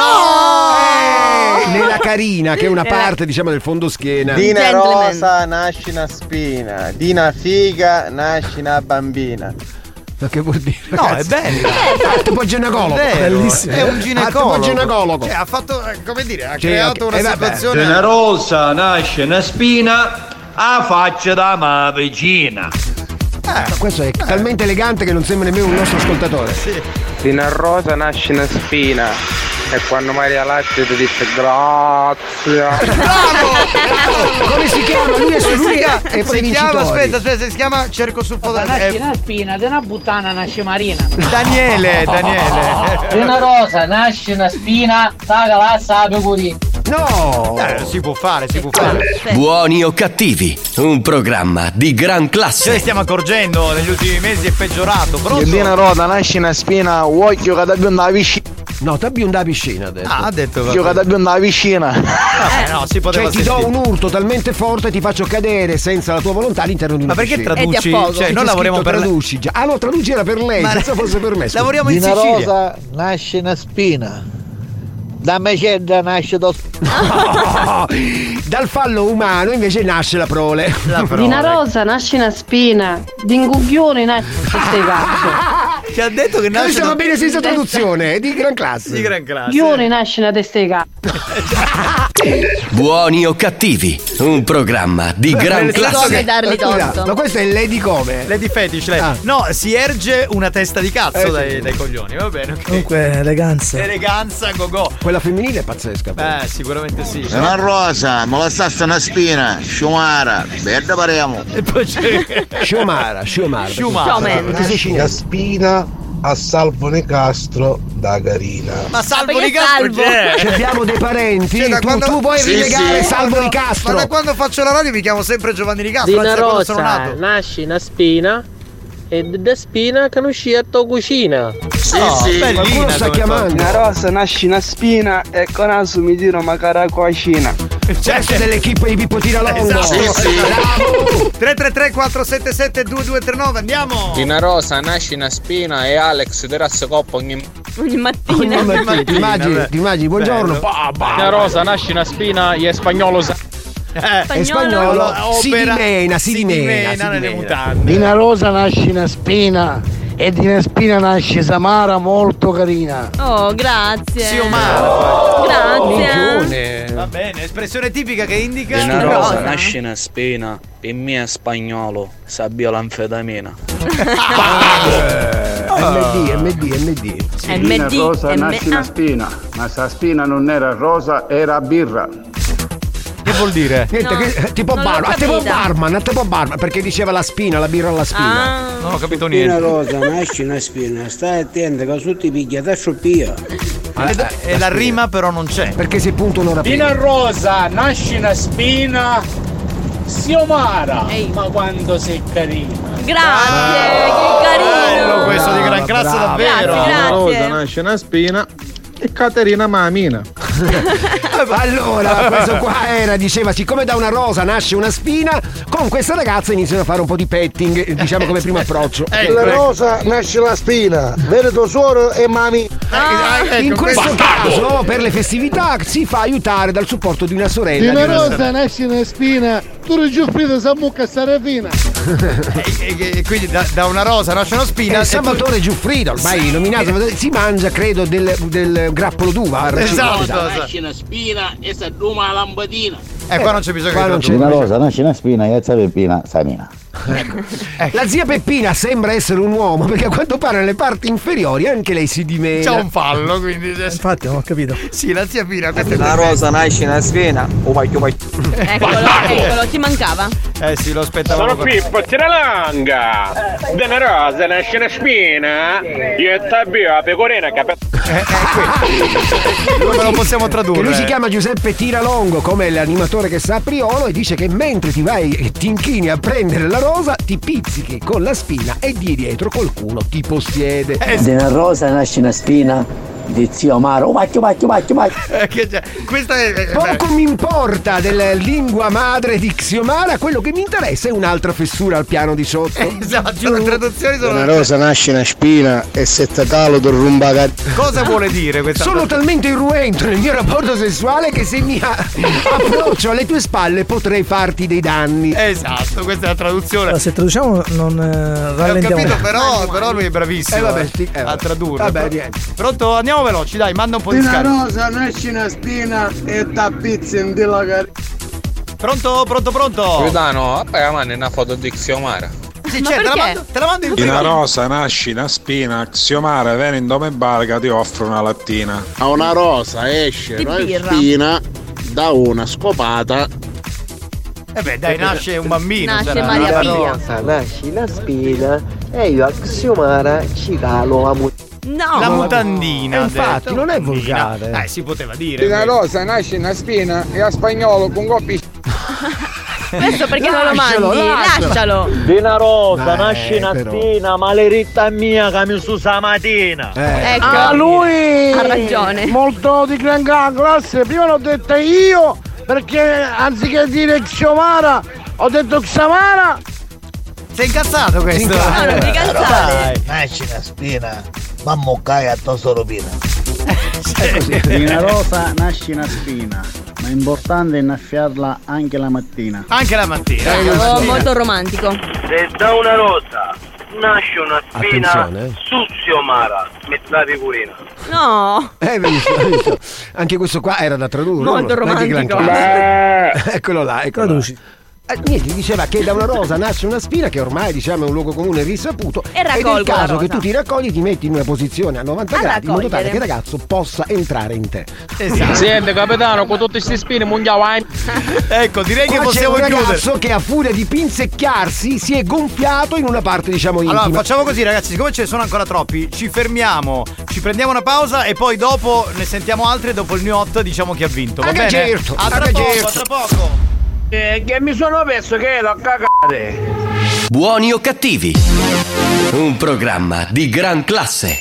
Eh, nella carina, che è una parte, diciamo, del fondoschiena. Dina Gentleman. rosa nasce una spina. Dina figa nasce una bambina. Ma che vuol dire? No, è bello. Tipo ginecologo. Vero, Bellissimo. è un ginecologo. Tipo ginecologo. Cioè, ha fatto, eh, come dire, ha Sì, creato ok. una Eh, vabbè. situazione. Dina rosa nasce una spina, a faccia da ma vicina. Ma questo è talmente elegante che non sembra nemmeno un nostro ascoltatore. Sì. Dina rosa nasce una spina. E quando Maria Latte ti dice grazie. Come si chiama? Lui è su lui chiama, e poi si chiama, vincitori. aspetta, aspetta, si chiama, cerco sul foto. Nasce eh, una spina, di una puttana nasce Marina. Daniele, Daniele. Una rosa nasce una spina, saga la sape così. No! Eh, si può fare, si può fare. Buoni o Cattivi, un programma di gran Ce ne classe. stiamo accorgendo, negli ultimi mesi è peggiorato. E Dina Pronto? rosa nasce una spina. Vuoi che io cado una vicina? No, ti abbiamo piscina adesso. Ah, ha detto Io vabbè. cado una vicina. Eh, no, si poteva Cioè ti sentire. do un urto talmente forte e ti faccio cadere senza la tua volontà all'interno di una Ma perché piscina. traduci? E ti appogo. Cioè, C'è noi lavoriamo scritto per traduci già. Ah no, traduci era per lei, Ma- senza fosse permesso. Lavoriamo in Dina Sicilia. rosa nasce una spina. Da mecedda nasce do No! Dal fallo umano invece nasce la prole. La Di una parola. rosa nasce una spina, di un cucchione nasce. Che stai cazzo? Che ha detto che nasce. Questo va bene senza traduzione, è di gran classe. Di gran classe. Chione nasce una testega. Buoni o cattivi, un programma di gran classe. Scusa, ma questo è Lady come? Lady Fetish, lei. Ah. No, si erge una testa di cazzo Eh, sì. dai, dai coglioni, va bene, ok. Comunque, eleganza. Eleganza, go go. Quella femminile è pazzesca. Beh, sicuramente sì. È una rosa, ma la stassa una spina, sciumara, bella parliamo. E poi c'è Sciomara, Sciomara. Sciumara. Perché sei cinese. spina a Salvo Nicastro da Carina. Ma Salvo perché Nicastro Salvo? c'è? Ci abbiamo dei parenti. Cioè, da tu, quando- tu vuoi Sì, rilegare sì. Salvo Quando- Nicastro? Ma da quando faccio la radio mi chiamo sempre Giovanni Nicastro, Dina anzi da quando sono rosa, nato. nasci una spina e da spina che non uscì a tua cucina. Sì, Oh, sì. bellina Qualcuno sta come chiamando. Una rosa nasce una spina e con asu mi tiro magari a cucina. Questo è dell'equipe di Pippo Tiralongo. Esatto. Sì, sì. Bravo. tre tre tre quattro sette sette due due tre nove, andiamo. Dina rosa, nasci una spina e Alex terrazza coppa ogni. Ogni Ogni mattina. mattina, ti immagini, vabbè. ti immagini, buongiorno. Bello. Bah, bah. Dina rosa, nasci una spina e spagnolo sa. Eh, È spagnolo, si opera- dimena, si dimena, si nelle dimena. mutande. Di una rosa nasce una spina e di una spina nasce Samara molto carina. Oh, grazie. Sì, Omar. Grazie. Minchione. Va bene, espressione tipica che indica Dina rosa. nasci una spina e mia spagnolo sabbia l'anfetamina. M D, M D, M D. M D. rosa M- nasce una ah. spina, ma sta spina non era rosa, era birra. Che vuol dire? Niente, No, che, tipo non l'ho bar, a tipo capita. barman, a tipo barman, perché diceva la spina, la birra alla spina. Ah. Non ho capito Spina niente. rosa, nasce una spina, stai attento che su ti piglia da sciopia. Ah, E, eh, e la rima però non c'è. Perché sei punto un'ora prima. rosa nasce una spina, Xiomara, Ehi. ma quando sei carina. Grazie, che carino. Bello questo di gran classe brava. davvero. Grazie, Una rosa grazie. nasce una spina e Caterina Mamina. Allora, questo qua era, diceva, siccome da una rosa nasce una spina, con questa ragazza iniziano a fare un po' di petting, diciamo come primo approccio. Ecco, La ecco. rosa nasce la spina, vede tuo suoro e mami. Ah, ecco, In questo questo- caso, per le festività, si fa aiutare dal supporto di una sorella. Di una di una rosa nasce una spina, tu non giuffrito sa mucca stare fina. E, e- e quindi da, da una rosa nasce una spina. Il e tu- Salvatore Giuffrido, ormai nominato, si mangia, credo, del, del grappolo d'uva. Esatto. Nasce una spina e si adduma la lampadina. Eh, qua non c'è bisogno Qua che non tu- c'è- Una rosa, nasce una spina e zia Peppina, Samina. La zia Peppina sembra essere un uomo, perché a quanto pare nelle parti inferiori anche lei si dimena. C'ha un fallo, quindi. Infatti, non ho capito. Sì, la zia Pina, questa è La rosa nasce una spina o vai vai. Eccolo, eccolo, ti mancava. Eh sì, lo aspettavamo. Sono Pippo Tiralanga. Dina rosa, nasce una spina e tabbio la pecorina che Come lo possiamo Che tradurre? lui si chiama Giuseppe Tiralongo, come l'animatore che sa a Priolo, e dice che mentre ti vai e ti inchini a prendere la rosa, ti pizzichi con la spina e di dietro qualcuno ti possiede. Di una rosa nasce una spina di zio Maro. Macchio, macchio, macchio, macchio. Eh, che c'è- questa è. è- Poco mi importa della lingua madre di Xiomara, quello che mi interessa è un'altra fessura al piano di sotto. Esatto, le traduzioni sono. Una rosa nasce una spina e se te calo tu rumba. Cosa vuole dire questa? Sono talmente irruento nel mio rapporto sessuale che se mi a- approccio alle tue spalle potrei farti dei danni. Esatto, questa è la traduzione. Se traduciamo non eh, Ho rallentiamo. capito, però, però lui è bravissimo Eh, vabbè, sì, eh, a vabbè. tradurre. Vabbè, niente. Pronto? Andiamo veloci, dai, manda un po' Di di una scarico. rosa nasce una spina e tappizzi in la carina. Pronto, pronto, pronto? Capitano, appena mandi una foto di Xiomara. Sì, Ma c'è, te la perché? mando, te la mando in In una privato. rosa nasci una spina, Xiomara viene in dome barca, ti offro una lattina. A una rosa esce Di una birra. spina da una scopata. Eh beh, dai, nasce un bambino. Nasce sarà. Maria Allora, Pia. Rosa nasce la spina e io a Xiomara ci calo a mu- No. La mutandina. Eh, ha infatti, detto, non è mutandina. volgare. Eh, si poteva dire. Di una questo. rosa nasce una spina e a spagnolo con coppi. Questo perché non lo Lascialo, mandi? lascialo. Lascialo. Di una rosa, Eh, nasce una però. spina, maleritta mia che mi su stamattina. Eh. Ecco. Ah, lui Ha ragione. molto di gran classe. Prima l'ho detta io perché anziché dire Xiomara ho detto Xiomara. Sei incazzato questo? No, non ti cazzare. Nasce una spina, ma moccai a to solo pina. Di una rosa nasce una spina, ma è importante innaffiarla anche la mattina. Anche la mattina. Oh, molto romantico. Se da una rosa nasce una spina Attenzione. suzio mara, mette la pecorina. No. Eh, visto, visto. Anche questo qua era da tradurre. Molto no? Non è che romantico. gran- Eccolo là, eccolo là. Eh, niente, diceva che da una rosa nasce una spina, che ormai diciamo è un luogo comune risaputo. E ed è il raccolgo la caso che rosa. tu ti raccogli, ti metti in una posizione a novanta A gradi in modo tale raccogliere. che il ragazzo possa entrare in te. Esatto. Sente capitano, con tutti questi spini mungiamo. Ecco, direi che Qua c'è possiamo un chiudere. ragazzo che a furia di pinzecchiarsi si è gonfiato in una parte diciamo intima. Allora facciamo così ragazzi, siccome ce ne sono ancora troppi, ci fermiamo, ci prendiamo una pausa e poi dopo ne sentiamo altri e dopo il New Hot diciamo chi ha vinto, va Anche bene? certo, A tra anche poco, certo. a tra poco. Eh, che mi sono perso che l'ho cagate. Buoni o cattivi? Un programma di gran classe.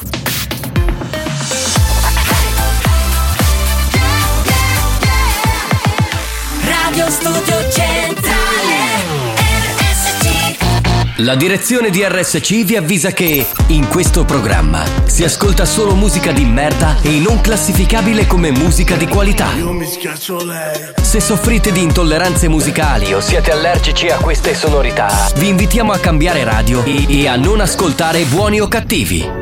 Radio Studio Centrale R S C. La direzione di R S C vi avvisa che in questo programma si ascolta solo musica di merda e non classificabile come musica di qualità. Io mi schiaccio lei. Se soffrite di intolleranze musicali o siete allergici a queste sonorità, vi invitiamo a cambiare radio e, e a non ascoltare Buoni o Cattivi.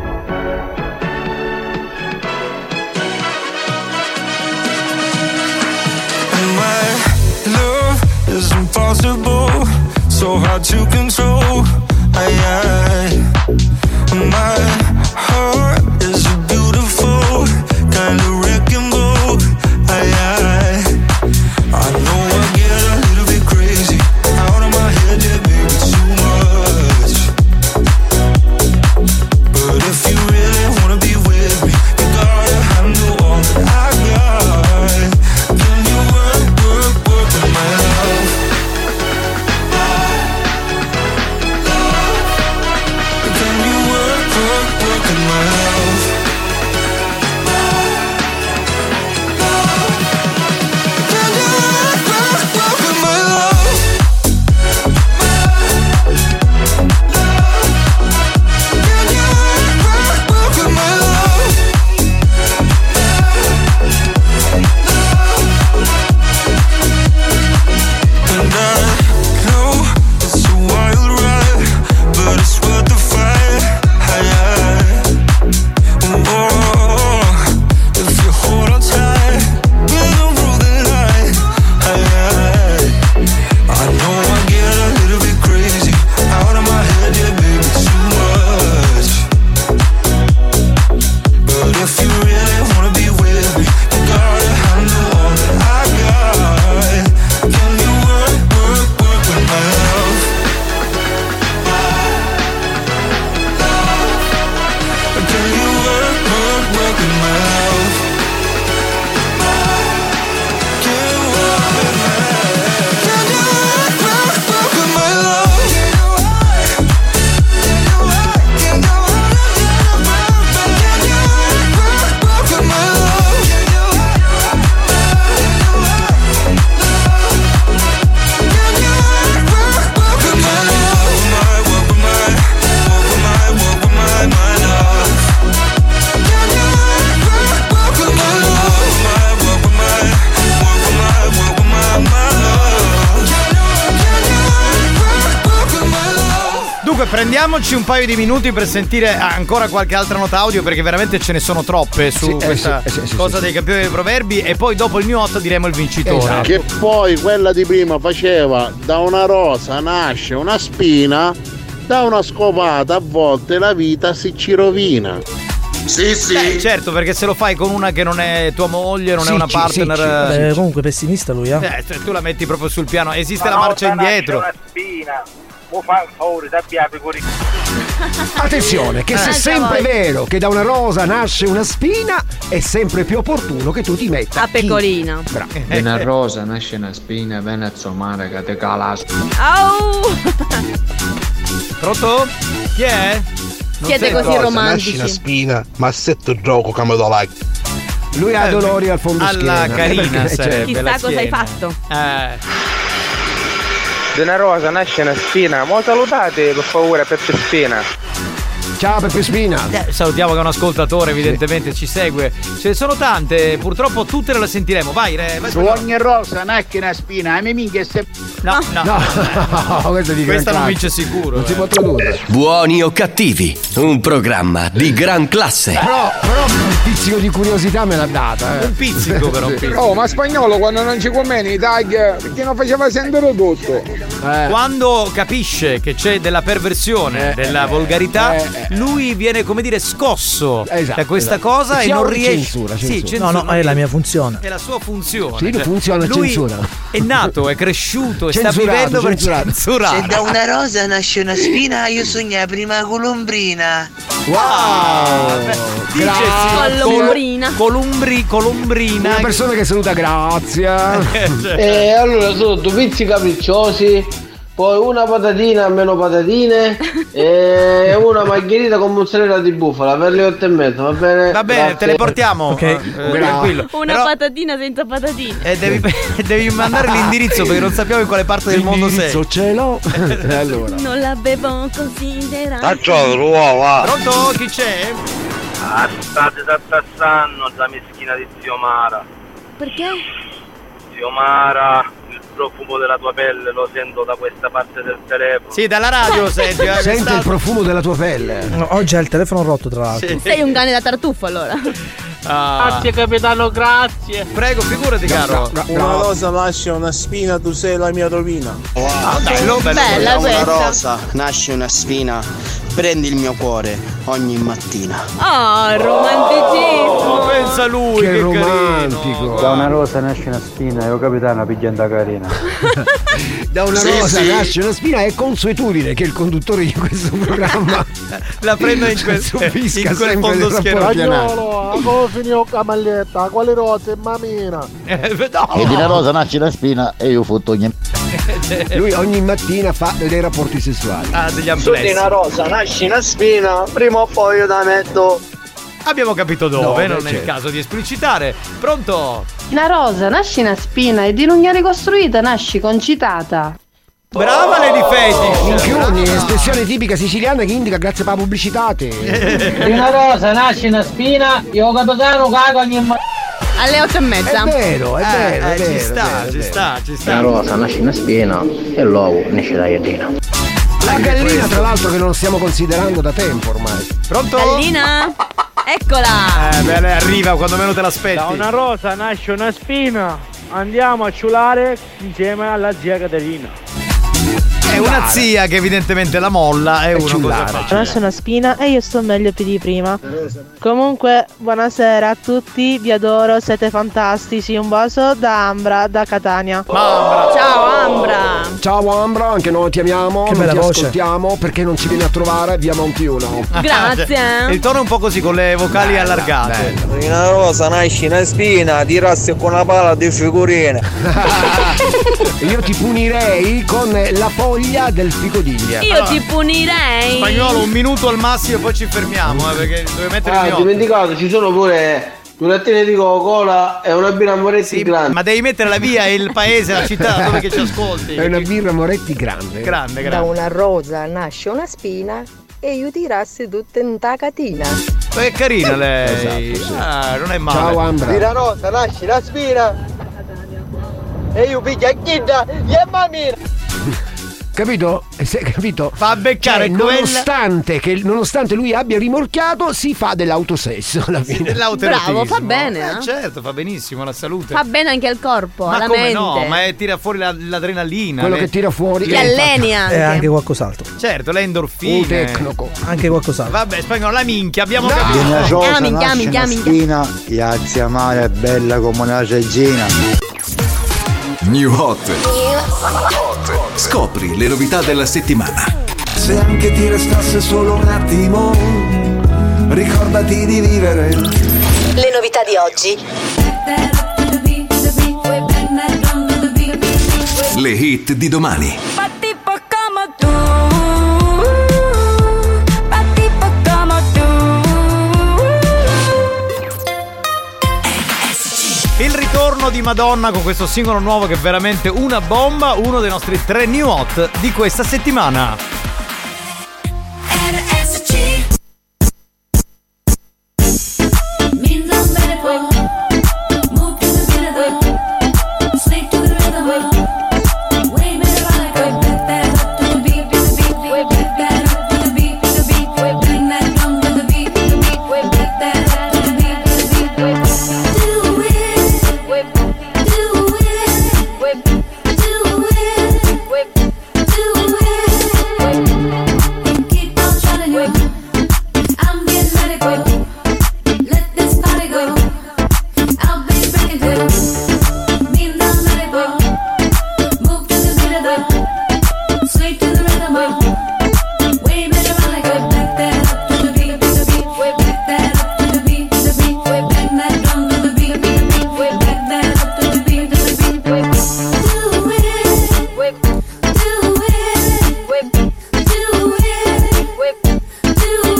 My love is impossible, so hard to control. I, I, my heart is a beautiful kind of wrecking ball. I, I, I know I get a little bit crazy out of my head, yeah, baby, too much. But if you really wanna be with me, you gotta handle all that I got. Can you work, work, work with my love? Can you work, work, work with my love? Can you work, work, work with my love? Can you work, work, work with my love? And I know it's a wild ride, but it's worth the fight. Aye, aye. Oh, if you hold on tight, we'll rule the night. Aye, aye. I know I get a little bit crazy out of my head, yeah, baby, too much. But if you really wanna be with me, you gotta handle all that I got. Can you work, work, work with my love? Can you work, work, work with my love? Can you work with my love? Can you work, work, work with my love? Can you work? Can you work? Can you work? Can you work, work with my love? Can you work? Can you work, work with my love? My work with my, work with my, work with my, my love. Can you work, work with my love? My work with my, work with my, work with my, my love. Can you, can you work, work with my love? Dunque prendiamoci un paio di minuti per sentire ancora qualche altra nota audio perché veramente ce ne sono troppe su Sì, eh, questa sì, eh, sì, sì, cosa sì. dei campioni dei proverbi e poi dopo il New Hot diremo il vincitore. Esatto. Che poi quella di prima faceva da una rosa nasce una spina, da una scopata a volte la vita si ci rovina. Sì, sì. Beh, certo, perché se lo fai con una che non è tua moglie, non Sì, è una sì, partner. sì, eh, Eh, comunque pessimista lui, eh. eh, cioè, tu la metti proprio sul piano. Esiste la marcia indietro. Una spina. Mo fa un favore, dabbi la pecorina. Attenzione, che se Eh, è sempre cavolo. vero che da una rosa nasce una spina, è sempre più opportuno che tu ti metta A pecorina. Bravo. Da una rosa nasce una spina, Venezzo mare che te cala. Au! Pronto? Chi è? Non Siete sento. così Nasce romantici. una spina, ma setto gioco come do like. Lui ha Eh, dolori al fondo alla schiena. carina Eh, perché- sarebbe. Chissà la cosa hai schiena. fatto. Eh. Da una rosa nasce una spina. Mo salutate per favore per te spina. Ciao Peppe Spina. Eh, salutiamo che è un ascoltatore, evidentemente ci segue. Ce ne sono tante, purtroppo tutte le sentiremo. Vai, re, vai. Su ogni rosa nasce una spina, a me minchia se. No, no, no. Questa, di Questa non classe. vince sicuro. Non eh. si può tradurre. Buoni o cattivi, un programma di gran classe. Però, però un pizzico di curiosità me l'ha data. Eh. Un pizzico però. Un pizzico. Oh, ma spagnolo quando non ci conviene i tag, perché non faceva sentire tutto. Eh. Quando capisce che c'è della perversione, Eh, della eh, volgarità, eh, eh. lui viene, come dire, scosso Esatto, da questa esatto. cosa Ci e ha non un riesce. censura, Sì, censura. censura. No, no, è la mia funzione. È la sua funzione. Sì, Cioè, funziona la lui censura. è nato, è cresciuto e sta Censurato, vivendo per censurato. censurare. Se da una rosa nasce una spina, io sogno la prima colombrina. Wow! Dice Grazie. Colombrina. Columbri, colombrina. Una persona che saluta Grazia. E allora sono due pizzi capricciosi, poi una patatina meno patatine e una margherita con mozzarella di bufala per le otto e mezza, va bene? Va bene, Grazie. te le portiamo. Ok. Eh, tranquillo. Una Però, patatina senza patatine. eh, devi, devi mandare l'indirizzo perché non sappiamo in quale parte del mondo sei. L'indirizzo ce l'ho. E allora. Non l'avevo considerato. Taccio, uova. Pronto? Chi c'è? Ah, state tattassando da meschina di zio Mara. Perché? Zio Mara, il profumo della tua pelle lo sento da questa parte del telefono. Sì, dalla radio lo senti. eh, Sente quest'altro. il profumo della tua pelle. No, oggi ha il telefono rotto, tra l'altro. Sì. Sei un cane da tartufo allora. Ah. Grazie capitano, grazie. Prego, figurati, caro. Una rosa nasce una spina, tu sei la mia rovina. Ah, bello, bello. Bella Da una questa. rosa nasce una spina, prendi il mio cuore ogni mattina. Oh, romanticismo. Pensa lui, Che che, romantico. carino. Da una rosa nasce una spina e io capitano pigliando carina. Da una Sì, rosa sì. nasce una spina, è consuetudine che il conduttore di questo programma La prendo in quel, subisca in quel sempre fondo dei schermo. rapporti anali. Spagnolo, a come finì la maglietta, quale rosa è mamina? Eh, no. E di una rosa nasce una spina e io fotto ogni. Lui ogni mattina fa dei rapporti sessuali. Ah, degli Su di amplessi. una rosa nasce una spina, prima o poi io la metto. Abbiamo capito dove, Dove, non è il certo. caso di esplicitare. Pronto? Una rosa nasce una spina e di lunga ricostruita nasci concitata. Brava Lady Fetish. Minchioni, espressione tipica siciliana che indica grazie per la pubblicità. te. Di una rosa nasce una spina, io capitano cago ogni ma- Alle otto e mezza. È vero, è Eh, vero, è eh, vero. ci è sta, vero, è ci vero. sta, ci Una sta. rosa nasce una spina e l'uovo nasce da iedina. La gallina, tra l'altro, che non stiamo considerando da tempo ormai. Pronto? Gallina? Eccola. Eh, beh, lei arriva quando meno te l'aspetti. Da una rosa nasce una spina. Andiamo a ciulare insieme alla zia Caterina. È una zia che evidentemente la molla è E una cosa ciullare. facile. Nasce una spina e io sto meglio più di prima. Comunque, buonasera a tutti, vi adoro, siete fantastici. Un bacio da Ambra, da Catania. Ambra. Ciao Ambra. Ciao Ambra, anche noi ti amiamo, Che non bella ti voce. ascoltiamo perché non ci vieni a trovare via Montiuno. Grazie. Il tono è un po' così con le vocali Bella, allargate. bella. Una rosa nasce una spina, tirassi con una pala di figurine. Io ti punirei con la foglia del ficodiglia. Io ti punirei. Spagnolo, un minuto al massimo e poi ci fermiamo, eh, perché dove mettere Ah, il ho mio. dimenticato, ci sono pure due lattine di Coca-Cola e una birra Moretti grande. Ma devi mettere la via e il paese, la città dove che ci ascolti. È una birra Moretti grande. Grande, Da grande. una rosa nasce una spina e io tirassi tutta in tacatina. Ma è carina lei. Esatto, sì. Ah, non è male. Ciao Ambra. Di una rosa nasce una spina e io piglio a chidda e mamina. Capito? Eh, se- capito? Fa beccare Cioè, quella- nonostante, che, nonostante lui abbia rimorchiato, si fa dell'autosesso alla fine. Dell'autoerotismo. Bravo, fa bene, Eh, eh. certo, fa benissimo alla salute. Fa bene anche al corpo, ma alla come mente. no? Ma è, tira fuori la- l'adrenalina. Quello le- che tira fuori Ti alleni anche. E anche qualcos'altro. Certo, le endorfine. un tecnico. Anche qualcos'altro. Vabbè, spagnolo, la minchia, abbiamo No! capito. Di una rosa Ah, minchia, nasce minchia, una minchia. spina e a zia Mara è bella come una regina. New Hot. Scopri le novità della settimana. Se anche ti restasse solo un attimo, ricordati di vivere. Le novità di oggi. Le hit di domani. Il ritorno di Madonna con questo singolo nuovo che è veramente una bomba, uno dei nostri tre new hot di questa settimana. Sway to the rhythm of wave it around like a back that up to the beat, to the beat, way back that up to the beat, to the beat, way back that drum to the beat, beat, beat, way back that up to the beat, to the beat, way do it, way do it, way do it, way do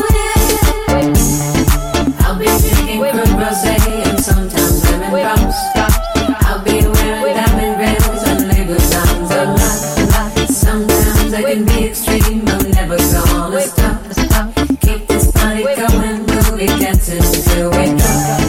it. I'll be drinking Cruz Rosé and sometimes lemon drops. I'll be wearing diamond rings and label sounds a lot, lot. Sometimes I can be extreme, I'm never gonna stop, stop. Keep this party going, we'll be dancing till we drop.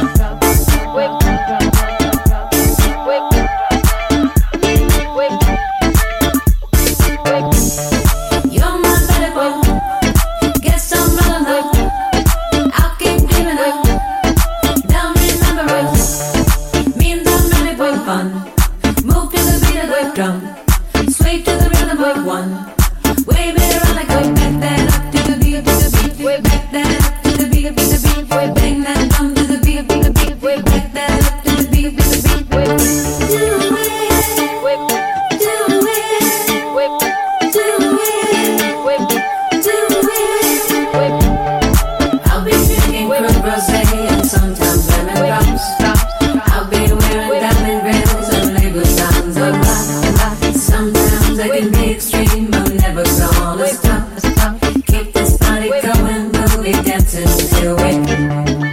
You're my better boy, guess I'm running up. I'll keep giving up, don't remember us. Means I'm ready for fun. Move to the beat of the drum. Sway to the rhythm of one. Wave it around like a back that up to the beat, to the beat. Way back that up to the beat, beat the beat. Way bang that drum to the beat, beat the beat. Way back that up to the beat, beat the beat. Way do it, way do it, way do it, way do it. Way. I'll be drinking Cruz Rosé and sometimes lemon drops. I'll be wearing diamond rings and label sounds a lot. Sometimes I can be extreme, I'm never gonna stop, stop. Keep this party going, we'll be dancing till we.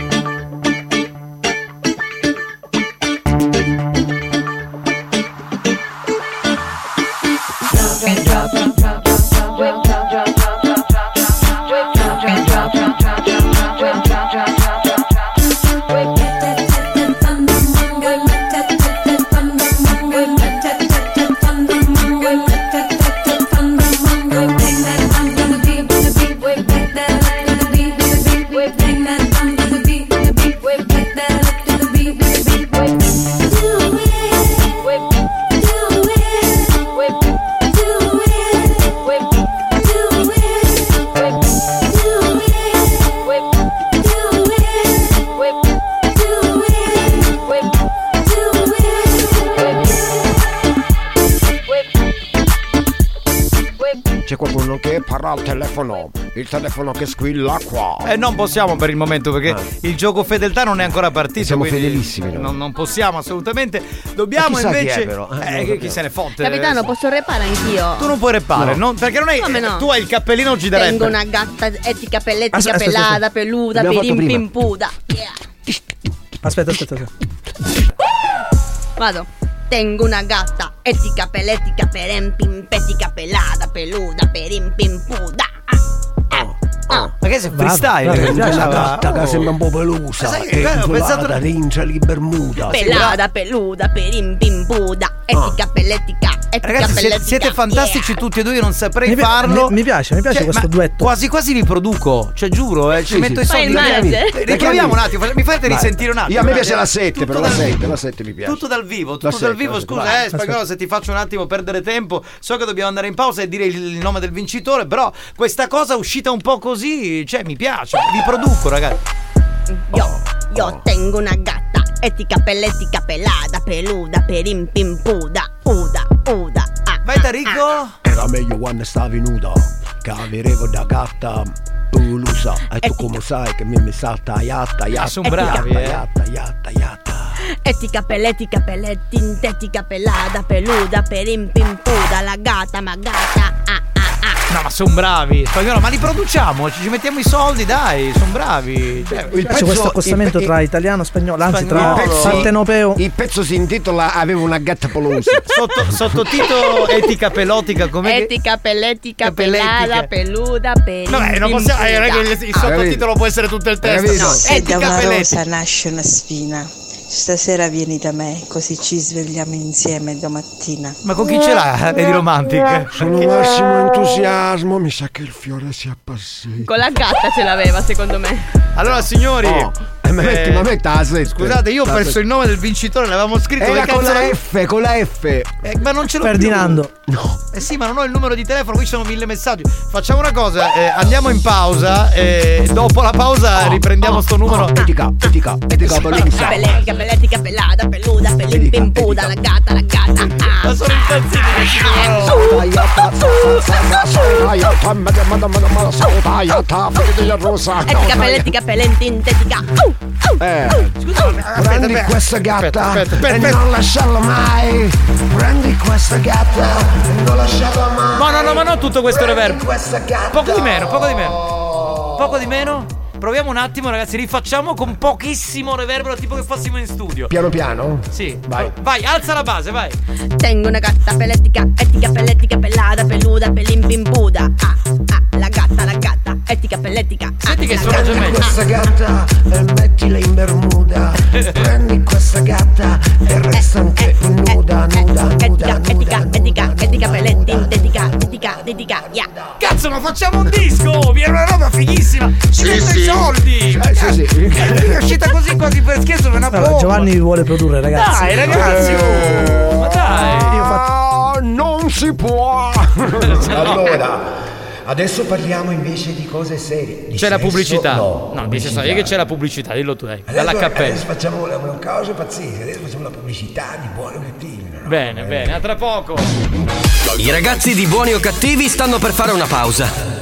C'è qualcuno che parla al telefono, il telefono che squilla qua. Eh, non possiamo per il momento perché Ah. il gioco fedeltà non è ancora partito. Siamo quindi fedelissimi noi. Non, non possiamo assolutamente. Dobbiamo Ma chissà chi invece. è, però. Eh, Eh, non che chi sappiamo. se ne fotte. Capitano, posso repare anch'io? Tu non puoi reppare, No. non- perché non hai. Come no? Tu hai il cappellino oggi da Tengo rapper. una gatta etica, pelletica, Aspetta, aspetta, pelata, aspetta. peluda, L'abbiamo fatto prima. pirimpimpuda. Yeah. Aspetta, aspetta, aspetta. Vado. Tengo una gatta etica, pelletica, perempimpetica, pelata, peluda, perimpimpuda. Ma che sei Vado, freestyle? vado, Che mi piace. La faceva- gatta che Oh. sembra un po' pelusa Sai, e eh, ho inflata pensato- rincia li bermuda. Pelata, peluda, perimpimpuda, etica, pelletica, etica, Ragazzi, siete, pelletica. siete fantastici yeah. tutti e due, io non saprei Mi pi- farlo. mi- mi piace, mi piace questo ma duetto. Quasi quasi vi produco, cioè giuro, eh, ci Sì, metto sì. i soldi. Fai il manager. Eh, Riproviamo un attimo, mi fate Vai. risentire un attimo. Io a me Dai, piace la sette, tutto però la dal sette, vivo. la sette mi piace. Tutto dal vivo, tutto La dal sette, vivo, la sette, scusa, vai. eh, spagnolo, se ti faccio un attimo perdere tempo. So che dobbiamo andare in pausa e dire il il nome del vincitore, però questa cosa uscita un po' così, cioè mi piace, vi produco, ragazzi. Io, io tengo una gatta etica, pelletica, pelata, peluda, perimpimpuda, uda, uda. Ah, Vai Tarico. Era meglio quando stavi nuda, che avevo da gatta pelusa. E tu come sai che mi mi salta yatta, yatta, sono bravi, eh. yatta, yatta, yatta. etica, pelletica, pelletintetica, pelata, peluda, perimpimpuda, la gatta, ma gatta. Ah, ah, ah. No, ma sono bravi. Spagnolo, ma li produciamo, ci mettiamo i soldi, dai, sono bravi. Cioè, Mi piace questo accostamento tra italiano e spagnolo, anzi tra Spagnolo. partenopeo. Il pezzo si intitola Avevo una gatta pelosa. Sotto, sottotitolo etica pelotica come Etica, pelletica, Pelletica. pelata, peluda, perimpimpuda. Vabbè, non possiamo, eh, non è che il, il Ah, sottotitolo può essere tutto il testo. Capito? No, Se da etica una pelletica. rosa nasce una spina, stasera vieni da me, così ci svegliamo insieme domattina. Ma con chi ce l'ha? Lady Romantic? Sono massimo entusiasmo, mi sa che il fiore si appassì. Con la gatta ce l'aveva, secondo me. Allora, signori, Oh, e ma metti, eh, ma metti la sette. scusate, io ho La perso sette. il nome del vincitore, l'avevamo scritto. Era che con cazzo la era? F, con la F. Eh, ma non ce l'ho Ferdinando. più. Eh sì, ma non ho il numero di telefono, qui ci sono mille messaggi. Facciamo una cosa, eh, andiamo in pausa e dopo la pausa riprendiamo sto numero. Etica, etica, etica pelusa. Pelletica, pelletica, pelata, peluda, perimpimpuda, la gatta, la gatta. Ah, Ma sono impazziti. Yatta, yatta, capelletti, capelletti, intetica. Eh, Scusate, prendi questa gatta e non lasciarla mai. Prendi questa gatta e non lasciarla mai. No, no, no, ma non tutto questo reverb. Questa gatta. Poco di meno, poco di meno. Poco di meno. Proviamo un attimo, ragazzi, rifacciamo con pochissimo reverbero, tipo che fossimo in studio. Piano piano? Sì. Vai. Vai, alza la base, vai. Tengo una gatta pelletica, etica, pelletica, pellata, peluda, pellimpimpuda. Ah, ah, la gatta, la gatta, etica, pelletica. Senti che la suona già gatta, meglio. Questa gatta e mettila in bermuda. Prendi questa gatta e resta anche nuda, nuda, nuda, etica, etica, etica, etica, pelletti, intetica, etica, etica, yeah. Cazzo, ma facciamo un disco! Viene una roba fighissima! Ci Sì, metto sì. i soldi! Eh, sì, sì. È uscita così quasi per scherzo, ma è una Allora, bomba! Giovanni vuole produrre, ragazzi. Dai, ragazzi! oh, Ma dai! Ah, non si può. Allora, adesso parliamo invece di cose serie. Di C'è la sesso, pubblicità. No, No, dice so, io che c'è la pubblicità, dillo tu, dai. Dalla Adesso, cappella. adesso facciamo una, una cosa pazzesca. Adesso facciamo la pubblicità di Buoni o Cattivi. No? Bene, bene, a tra poco. I ragazzi di Buoni o Cattivi stanno per fare una pausa.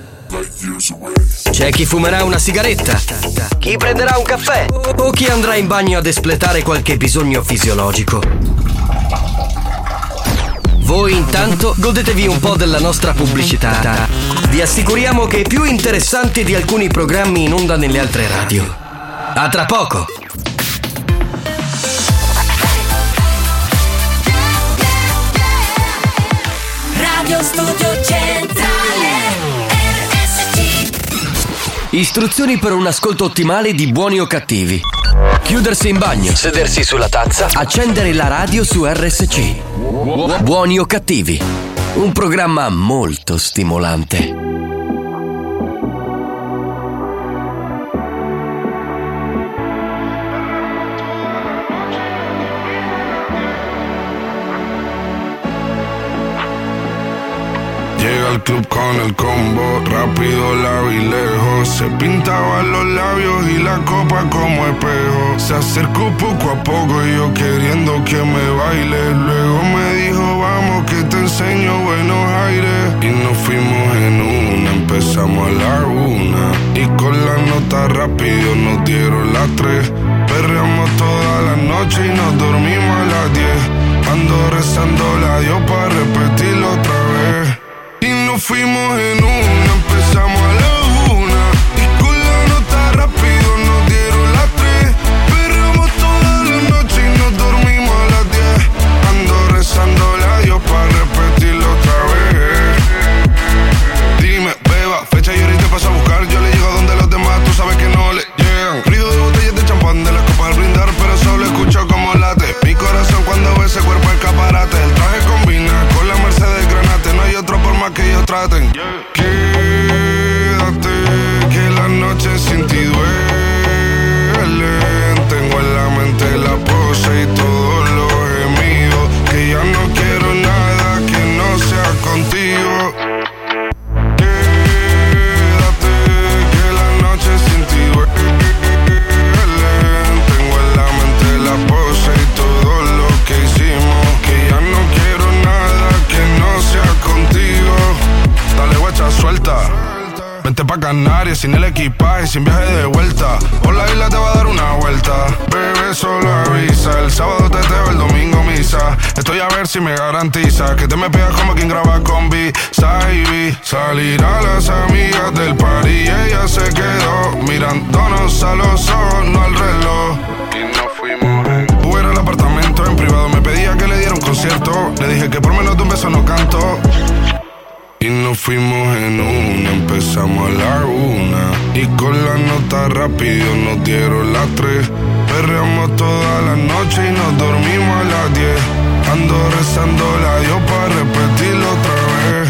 C'è chi fumerà una sigaretta, chi prenderà un caffè o chi andrà in bagno ad espletare qualche bisogno fisiologico. Voi intanto godetevi un po' della nostra pubblicità. Vi assicuriamo che è più interessante di alcuni programmi in onda nelle altre radio. A tra poco. Radio Studio Centrale R S C. Istruzioni per un ascolto ottimale di Buoni o Cattivi. Chiudersi in bagno, sedersi sulla tazza, accendere la radio su R S C. Buoni o Cattivi, un programma molto stimolante. Llega al club con el combo, rápido la vi lejos. Se pintaba los labios y la copa como espejo. Se acercó poco a poco y yo queriendo que me baile. Luego me dijo vamos que te enseño buenos aires. Y nos fuimos en una, empezamos a la una. Y con la nota rápido nos dieron las tres. Perreamos toda la noche y nos dormimos a las diez. Ando rezando la Dios para repetirlo otra vez. Y nos fuimos en una, empezamos a la una. Y con la nota rápido nos dieron las tres. Perramos toda la noche y nos dormimos a las diez. Ando rezando la Dios para repetirlo otra vez. Dime, beba, fecha y ahorita paso a buscar. Yo le llego donde los demás, tú sabes que no le llegan. Ruido de botellas de champán de las copas al brindar, pero solo escucho como late mi corazón cuando ve ese cuerpo escaparate. El traje combina con la Mercedes Granate. No hay otra forma que ellos traten. Quédate, que la noche sin ti duele. Tengo en la mente la pose y todos los gemidos. Que ya no quiero nada que no sea contigo. Quédate, que la noche sin ti duele. Tengo en la mente la pose y todo lo que hicimos. Que ya no quiero nada que no sea contigo. Dale guacha, suelta. Vente pa' Canarias sin el equipaje, sin viaje de vuelta. Por la isla te va a dar una vuelta. Bebé, solo avisa. El sábado teteo, el domingo misa. Estoy a ver si me garantiza que te me pegas como quien graba con B-Side. Salir a las amigas del party y ella se quedó mirándonos a los ojos, no al reloj. Y nos fuimos en Uber al apartamento en privado. Me pedía que le diera un concierto. Le dije que por menos de un beso no canto. Y nos fuimos en una, empezamos a la una. Y con la nota rápido nos dieron las tres. Perreamos toda la noche y nos dormimos a las diez. Ando rezando la Dios para repetirlo otra vez.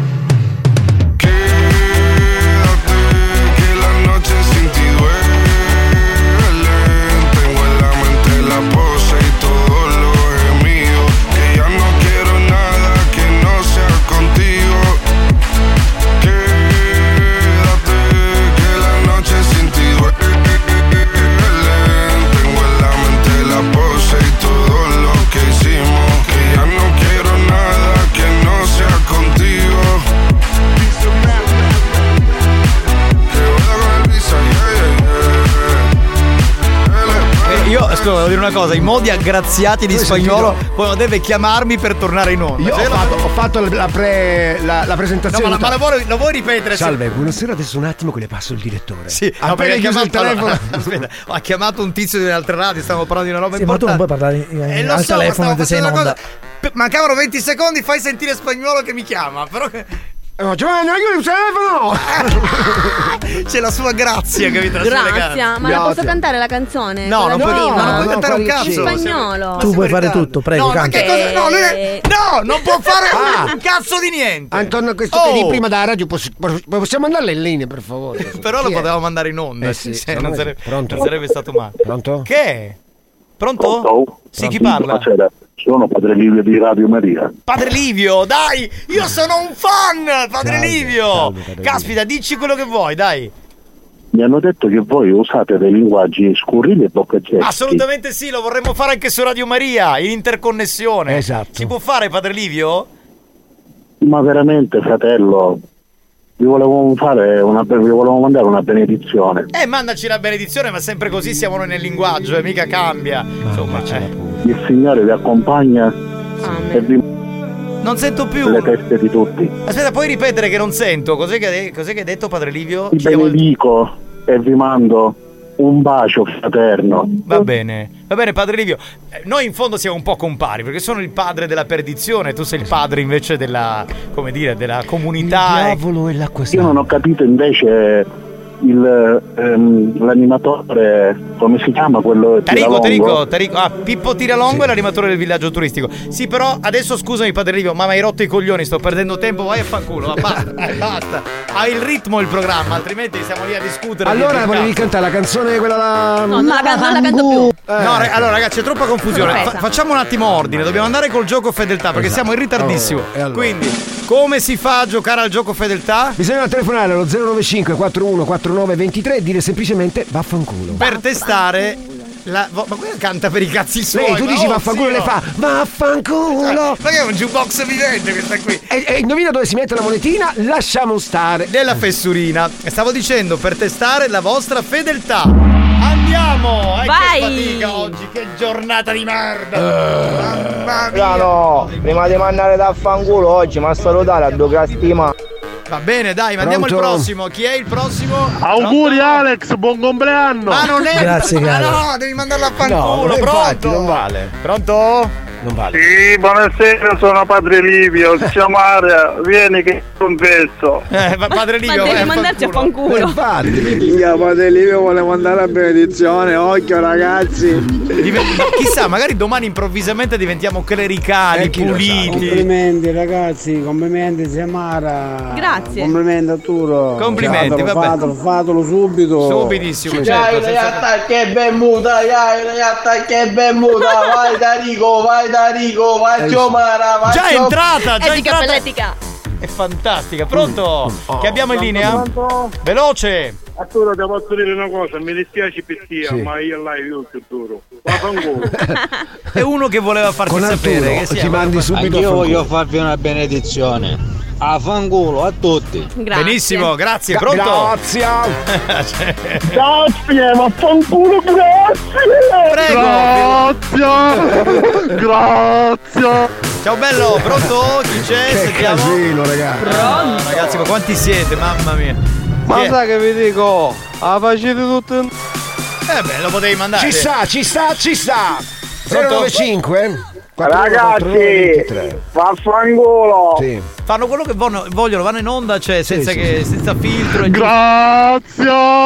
Quédate, que la noche sin ti duele. Tengo en la mente la pose y todos los gemidos. Que ya no quiero nada que no sea contigo. Quédate, que la noche sin ti duele. Tengo en la mente la pose y todo lo que hicimos. Que ya no quiero nada que no volevo dire una cosa, i modi aggraziati di spagnolo, poi non deve chiamarmi per tornare in onda. Io Cioè, ho, fatto, ho fatto la, pre, la, la presentazione. No, ma, ma la, vuoi, la vuoi ripetere? Salve, buonasera, adesso un attimo che le passo il direttore. Sì, appena no, perché chiuso il telefono. Allora, aspetta, ha chiamato un tizio di altre radio, stiamo parlando di una roba sì, importante. Ma tu non puoi parlare eh, in, lo al so, telefono ma sei in onda. Cosa... Mancavano venti secondi, fai sentire spagnolo che mi chiama, però... Oh, Giovanni, io il telefono! C'è la sua grazia che mi trasmette. Grazia, ma la posso cantare la canzone? No, non puoi, no, ma non puoi no, cantare un cazzo. In spagnolo. Tu puoi fare tutto, prego, no, canta. Ma che cosa? No, lui è... no, non può fare ah. un cazzo di niente. Antonio, questo oh. che lì prima da radio poss- possiamo mandarle in linea, per favore. Però lo potevamo mandare in onda. Eh sì, sì, non, sarebbe, Pronto? non sarebbe stato male. Pronto? Che? Pronto? Pronto? Sì, chi parla? Buonasera, sono Padre Livio di Radio Maria. Padre Livio, dai! Io sono un fan, Padre Salve, Livio! salve, Padre Caspita, dici quello che vuoi, dai! Mi hanno detto che voi usate dei linguaggi scurrili e boccagetti. Assolutamente sì, lo vorremmo fare anche su Radio Maria, in interconnessione. Esatto. Si può fare, Padre Livio? Ma veramente, fratello, vi volevo fare una, vi volevo mandare una benedizione. Eh, mandaci la benedizione, ma sempre così siamo noi nel linguaggio, e eh, mica cambia. Insomma, eh. Il Signore vi accompagna e vi non sento più le teste di tutti. Aspetta, puoi ripetere che non sento. Cos'è che, cos'è che hai detto, Padre Livio? Vi benedico e vi mando un bacio fraterno. Va bene, va bene, Padre Livio. Eh, noi in fondo siamo un po' compari, perché sono il padre della perdizione, tu sei il padre invece della, come dire, della comunità. Il diavolo e l'acqua Io non ho capito invece il ehm, l'animatore, come si chiama quello? Tarico, Tarico, Tarico, ah, Pippo Tiralongo sì. È l'animatore del villaggio turistico. Sì, però adesso scusami, Padre Livio, ma mi hai rotto i coglioni, sto perdendo tempo, vai a fanculo, ma basta, eh, basta. Hai il ritmo il programma, altrimenti siamo lì a discutere. Allora volevi cantare la canzone quella la... No, non la, can- non la canto più. Eh. No, re- allora ragazzi, c'è troppa confusione. Fa- facciamo un attimo ordine, dobbiamo andare col gioco fedeltà perché esatto. siamo in ritardissimo. Oh, allora. Quindi, come si fa a giocare al gioco fedeltà? Bisogna telefonare allo zero nove cinque quattro uno quattro nove due tre e dire semplicemente vaffanculo. Per testare la... ma quella canta per i cazzi suoi. Lei, tu dici oh, vaffanculo e le fa vaffanculo. Ma che è un jukebox vivente questa qui. E, e indovina dove si mette la monetina? Lasciamo stare. Nella fessurina. E stavo dicendo per testare la vostra fedeltà. Andiamo! Eh, vai! Che fatica oggi, che giornata di merda! Uh. Mamma mia! No, prima di mandare da fanculo oggi, ma salutare a due stima. Va bene, dai, mandiamo il prossimo. Chi è il prossimo? Auguri pronto? Alex, buon compleanno! Ma non è. Grazie, ma caro. no, devi mandarla a fanculo, no, pronto? Infatti, non vale. Pronto? Non vale. Sì, buonasera, sono Padre Livio. Chiamare, vieni che confesso. Eh, Padre Livio, ma devi eh, mandarci a fanculo. Eh, infatti. Io, Padre Livio vuole mandare la benedizione. Occhio, ragazzi. Diven- chissà, magari domani improvvisamente diventiamo clericali, eh, puliti. Complimenti, ragazzi, complimenti, Samara. Grazie. Complimenti a Turo. Complimenti, fatelo, vabbè. Fatelo, fatelo subito. Subitissimo, certo. Dai, che ben muta, dai, che ben muta, vai Tarico, vai Tarico, vai Giomara, vai Già è entrata, già è Etica entrata. pelletica. È fantastica, pronto? Che abbiamo in linea? Pronto? Veloce. Arturo, ti posso dire una cosa, mi dispiace per te, Sì. ma io live Arturo. Vaffanculo. È uno che voleva farci Con sapere Arturo che si ti mandi subito Io a voglio farvi una benedizione. A fanculo a tutti. Grazie. Benissimo, grazie, Ga- pronto? Grazie. Grazie, vaffanculo, grazie. Prego. Grazie. Grazie. Ciao bello, pronto? Chi c'è? Che Sentiamo. casino, ragazzi. Pronto? Ragazzi, ma quanti siete? Mamma mia. Ma Chi è? sai che vi dico? La facete tutto in... Eh beh, lo potevi mandare. Ci sta, ci sta, ci sta. Pronto? zero nove cinque Ragazzi, vaffanculo. Sì. Fanno quello che vogliono, vogliono, vanno in onda, cioè senza, sì, che, sì. senza filtro. E Grazie.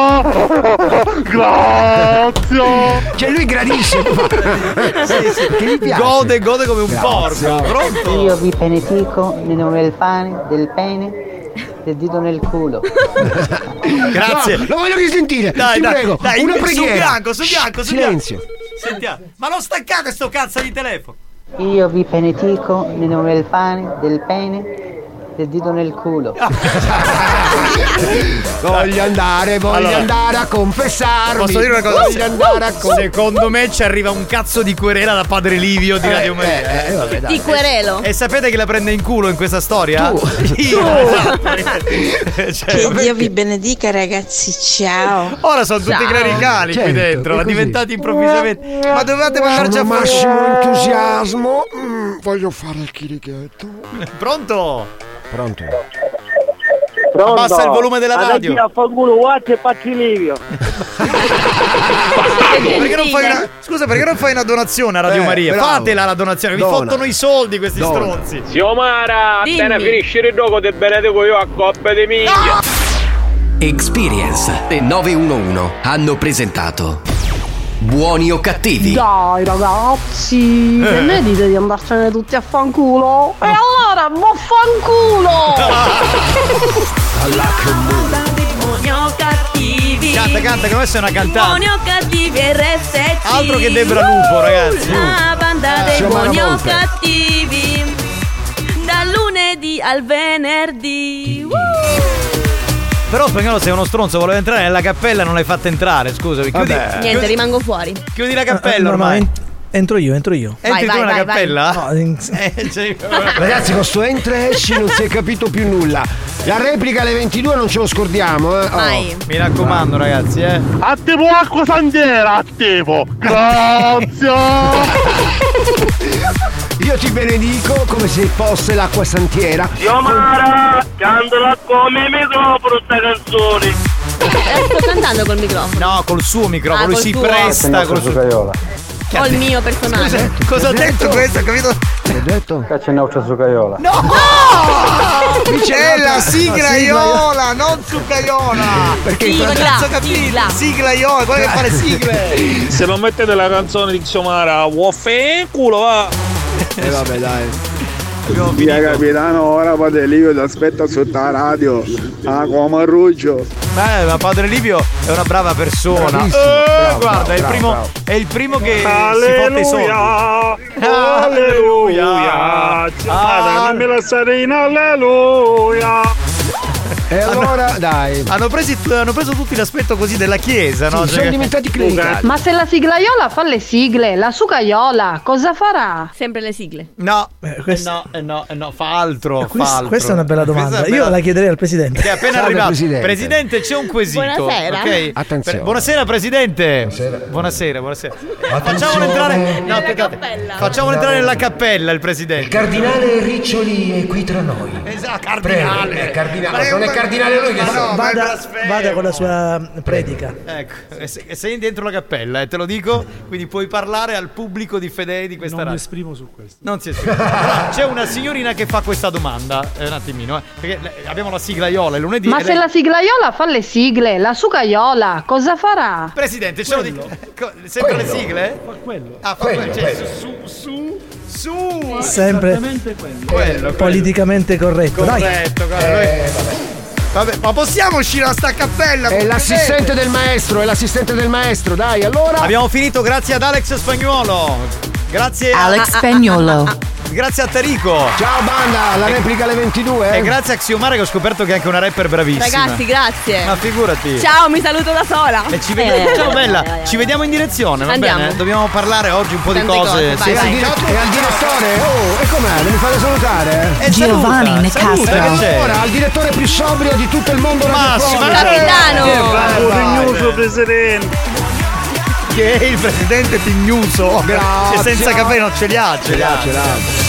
Grazie. Cioè lui gradisce. sì, sì. Che gli piace. Gode, gode come un Grazie. porco. Pronto? Io vi benedico nel nome del pane, del pene, del dito nel culo. Grazie. No, lo voglio risentire. Dai, ti dai, prego. dai, una su preghiera. bianco, su bianco, su Silenzio. bianco. Sentiamo. Ma non staccate sto cazzo di telefono. Io vi benedico nel nome del pane, del pene, del dito nel culo. Voglio andare, voglio Allora, andare a confessarmi. Posso dire una cosa? Voglio andare a confessarmi. Secondo me ci arriva un cazzo di querela da padre Livio di Radio Maria. eh, eh, vabbè, dai. Ti querelo. E sapete chi la prende in culo in questa storia? Tu. Io. Tu. Esatto. Cioè, Che Dio vi benedica, ragazzi. Ciao. ora sono tutti Ciao. clericali qui Certo, dentro, è ma così. diventati improvvisamente. Ma dovevate mandarci a Sono fare. massimo entusiasmo. Mm, voglio fare il chirichetto. Pronto? Pronto? Pronto? Abbassa il volume della radio. Adesso a fanculo guarda e facci Livio. Perché non fai una... Scusa, perché non fai una donazione a Radio Eh, Maria? bravo. Fatela la donazione, vi Dona. fottono i soldi questi Dona. stronzi. Zio Mara, Dimmi. appena finisce il gioco del benedico io a coppia di minchia. Experience e nove uno uno hanno presentato Buoni o cattivi? Dai ragazzi, che ne dite di andarcene tutti a fanculo? E allora, vaffanculo! Buoni o cattivi. Canta, canta, che questa è una Buoni cantante. o cattivi R S C. Altro che Debra Lupo, ragazzi. La banda dei Xiomara buoni o Monte. cattivi. Dal lunedì al venerdì. Uh. Però Spagnolo sei uno stronzo, voleva entrare nella cappella e non l'hai fatta entrare, scusami. Chiudi, Vabbè. Niente, chiudi, rimango fuori. chiudi la No, cappella no, no, ormai. ent- entro io, entro io. Entri Vai, tu vai, nella vai, cappella? No, in- Eh, cioè, Ragazzi, con sto entra e esci non si è capito più nulla. La replica alle ventidue non ce lo scordiamo, eh. Oh. Vai. mi raccomando, ragazzi, eh. Attivo acqua sandiera, attivo. Grazie. Io ti benedico come se fosse l'acqua santiera. Zio Mara, cantala come microfono sta canzone. Eh, sto cantando col microfono. No, col suo microfono, Ah, lui col si suo. presta col suo. Ho il mio personale. Scusa, cosa ha detto questo? Capito? Che ho detto? Caccia in naucia zucaiola. No! C'è la siglaiola, non zuccaiola! Perché Sigla, in Cazzo capito? sigla. Siglaiola, quello che fa le sigle! Se non mettete la canzone di Xiomara, culo va. Eh vabbè, dai. Abbiamo Via finito. capitano, ora Padre Livio ti aspetta sotto la radio. Ah, come arruggio. Beh, ma padre Livio è una brava persona. Bravissimo, Eh, bravo, guarda, bravo, è, il bravo, primo, bravo. è il primo che si fotte i soldi. Alleluia. Xiomara, non me la sarei in alleluia. E allora, dai. Hanno, presi- hanno preso tutti l'aspetto così della chiesa, no? Sì, Cioè sono che- diventati clericali. Ma se la siglaiola fa le sigle, la sucaiola cosa farà? Sempre le sigle. No, Eh, eh questo- no, eh no, eh no, fa altro, fa Questa, altro. questa è una bella domanda. Questa è Io bella- la chiederei al presidente. Che è appena Salve, arrivato. Presidente. Presidente, c'è un quesito. Buonasera. ok? Attenzione. Per- buonasera, Presidente. Buonasera. Buonasera, buonasera. Eh, Facciamolo entrare. No, aspettate. cappella. Facciamolo entrare nella cappella il Presidente. Cardinale Riccioli è qui tra noi. Esatto, cardinale. Prego, è cardinale. Ma Non è un- cardinale lui che Ma sa. no, ma è vada, blasfemo. vada con la sua predica. Ecco, e se- e sei dentro la cappella, eh, te lo dico, quindi puoi parlare al pubblico di fedeli di questa Non mi radio. esprimo su questo. Non si esprime. Allora, c'è una signorina che fa questa domanda, eh, un attimino, eh, perché le- abbiamo la siglaiola il lunedì. Ma e se lei- la siglaiola fa le sigle, la sucaiola cosa farà? Presidente, ce lo dico. Co- Sempre le sigle? Fa quello. Ah, fa quello. Cioè, su, su, su. Sempre quello. quello. politicamente corretto. Dai. Corretto, guarda, noi- Vabbè, ma possiamo uscire da sta cappella? È l'assistente del maestro, è l'assistente del maestro, dai, allora. Abbiamo finito grazie ad Alex Spagnuolo. Grazie a Alex Spagnuolo. Grazie a Tarico. Ciao banda, la replica alle ventidue. E grazie a Xiomara che ho scoperto che è anche una rapper bravissima. Ragazzi, grazie. Ma figurati. Ciao, mi saluto da sola. E ci vediamo. Eh, Ciao eh, bella, eh, eh, ci vediamo in direzione, va Andiamo. bene? Dobbiamo parlare oggi un po' Tante di cose. cose, vai, E al, vai. dire- e al direttore, oh, e com'è? Non mi fate salutare? Eh, Giovanni saluta, Nicastro. saluta, che c'è? Ora, al direttore più sobrio di tutto il mondo Massimo, radiofonico. Capitano. Bravo, Vignuso, presidente. Che è il presidente Pignuso. Grazie. Che senza capelli non ce li ha, ce li ha. Ce l'ha.